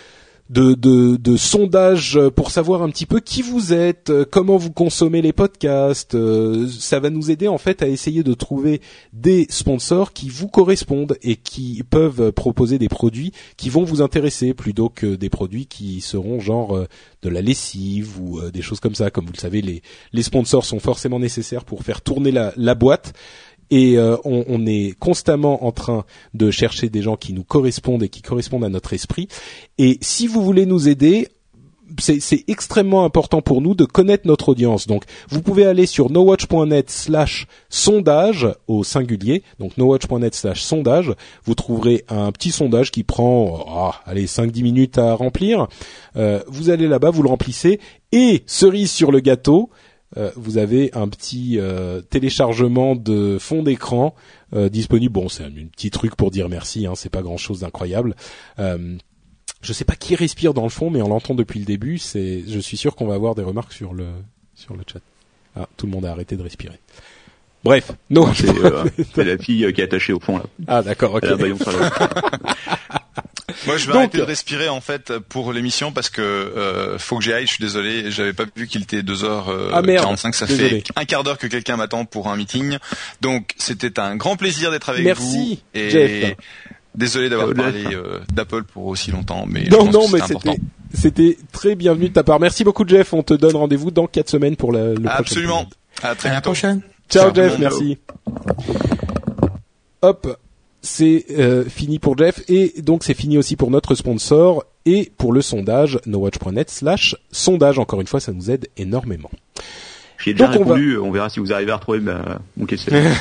sondage pour savoir un petit peu qui vous êtes, comment vous consommez les podcasts. Ça va nous aider en fait à essayer de trouver des sponsors qui vous correspondent et qui peuvent proposer des produits qui vont vous intéresser plutôt que des produits qui seront genre de la lessive ou des choses comme ça. Comme vous le savez, les sponsors sont forcément nécessaires pour faire tourner la boîte. Et on est constamment en train de chercher des gens qui nous correspondent et qui correspondent à notre esprit. Et si vous voulez nous aider, c'est extrêmement important pour nous de connaître notre audience. Donc, vous pouvez aller sur nowatch.net/sondage au singulier. Donc, nowatch.net/sondage. Vous trouverez un petit sondage qui prend, 5-10 minutes à remplir. Vous allez là-bas, vous le remplissez. Et cerise sur le gâteau, vous avez un petit téléchargement de fond d'écran disponible. Bon, c'est un petit truc pour dire merci, hein, c'est pas grand-chose d'incroyable. Je sais pas qui respire dans le fond, mais on l'entend depuis le début. Je suis sûr qu'on va avoir des remarques sur le chat. Ah, tout le monde a arrêté de respirer. Bref, non. C'est la fille qui est attachée au fond là. Ah d'accord, ok. Moi, je vais arrêter de respirer en fait pour l'émission parce que faut que j'y aille. Je suis désolé, j'avais pas vu qu'il était 2h45. Ça fait un quart d'heure que quelqu'un m'attend pour un meeting. Donc, c'était un grand plaisir d'être avec vous. Merci, et Jeff. Désolé d'avoir parlé d'Apple pour aussi longtemps, mais mais c'était très bienvenu de ta part. Merci beaucoup, Jeff. On te donne rendez-vous dans 4 semaines pour le prochain. Absolument. À très bientôt. À la prochaine. Ciao Jeff, merci. Hop. C'est fini pour Jeff et donc c'est fini aussi pour notre sponsor et pour le sondage nowatch.net/sondage. Encore une fois, ça nous aide énormément. J'ai déjà répondu, on verra si vous arrivez à retrouver mon questionnaire.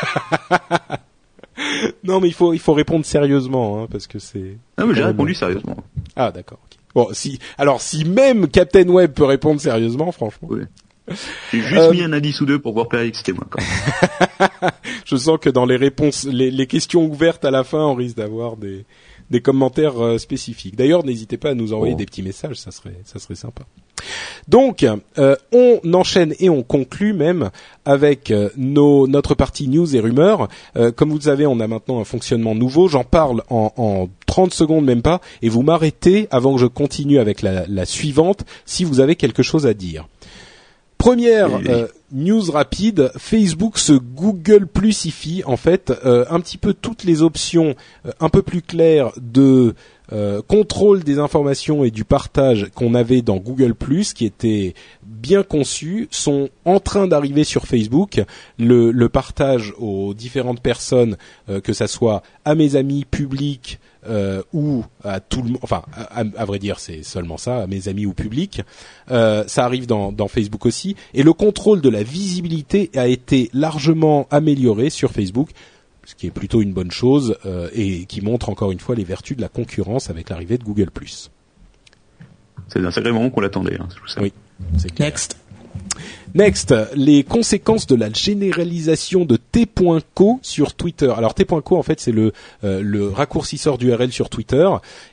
Non, mais il faut répondre sérieusement, hein, parce que c'est. Non, mais j'ai répondu sérieusement. Ah, d'accord. Okay. Bon, si même Captain Web peut répondre sérieusement, franchement. Oui. J'ai juste mis un indice ou deux pour pouvoir clarifier que c'était moi. Je sens que dans les réponses, les questions ouvertes à la fin, on risque d'avoir des commentaires spécifiques. D'ailleurs, n'hésitez pas à nous envoyer des petits messages, ça serait sympa. Donc, on enchaîne et on conclut même avec notre partie news et rumeurs. Comme vous le savez, on a maintenant un fonctionnement nouveau. J'en parle en 30 secondes, même pas, et vous m'arrêtez avant que je continue avec la suivante si vous avez quelque chose à dire. Première news rapide, Facebook se Google Plusifie en fait un petit peu toutes les options un peu plus claires de contrôle des informations et du partage qu'on avait dans Google Plus, qui étaient bien conçus, sont en train d'arriver sur Facebook. Le partage aux différentes personnes, que ça soit à mes amis publics ou à tout le monde, enfin à vrai dire c'est seulement ça, à mes amis ou publics, ça arrive dans Facebook aussi, et le contrôle de la visibilité a été largement amélioré sur Facebook, ce qui est plutôt une bonne chose et qui montre encore une fois les vertus de la concurrence avec l'arrivée de Google+. C'est un sacré moment qu'on l'attendait, hein, c'est tout ça. Oui, c'est clair. Next, les conséquences de la généralisation de T.co sur Twitter. Alors T.co en fait c'est le raccourcisseur d'URL sur Twitter,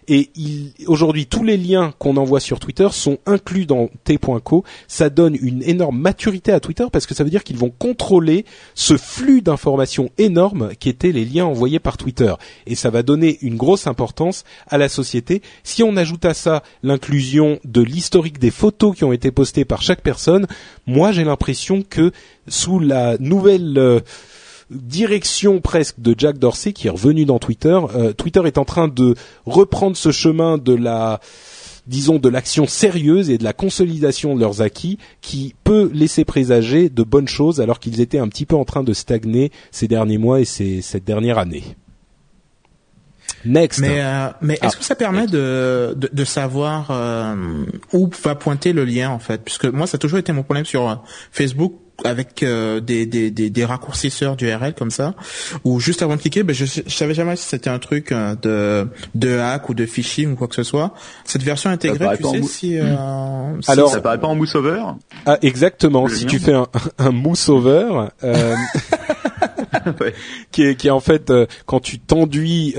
Et aujourd'hui, tous les liens qu'on envoie sur Twitter sont inclus dans T.co. Ça donne une énorme maturité à Twitter parce que ça veut dire qu'ils vont contrôler ce flux d'informations énorme qui étaient les liens envoyés par Twitter. Et ça va donner une grosse importance à la société. Si on ajoute à ça l'inclusion de l'historique des photos qui ont été postées par chaque personne, moi j'ai l'impression que sous la nouvelle direction presque de Jack Dorsey qui est revenu dans Twitter, Twitter est en train de reprendre ce chemin de l'action sérieuse et de la consolidation de leurs acquis qui peut laisser présager de bonnes choses alors qu'ils étaient un petit peu en train de stagner ces derniers mois et cette dernière année. Next. Mais est-ce que ça permet de savoir où va pointer le lien en fait, puisque moi ça a toujours été mon problème sur Facebook avec des raccourcisseurs d'URL comme ça, où juste avant de cliquer, je savais jamais si c'était un truc de hack ou de phishing ou quoi que ce soit. Cette version intégrée, tu sais si alors ça apparaît pas en mouse over. Ah exactement. Si tu fais un mouse over. Ouais. qui est en fait quand tu t'enduis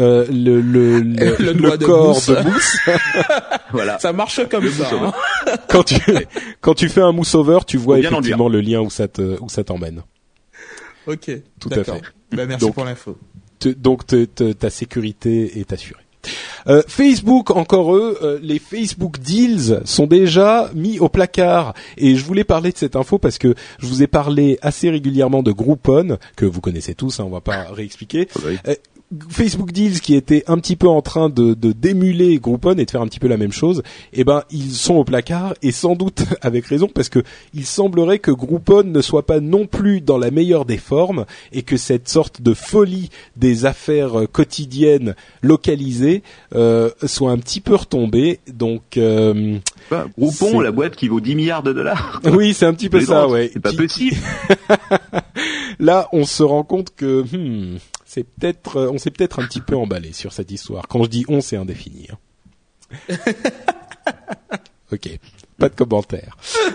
le corps de mousse. Voilà. Ça marche comme ça. Hein. Quand tu fais un mousse over, tu vois effectivement le lien où ça t'emmène. OK. Tout d'accord. à fait. Merci pour l'info. Donc ta sécurité est assurée. Facebook, encore eux, les Facebook Deals sont déjà mis au placard. Et je voulais parler de cette info parce que je vous ai parlé assez régulièrement de Groupon, que vous connaissez tous, on va pas réexpliquer. Oui. Facebook Deals qui était un petit peu en train de d'émuler Groupon et de faire un petit peu la même chose, ils sont au placard et sans doute avec raison parce que il semblerait que Groupon ne soit pas non plus dans la meilleure des formes et que cette sorte de folie des affaires quotidiennes localisées soit un petit peu retombée. Donc Groupon, la boîte qui vaut 10 milliards de dollars. Oui, c'est un petit peu ça, ouais. C'est pas possible. Là, on se rend compte que on s'est peut-être un petit peu emballé sur cette histoire. Quand je dis on, c'est indéfini. Hein. Ok, pas de commentaire.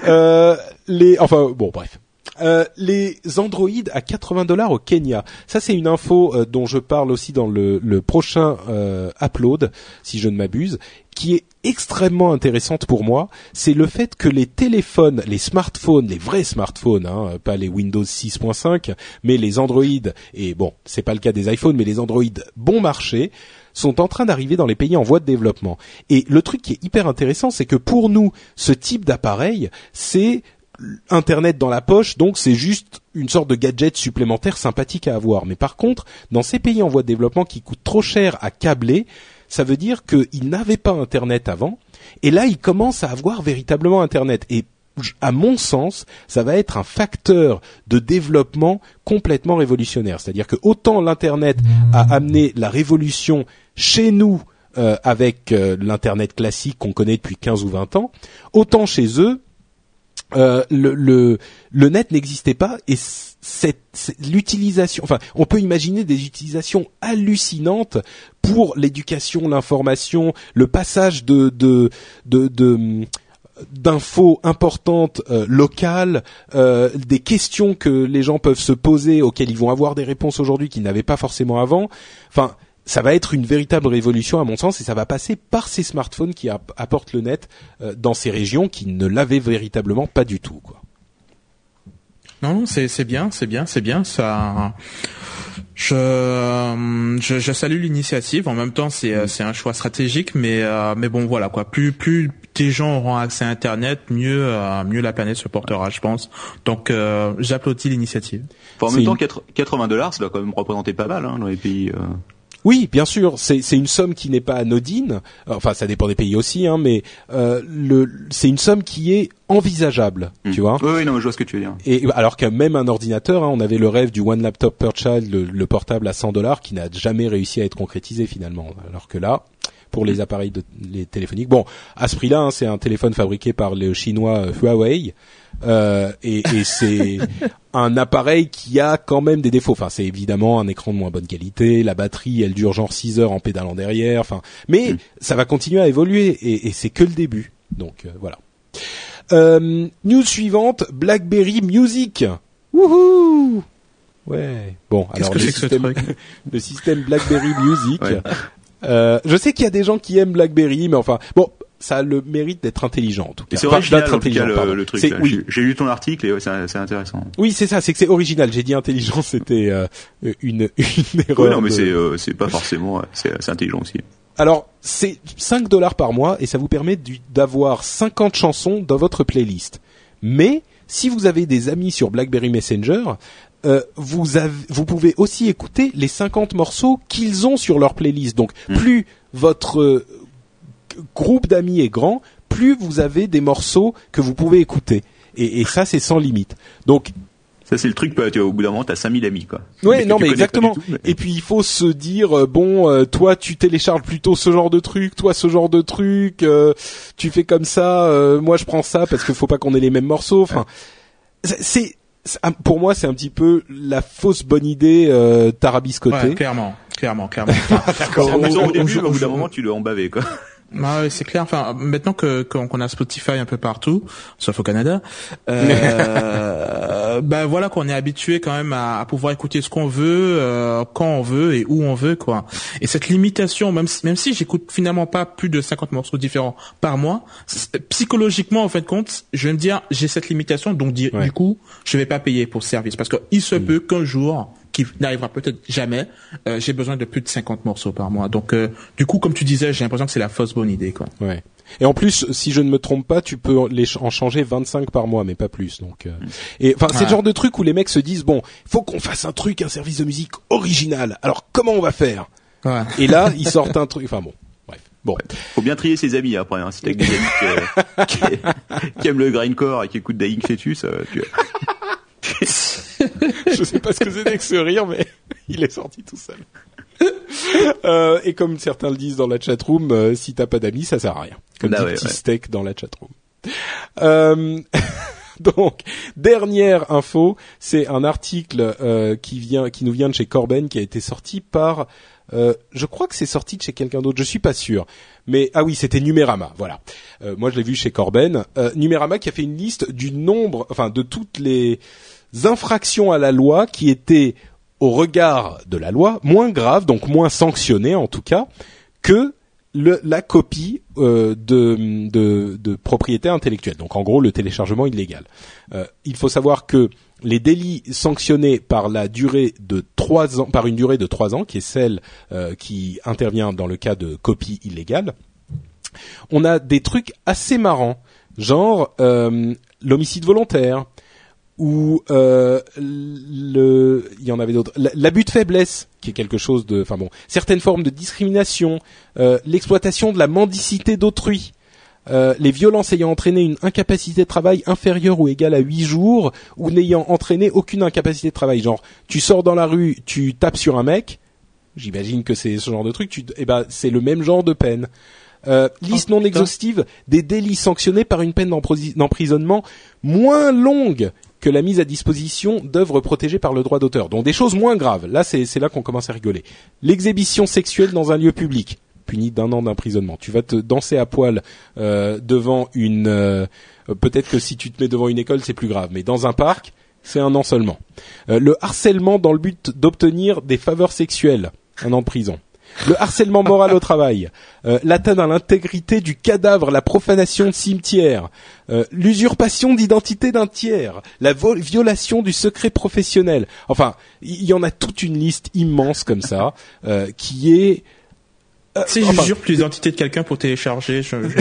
Bref. Les Android à $80 au Kenya. Ça, c'est une info dont je parle aussi dans le prochain upload, si je ne m'abuse, qui est extrêmement intéressante pour moi. C'est le fait que les téléphones, les smartphones, les vrais smartphones, pas les Windows 6.5, mais les Android, et bon, c'est pas le cas des iPhones, mais les Android bon marché, sont en train d'arriver dans les pays en voie de développement. Et le truc qui est hyper intéressant, c'est que pour nous, ce type d'appareil, c'est Internet dans la poche, donc c'est juste une sorte de gadget supplémentaire sympathique à avoir. Mais par contre, dans ces pays en voie de développement qui coûtent trop cher à câbler, ça veut dire qu'ils n'avaient pas Internet avant, et là ils commencent à avoir véritablement Internet. Et à mon sens, ça va être un facteur de développement complètement révolutionnaire. C'est-à-dire que autant l'Internet a amené la révolution chez nous avec l'Internet classique qu'on connaît depuis 15 ou 20 ans, autant chez eux, le net n'existait pas et l'utilisation, enfin, on peut imaginer des utilisations hallucinantes pour l'éducation, l'information, le passage d'infos importantes locales, des questions que les gens peuvent se poser auxquelles ils vont avoir des réponses aujourd'hui qu'ils n'avaient pas forcément avant. Enfin, ça va être une véritable révolution à mon sens et ça va passer par ces smartphones qui apportent le net dans ces régions qui ne l'avaient véritablement pas du tout, quoi. Non, c'est bien. Ça, je salue l'initiative. En même temps, c'est un choix stratégique, mais bon, voilà quoi. Plus des gens auront accès à Internet, mieux la planète se portera, je pense. Donc, j'applaudis l'initiative. En même temps, $80, ça doit quand même représenter pas mal dans les pays. Oui, bien sûr, c'est une somme qui n'est pas anodine. Enfin, ça dépend des pays aussi, mais c'est une somme qui est envisageable, tu vois. Oui, non, je vois ce que tu veux dire. Et alors que même un ordinateur, on avait le rêve du One Laptop Per Child, le portable à $100, qui n'a jamais réussi à être concrétisé finalement. Alors que là, pour les appareils les téléphoniques, bon, à ce prix-là, c'est un téléphone fabriqué par le chinois Huawei. Et c'est un appareil qui a quand même des défauts. Enfin, c'est évidemment un écran de moins bonne qualité, la batterie, elle dure genre 6 heures en pédalant derrière. Enfin, mais ça va continuer à évoluer et c'est que le début. Donc voilà. News suivante, BlackBerry Music. Wouhou! Ouais. Bon, alors le système BlackBerry Music. Ouais. Je sais qu'il y a des gens qui aiment BlackBerry, mais enfin, bon, ça a le mérite d'être intelligent en tout cas. C'est original d'être intelligent, le truc. Là. Oui. J'ai lu ton article et c'est intéressant. Oui, c'est ça, c'est que c'est original. J'ai dit intelligent, c'était une erreur. Oui, non, mais c'est pas forcément, c'est intelligent aussi. Alors, c'est $5 par mois et ça vous permet d'avoir 50 chansons dans votre playlist. Mais si vous avez des amis sur BlackBerry Messenger, vous pouvez aussi écouter les 50 morceaux qu'ils ont sur leur playlist. Donc, plus votre groupe d'amis est grand, plus vous avez des morceaux que vous pouvez écouter. Et ça, c'est sans limite. Donc, ça, c'est le truc, au bout d'un moment, t'as 5000 amis, quoi. Ouais, non, mais exactement. Et puis, il faut se dire, toi, tu télécharges plutôt ce genre de truc, toi, ce genre de truc, tu fais comme ça, moi, je prends ça parce qu'il faut pas qu'on ait les mêmes morceaux. Enfin, pour moi, c'est un petit peu la fausse bonne idée, tarabiscotée. Ouais, clairement. D'accord. C'est amusant au début, au bout d'un moment, tu dois en baver, quoi. Ah ouais, c'est clair. Enfin, maintenant qu'on a Spotify un peu partout, sauf au Canada, voilà qu'on est habitué quand même à pouvoir écouter ce qu'on veut, quand on veut et où on veut, quoi. Et cette limitation, même si j'écoute finalement pas plus de 50 morceaux différents par mois, psychologiquement, en fin de compte, je vais me dire, j'ai cette limitation, donc du coup, je vais pas payer pour ce service parce que il se peut qu'un jour, qui n'arrivera peut-être jamais, j'ai besoin de plus de 50 morceaux par mois. Donc, du coup, comme tu disais, j'ai l'impression que c'est la fausse bonne idée, quoi. Ouais. Et en plus, si je ne me trompe pas, tu peux en changer 25 par mois, mais pas plus. Donc, et enfin, c'est le genre de truc où les mecs se disent bon, faut qu'on fasse un service de musique original. Alors, comment on va faire? Ouais. Et là, ils sortent un truc. Enfin bon. Bref. Bon. Faut bien trier ses amis après. Hein. Si t'as des amis qui aiment le grindcore et qui écoutent Dying Fetus, Je sais pas ce que c'était que ce rire, mais il est sorti tout seul. Et comme certains le disent dans la chatroom, si t'as pas d'amis, ça sert à rien. Comme dit petit steak dans la chatroom. Donc, dernière info, c'est un article qui nous vient de chez Corben, qui a été sorti par... je crois que c'est sorti de chez quelqu'un d'autre, je suis pas sûr. Mais c'était Numérama, voilà. Moi je l'ai vu chez Corben. Numérama qui a fait une liste du nombre, de toutes les infractions à la loi qui étaient au regard de la loi moins graves, donc moins sanctionnées en tout cas, que la copie de propriété intellectuelle. Donc en gros le téléchargement illégal. Il faut savoir que les délits sanctionnés par une durée de 3 ans, qui est celle qui intervient dans le cas de copie illégale, on a des trucs assez marrants, genre l'homicide volontaire, ou il y en avait d'autres, l'abus de faiblesse, qui est quelque chose de, certaines formes de discrimination, l'exploitation de la mendicité d'autrui, les violences ayant entraîné une incapacité de travail inférieure ou égale à 8 jours, ou n'ayant entraîné aucune incapacité de travail. Genre, tu sors dans la rue, tu tapes sur un mec, j'imagine que c'est ce genre de truc, c'est le même genre de peine. Liste non exhaustive des délits sanctionnés par une peine d'emprisonnement moins longue que la mise à disposition d'œuvres protégées par le droit d'auteur. Donc des choses moins graves. Là, c'est là qu'on commence à rigoler. L'exhibition sexuelle dans un lieu public, puni d'1 an d'emprisonnement. Tu vas te danser à poil devant une... peut-être que si tu te mets devant une école, c'est plus grave. Mais dans un parc, c'est 1 an seulement. Le harcèlement dans le but d'obtenir des faveurs sexuelles, 1 an de prison. Le harcèlement moral au travail, l'atteinte à l'intégrité du cadavre, la profanation de cimetière, l'usurpation d'identité d'un tiers, la violation du secret professionnel. Enfin, il y en a toute une liste immense comme ça, qui est... si j'usurpe l'identité de quelqu'un pour télécharger, je m'en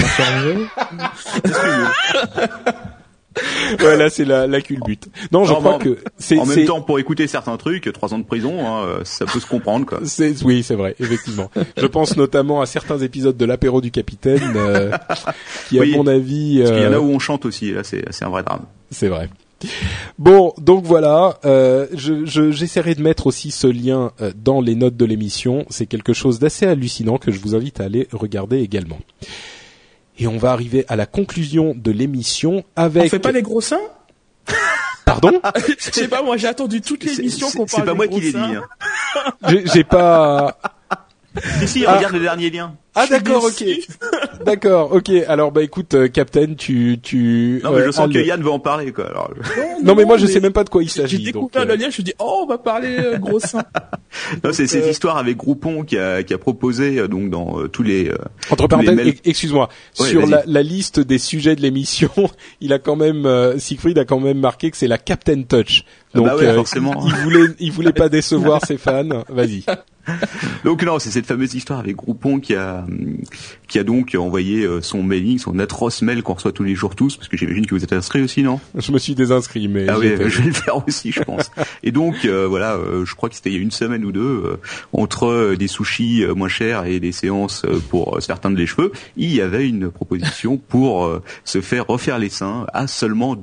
sors. Ouais, là c'est la culbute. Non, je crois que c'est en même temps pour écouter certains trucs, 3 ans de prison, ça peut se comprendre, quoi. Oui, c'est vrai, effectivement. Je pense notamment à certains épisodes de l'apéro du capitaine, qui à mon avis. Parce qu'il y en a où on chante aussi. Et là, c'est un vrai drame. C'est vrai. Bon, donc voilà. J'essaierai de mettre aussi ce lien dans les notes de l'émission. C'est quelque chose d'assez hallucinant que je vous invite à aller regarder également. Et on va arriver à la conclusion de l'émission avec... On fait pas les gros seins? Pardon? Je sais pas, moi j'ai attendu toute l'émission qu'on parle des gros seins. C'est pas moi qui l'ai dit. J'ai pas... Si, regarde le dernier lien. Ah d'accord, ok. D'accord, ok. Alors écoute, Captain, tu. Non mais je sens que Yann veut en parler, quoi. Alors... Non mais moi je sais même pas de quoi il s'agit. J'ai découvert le lien, je me dis on va parler gros seins. Non, c'est cette histoire avec Groupon qui a proposé donc dans tous les entre parenthèses, excuse-moi, ouais, sur la liste des sujets de l'émission, il a quand même Siegfried a quand même marqué que c'est la Captain Touch. Donc bah ouais, forcément. il voulait pas décevoir ses fans. Vas-y. Donc non, c'est cette fameuse histoire avec Groupon qui a donc envoyé son mailing, son atroce mail qu'on reçoit tous les jours tous, parce que j'imagine que vous êtes inscrits aussi, non? Je me suis désinscrit, mais ah oui, je vais le faire aussi, je pense. Et donc voilà, je crois que c'était il y a une semaine ou deux, entre des sushis moins chers et des séances pour se faire teindre les cheveux, il y avait une proposition pour se faire refaire les seins à seulement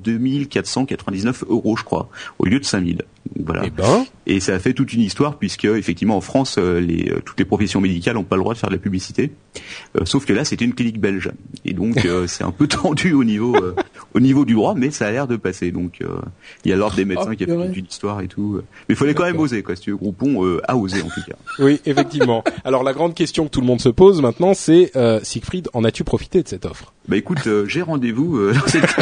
2499 €, je crois, au lieu de 5000. Voilà. Et ça a fait toute une histoire puisque effectivement en France toutes les professions médicales n'ont pas le droit de faire de la publicité, sauf que là c'était une clinique belge et donc c'est un peu tendu au niveau du droit, mais ça a l'air de passer. Donc il y a l'ordre des médecins qui a fait toute une histoire et tout, mais il fallait quand même oser quoi. Si tu veux, Groupon a osé en tout cas. Oui, effectivement. Alors la grande question que tout le monde se pose maintenant, c'est Siegfried, en as-tu profité de cette offre? Bah écoute, j'ai rendez-vous dans cette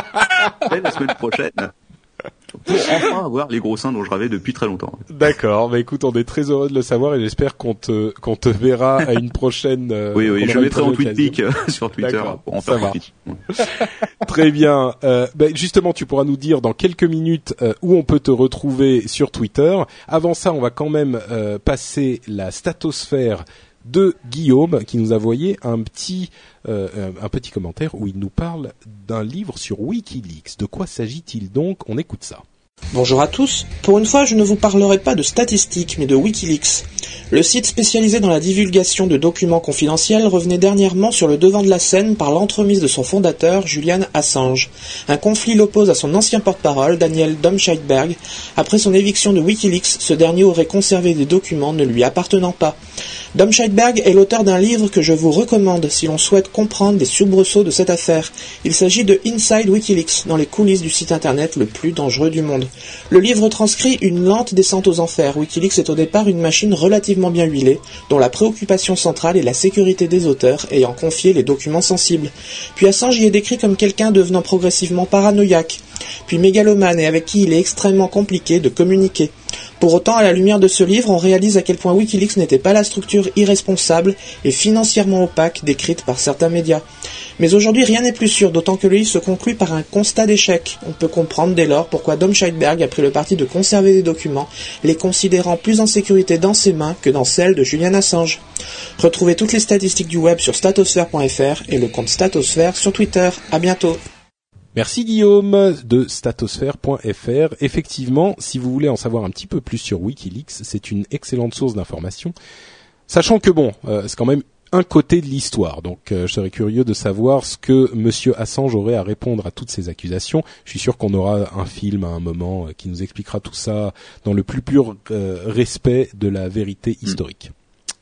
la semaine prochaine. Pour enfin avoir les gros seins dont je rêvais depuis très longtemps. D'accord, bah écoute, on est très heureux de le savoir et j'espère qu'on te verra à une prochaine. Oui, je mettrai en tweet pic sur Twitter pour en faire profiter. Très bien. Justement, tu pourras nous dire dans quelques minutes où on peut te retrouver sur Twitter. Avant ça, on va quand même passer la statosphère de Guillaume qui nous a envoyé un petit commentaire où il nous parle d'un livre sur WikiLeaks. De quoi s'agit-il donc? On écoute ça. Bonjour à tous. Pour une fois, je ne vous parlerai pas de statistiques, mais de WikiLeaks. Le site spécialisé dans la divulgation de documents confidentiels revenait dernièrement sur le devant de la scène par l'entremise de son fondateur, Julian Assange. Un conflit l'oppose à son ancien porte-parole, Daniel Domscheit-Berg. Après son éviction de WikiLeaks, ce dernier aurait conservé des documents ne lui appartenant pas. Domscheit-Berg est l'auteur d'un livre que je vous recommande si l'on souhaite comprendre les soubresauts de cette affaire. Il s'agit de Inside WikiLeaks, dans les coulisses du site internet le plus dangereux du monde. Le livre transcrit une lente descente aux enfers. WikiLeaks est au départ une machine relativement bien huilée, dont la préoccupation centrale est la sécurité des auteurs ayant confié les documents sensibles. Puis Assange y est décrit comme quelqu'un devenant progressivement paranoïaque, puis mégalomane et avec qui il est extrêmement compliqué de communiquer. Pour autant, à la lumière de ce livre, on réalise à quel point WikiLeaks n'était pas la structure irresponsable et financièrement opaque décrite par certains médias. Mais aujourd'hui, rien n'est plus sûr, d'autant que le livre se conclut par un constat d'échec. On peut comprendre dès lors pourquoi Domscheit-Berg a pris le parti de conserver des documents, les considérant plus en sécurité dans ses mains que dans celles de Julian Assange. Retrouvez toutes les statistiques du web sur statosphère.fr et le compte Statosphère sur Twitter. À bientôt. Merci Guillaume de statosphère.fr. Effectivement, si vous voulez en savoir un petit peu plus sur WikiLeaks, c'est une excellente source d'information. Sachant que c'est quand même un côté de l'histoire. Donc je serais curieux de savoir ce que monsieur Assange aurait à répondre à toutes ces accusations. Je suis sûr qu'on aura un film à un moment qui nous expliquera tout ça dans le plus pur respect de la vérité historique.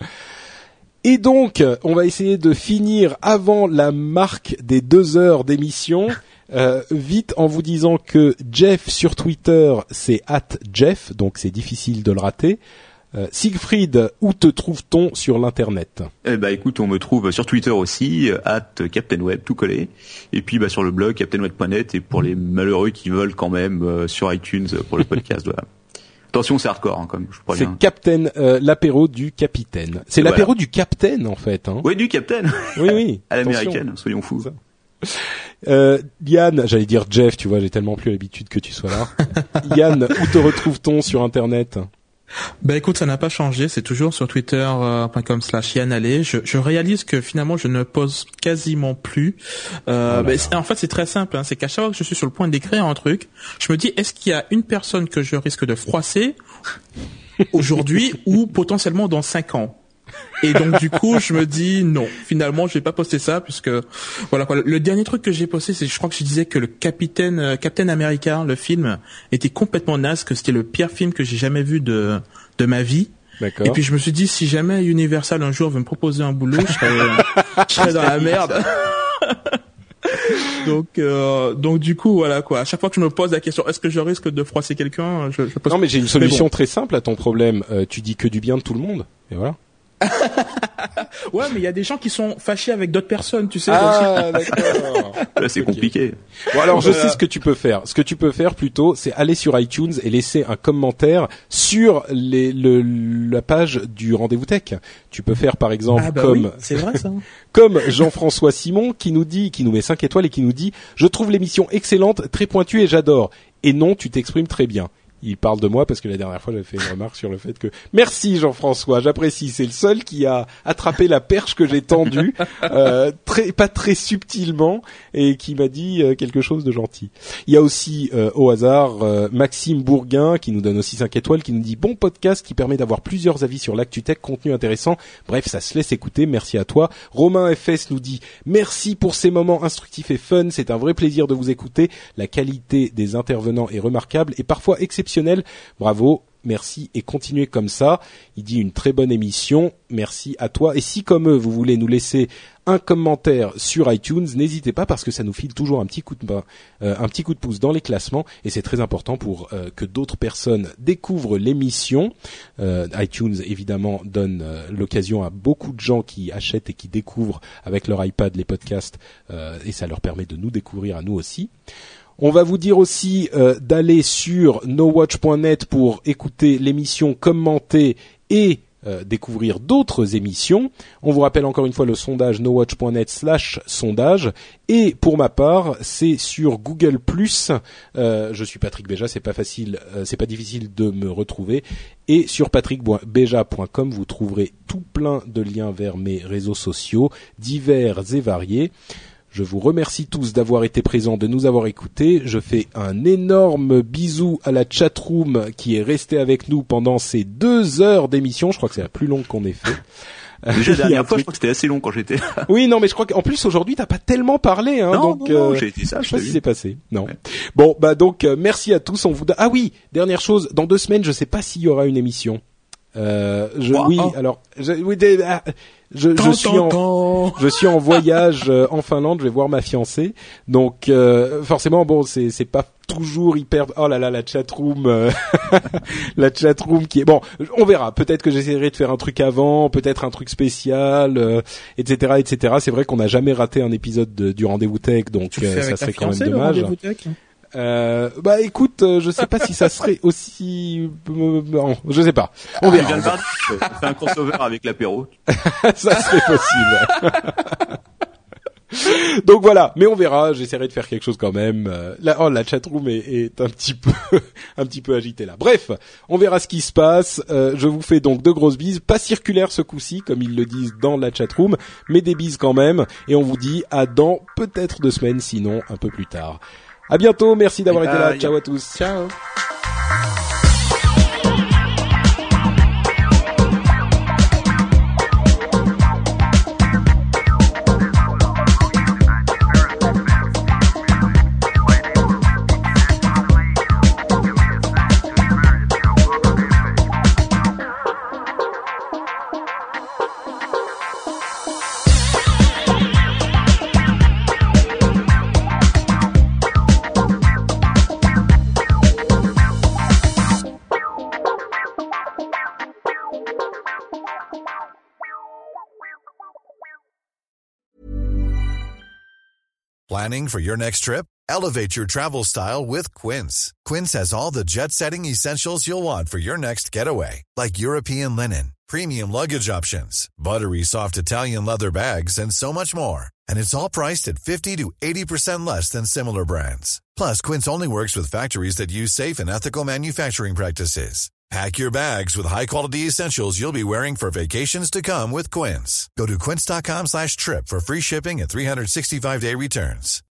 Et donc, on va essayer de finir avant la marque des 2 heures d'émission. Vite en vous disant que Jeff sur Twitter c'est @Jeff, donc c'est difficile de le rater. Siegfried, où te trouve-t-on sur l'internet? Écoute, on me trouve sur Twitter aussi, @CaptainWeb, tout collé. Et puis sur le blog captainweb.net et pour les malheureux qui veulent quand même sur iTunes pour le podcast. Voilà. Attention, c'est hardcore, comme je crois bien. C'est Captain, l'apéro du capitaine. C'est l'apéro du capitaine en fait. Hein. Oui, du capitaine. Oui. À l'américaine, soyons fous. Yann, j'allais dire Jeff, tu vois, j'ai tellement plus l'habitude que tu sois là. Yann, où te retrouve-t-on sur internet? Écoute, ça n'a pas changé, c'est toujours sur twitter.com/YannAllé. Je réalise que finalement je ne pose quasiment plus. En fait, c'est très simple, c'est qu'à chaque fois que je suis sur le point d'écrire un truc, je me dis est-ce qu'il y a une personne que je risque de froisser aujourd'hui ou potentiellement dans 5 ans? Et donc du coup, je me dis non. Finalement, je vais pas poster ça puisque voilà quoi. Le dernier truc que j'ai posté, c'est je crois que je disais que le Captain America, le film, était complètement naze, que c'était le pire film que j'ai jamais vu de ma vie. D'accord. Et puis je me suis dit si jamais Universal un jour veut me proposer un boulot, je serais dans la merde. Donc du coup voilà quoi. À chaque fois que je me pose la question, est-ce que je risque de froisser quelqu'un, je pose. Non mais j'ai une solution très simple à ton problème. Tu dis que du bien de tout le monde et voilà. Ouais, mais il y a des gens qui sont fâchés avec d'autres personnes, tu sais. Ah, d'accord. Là, c'est compliqué. Bon, alors, je sais ce que tu peux faire. Ce que tu peux faire plutôt, c'est aller sur iTunes et laisser un commentaire sur la page du Rendez-vous Tech. Tu peux faire, par exemple, oui, c'est vrai, ça. Comme Jean-François Simon, qui nous met 5 étoiles et qui nous dit « Je trouve l'émission excellente, très pointue et j'adore. » Et non, tu t'exprimes très bien. Il parle de moi parce que la dernière fois j'avais fait une remarque sur le fait que merci Jean-François, j'apprécie, c'est le seul qui a attrapé la perche que j'ai tendue pas très subtilement et qui m'a dit quelque chose de gentil. Il y a aussi au hasard Maxime Bourguin qui nous donne aussi 5 étoiles, qui nous dit bon podcast qui permet d'avoir plusieurs avis sur l'actu tech, contenu intéressant. Bref, ça se laisse écouter, merci à toi. Romain FS nous dit merci pour ces moments instructifs et fun, c'est un vrai plaisir de vous écouter. La qualité des intervenants est remarquable et parfois exceptionnelle. Bravo, merci et continuez comme ça. Il dit une très bonne émission, merci à toi. Et si comme eux, vous voulez nous laisser un commentaire sur iTunes, n'hésitez pas parce que ça nous file toujours un petit coup de pouce dans les classements et c'est très important pour que d'autres personnes découvrent l'émission. iTunes évidemment donne l'occasion à beaucoup de gens qui achètent et qui découvrent avec leur iPad les podcasts et ça leur permet de nous découvrir à nous aussi. On va vous dire aussi d'aller sur nowatch.net pour écouter l'émission commentée et découvrir d'autres émissions. On vous rappelle encore une fois le sondage nowatch.net/sondage et pour ma part, c'est sur Google+. Je suis Patrick Béja, c'est pas difficile de me retrouver et sur patrickbeja.com, vous trouverez tout plein de liens vers mes réseaux sociaux divers et variés. Je vous remercie tous d'avoir été présents, de nous avoir écoutés. Je fais un énorme bisou à la chatroom qui est restée avec nous pendant ces 2 heures d'émission. Je crois que c'est la plus longue qu'on ait fait. Déjà, la dernière fois, je crois que c'était assez long quand j'étais là. Oui, non, mais je crois qu'en plus, aujourd'hui, t'as pas tellement parlé, hein. Non, donc, non, j'ai dit ça, je sais pas si c'est passé. Non. Ouais. Bon, bah, donc, merci à tous. Ah oui, dernière chose. Dans 2 semaines, je sais pas s'il y aura une émission. Je suis en voyage en Finlande, je vais voir ma fiancée. Donc forcément bon, c'est pas toujours hyper oh là là la chatroom la chatroom qui est bon, on verra, peut-être que j'essaierai de faire un truc avant, peut-être un truc spécial etc. C'est vrai qu'on n'a jamais raté un épisode du Rendez-vous Tech, donc ça serait quand même dommage. Bah écoute, je sais pas si ça serait aussi non, je sais pas. On verra. C'est un crossover avec l'apéro. Ça serait possible. Donc voilà, mais on verra, j'essaierai de faire quelque chose quand même. La chatroom est un petit peu agitée là. Bref, on verra ce qui se passe. Je vous fais donc de grosses bises, pas circulaires ce coup-ci comme ils le disent dans la chatroom, mais des bises quand même et on vous dit à dans peut-être 2 semaines, sinon un peu plus tard. À bientôt, merci d'avoir été là. Ciao à tous. Ciao. Planning for your next trip? Elevate your travel style with Quince. Quince has all the jet-setting essentials you'll want for your next getaway, like European linen, premium luggage options, buttery soft Italian leather bags, and so much more. And it's all priced at 50 to 80% less than similar brands. Plus, Quince only works with factories that use safe and ethical manufacturing practices. Pack your bags with high-quality essentials you'll be wearing for vacations to come with Quince. Go to quince.com/trip for free shipping and 365-day returns.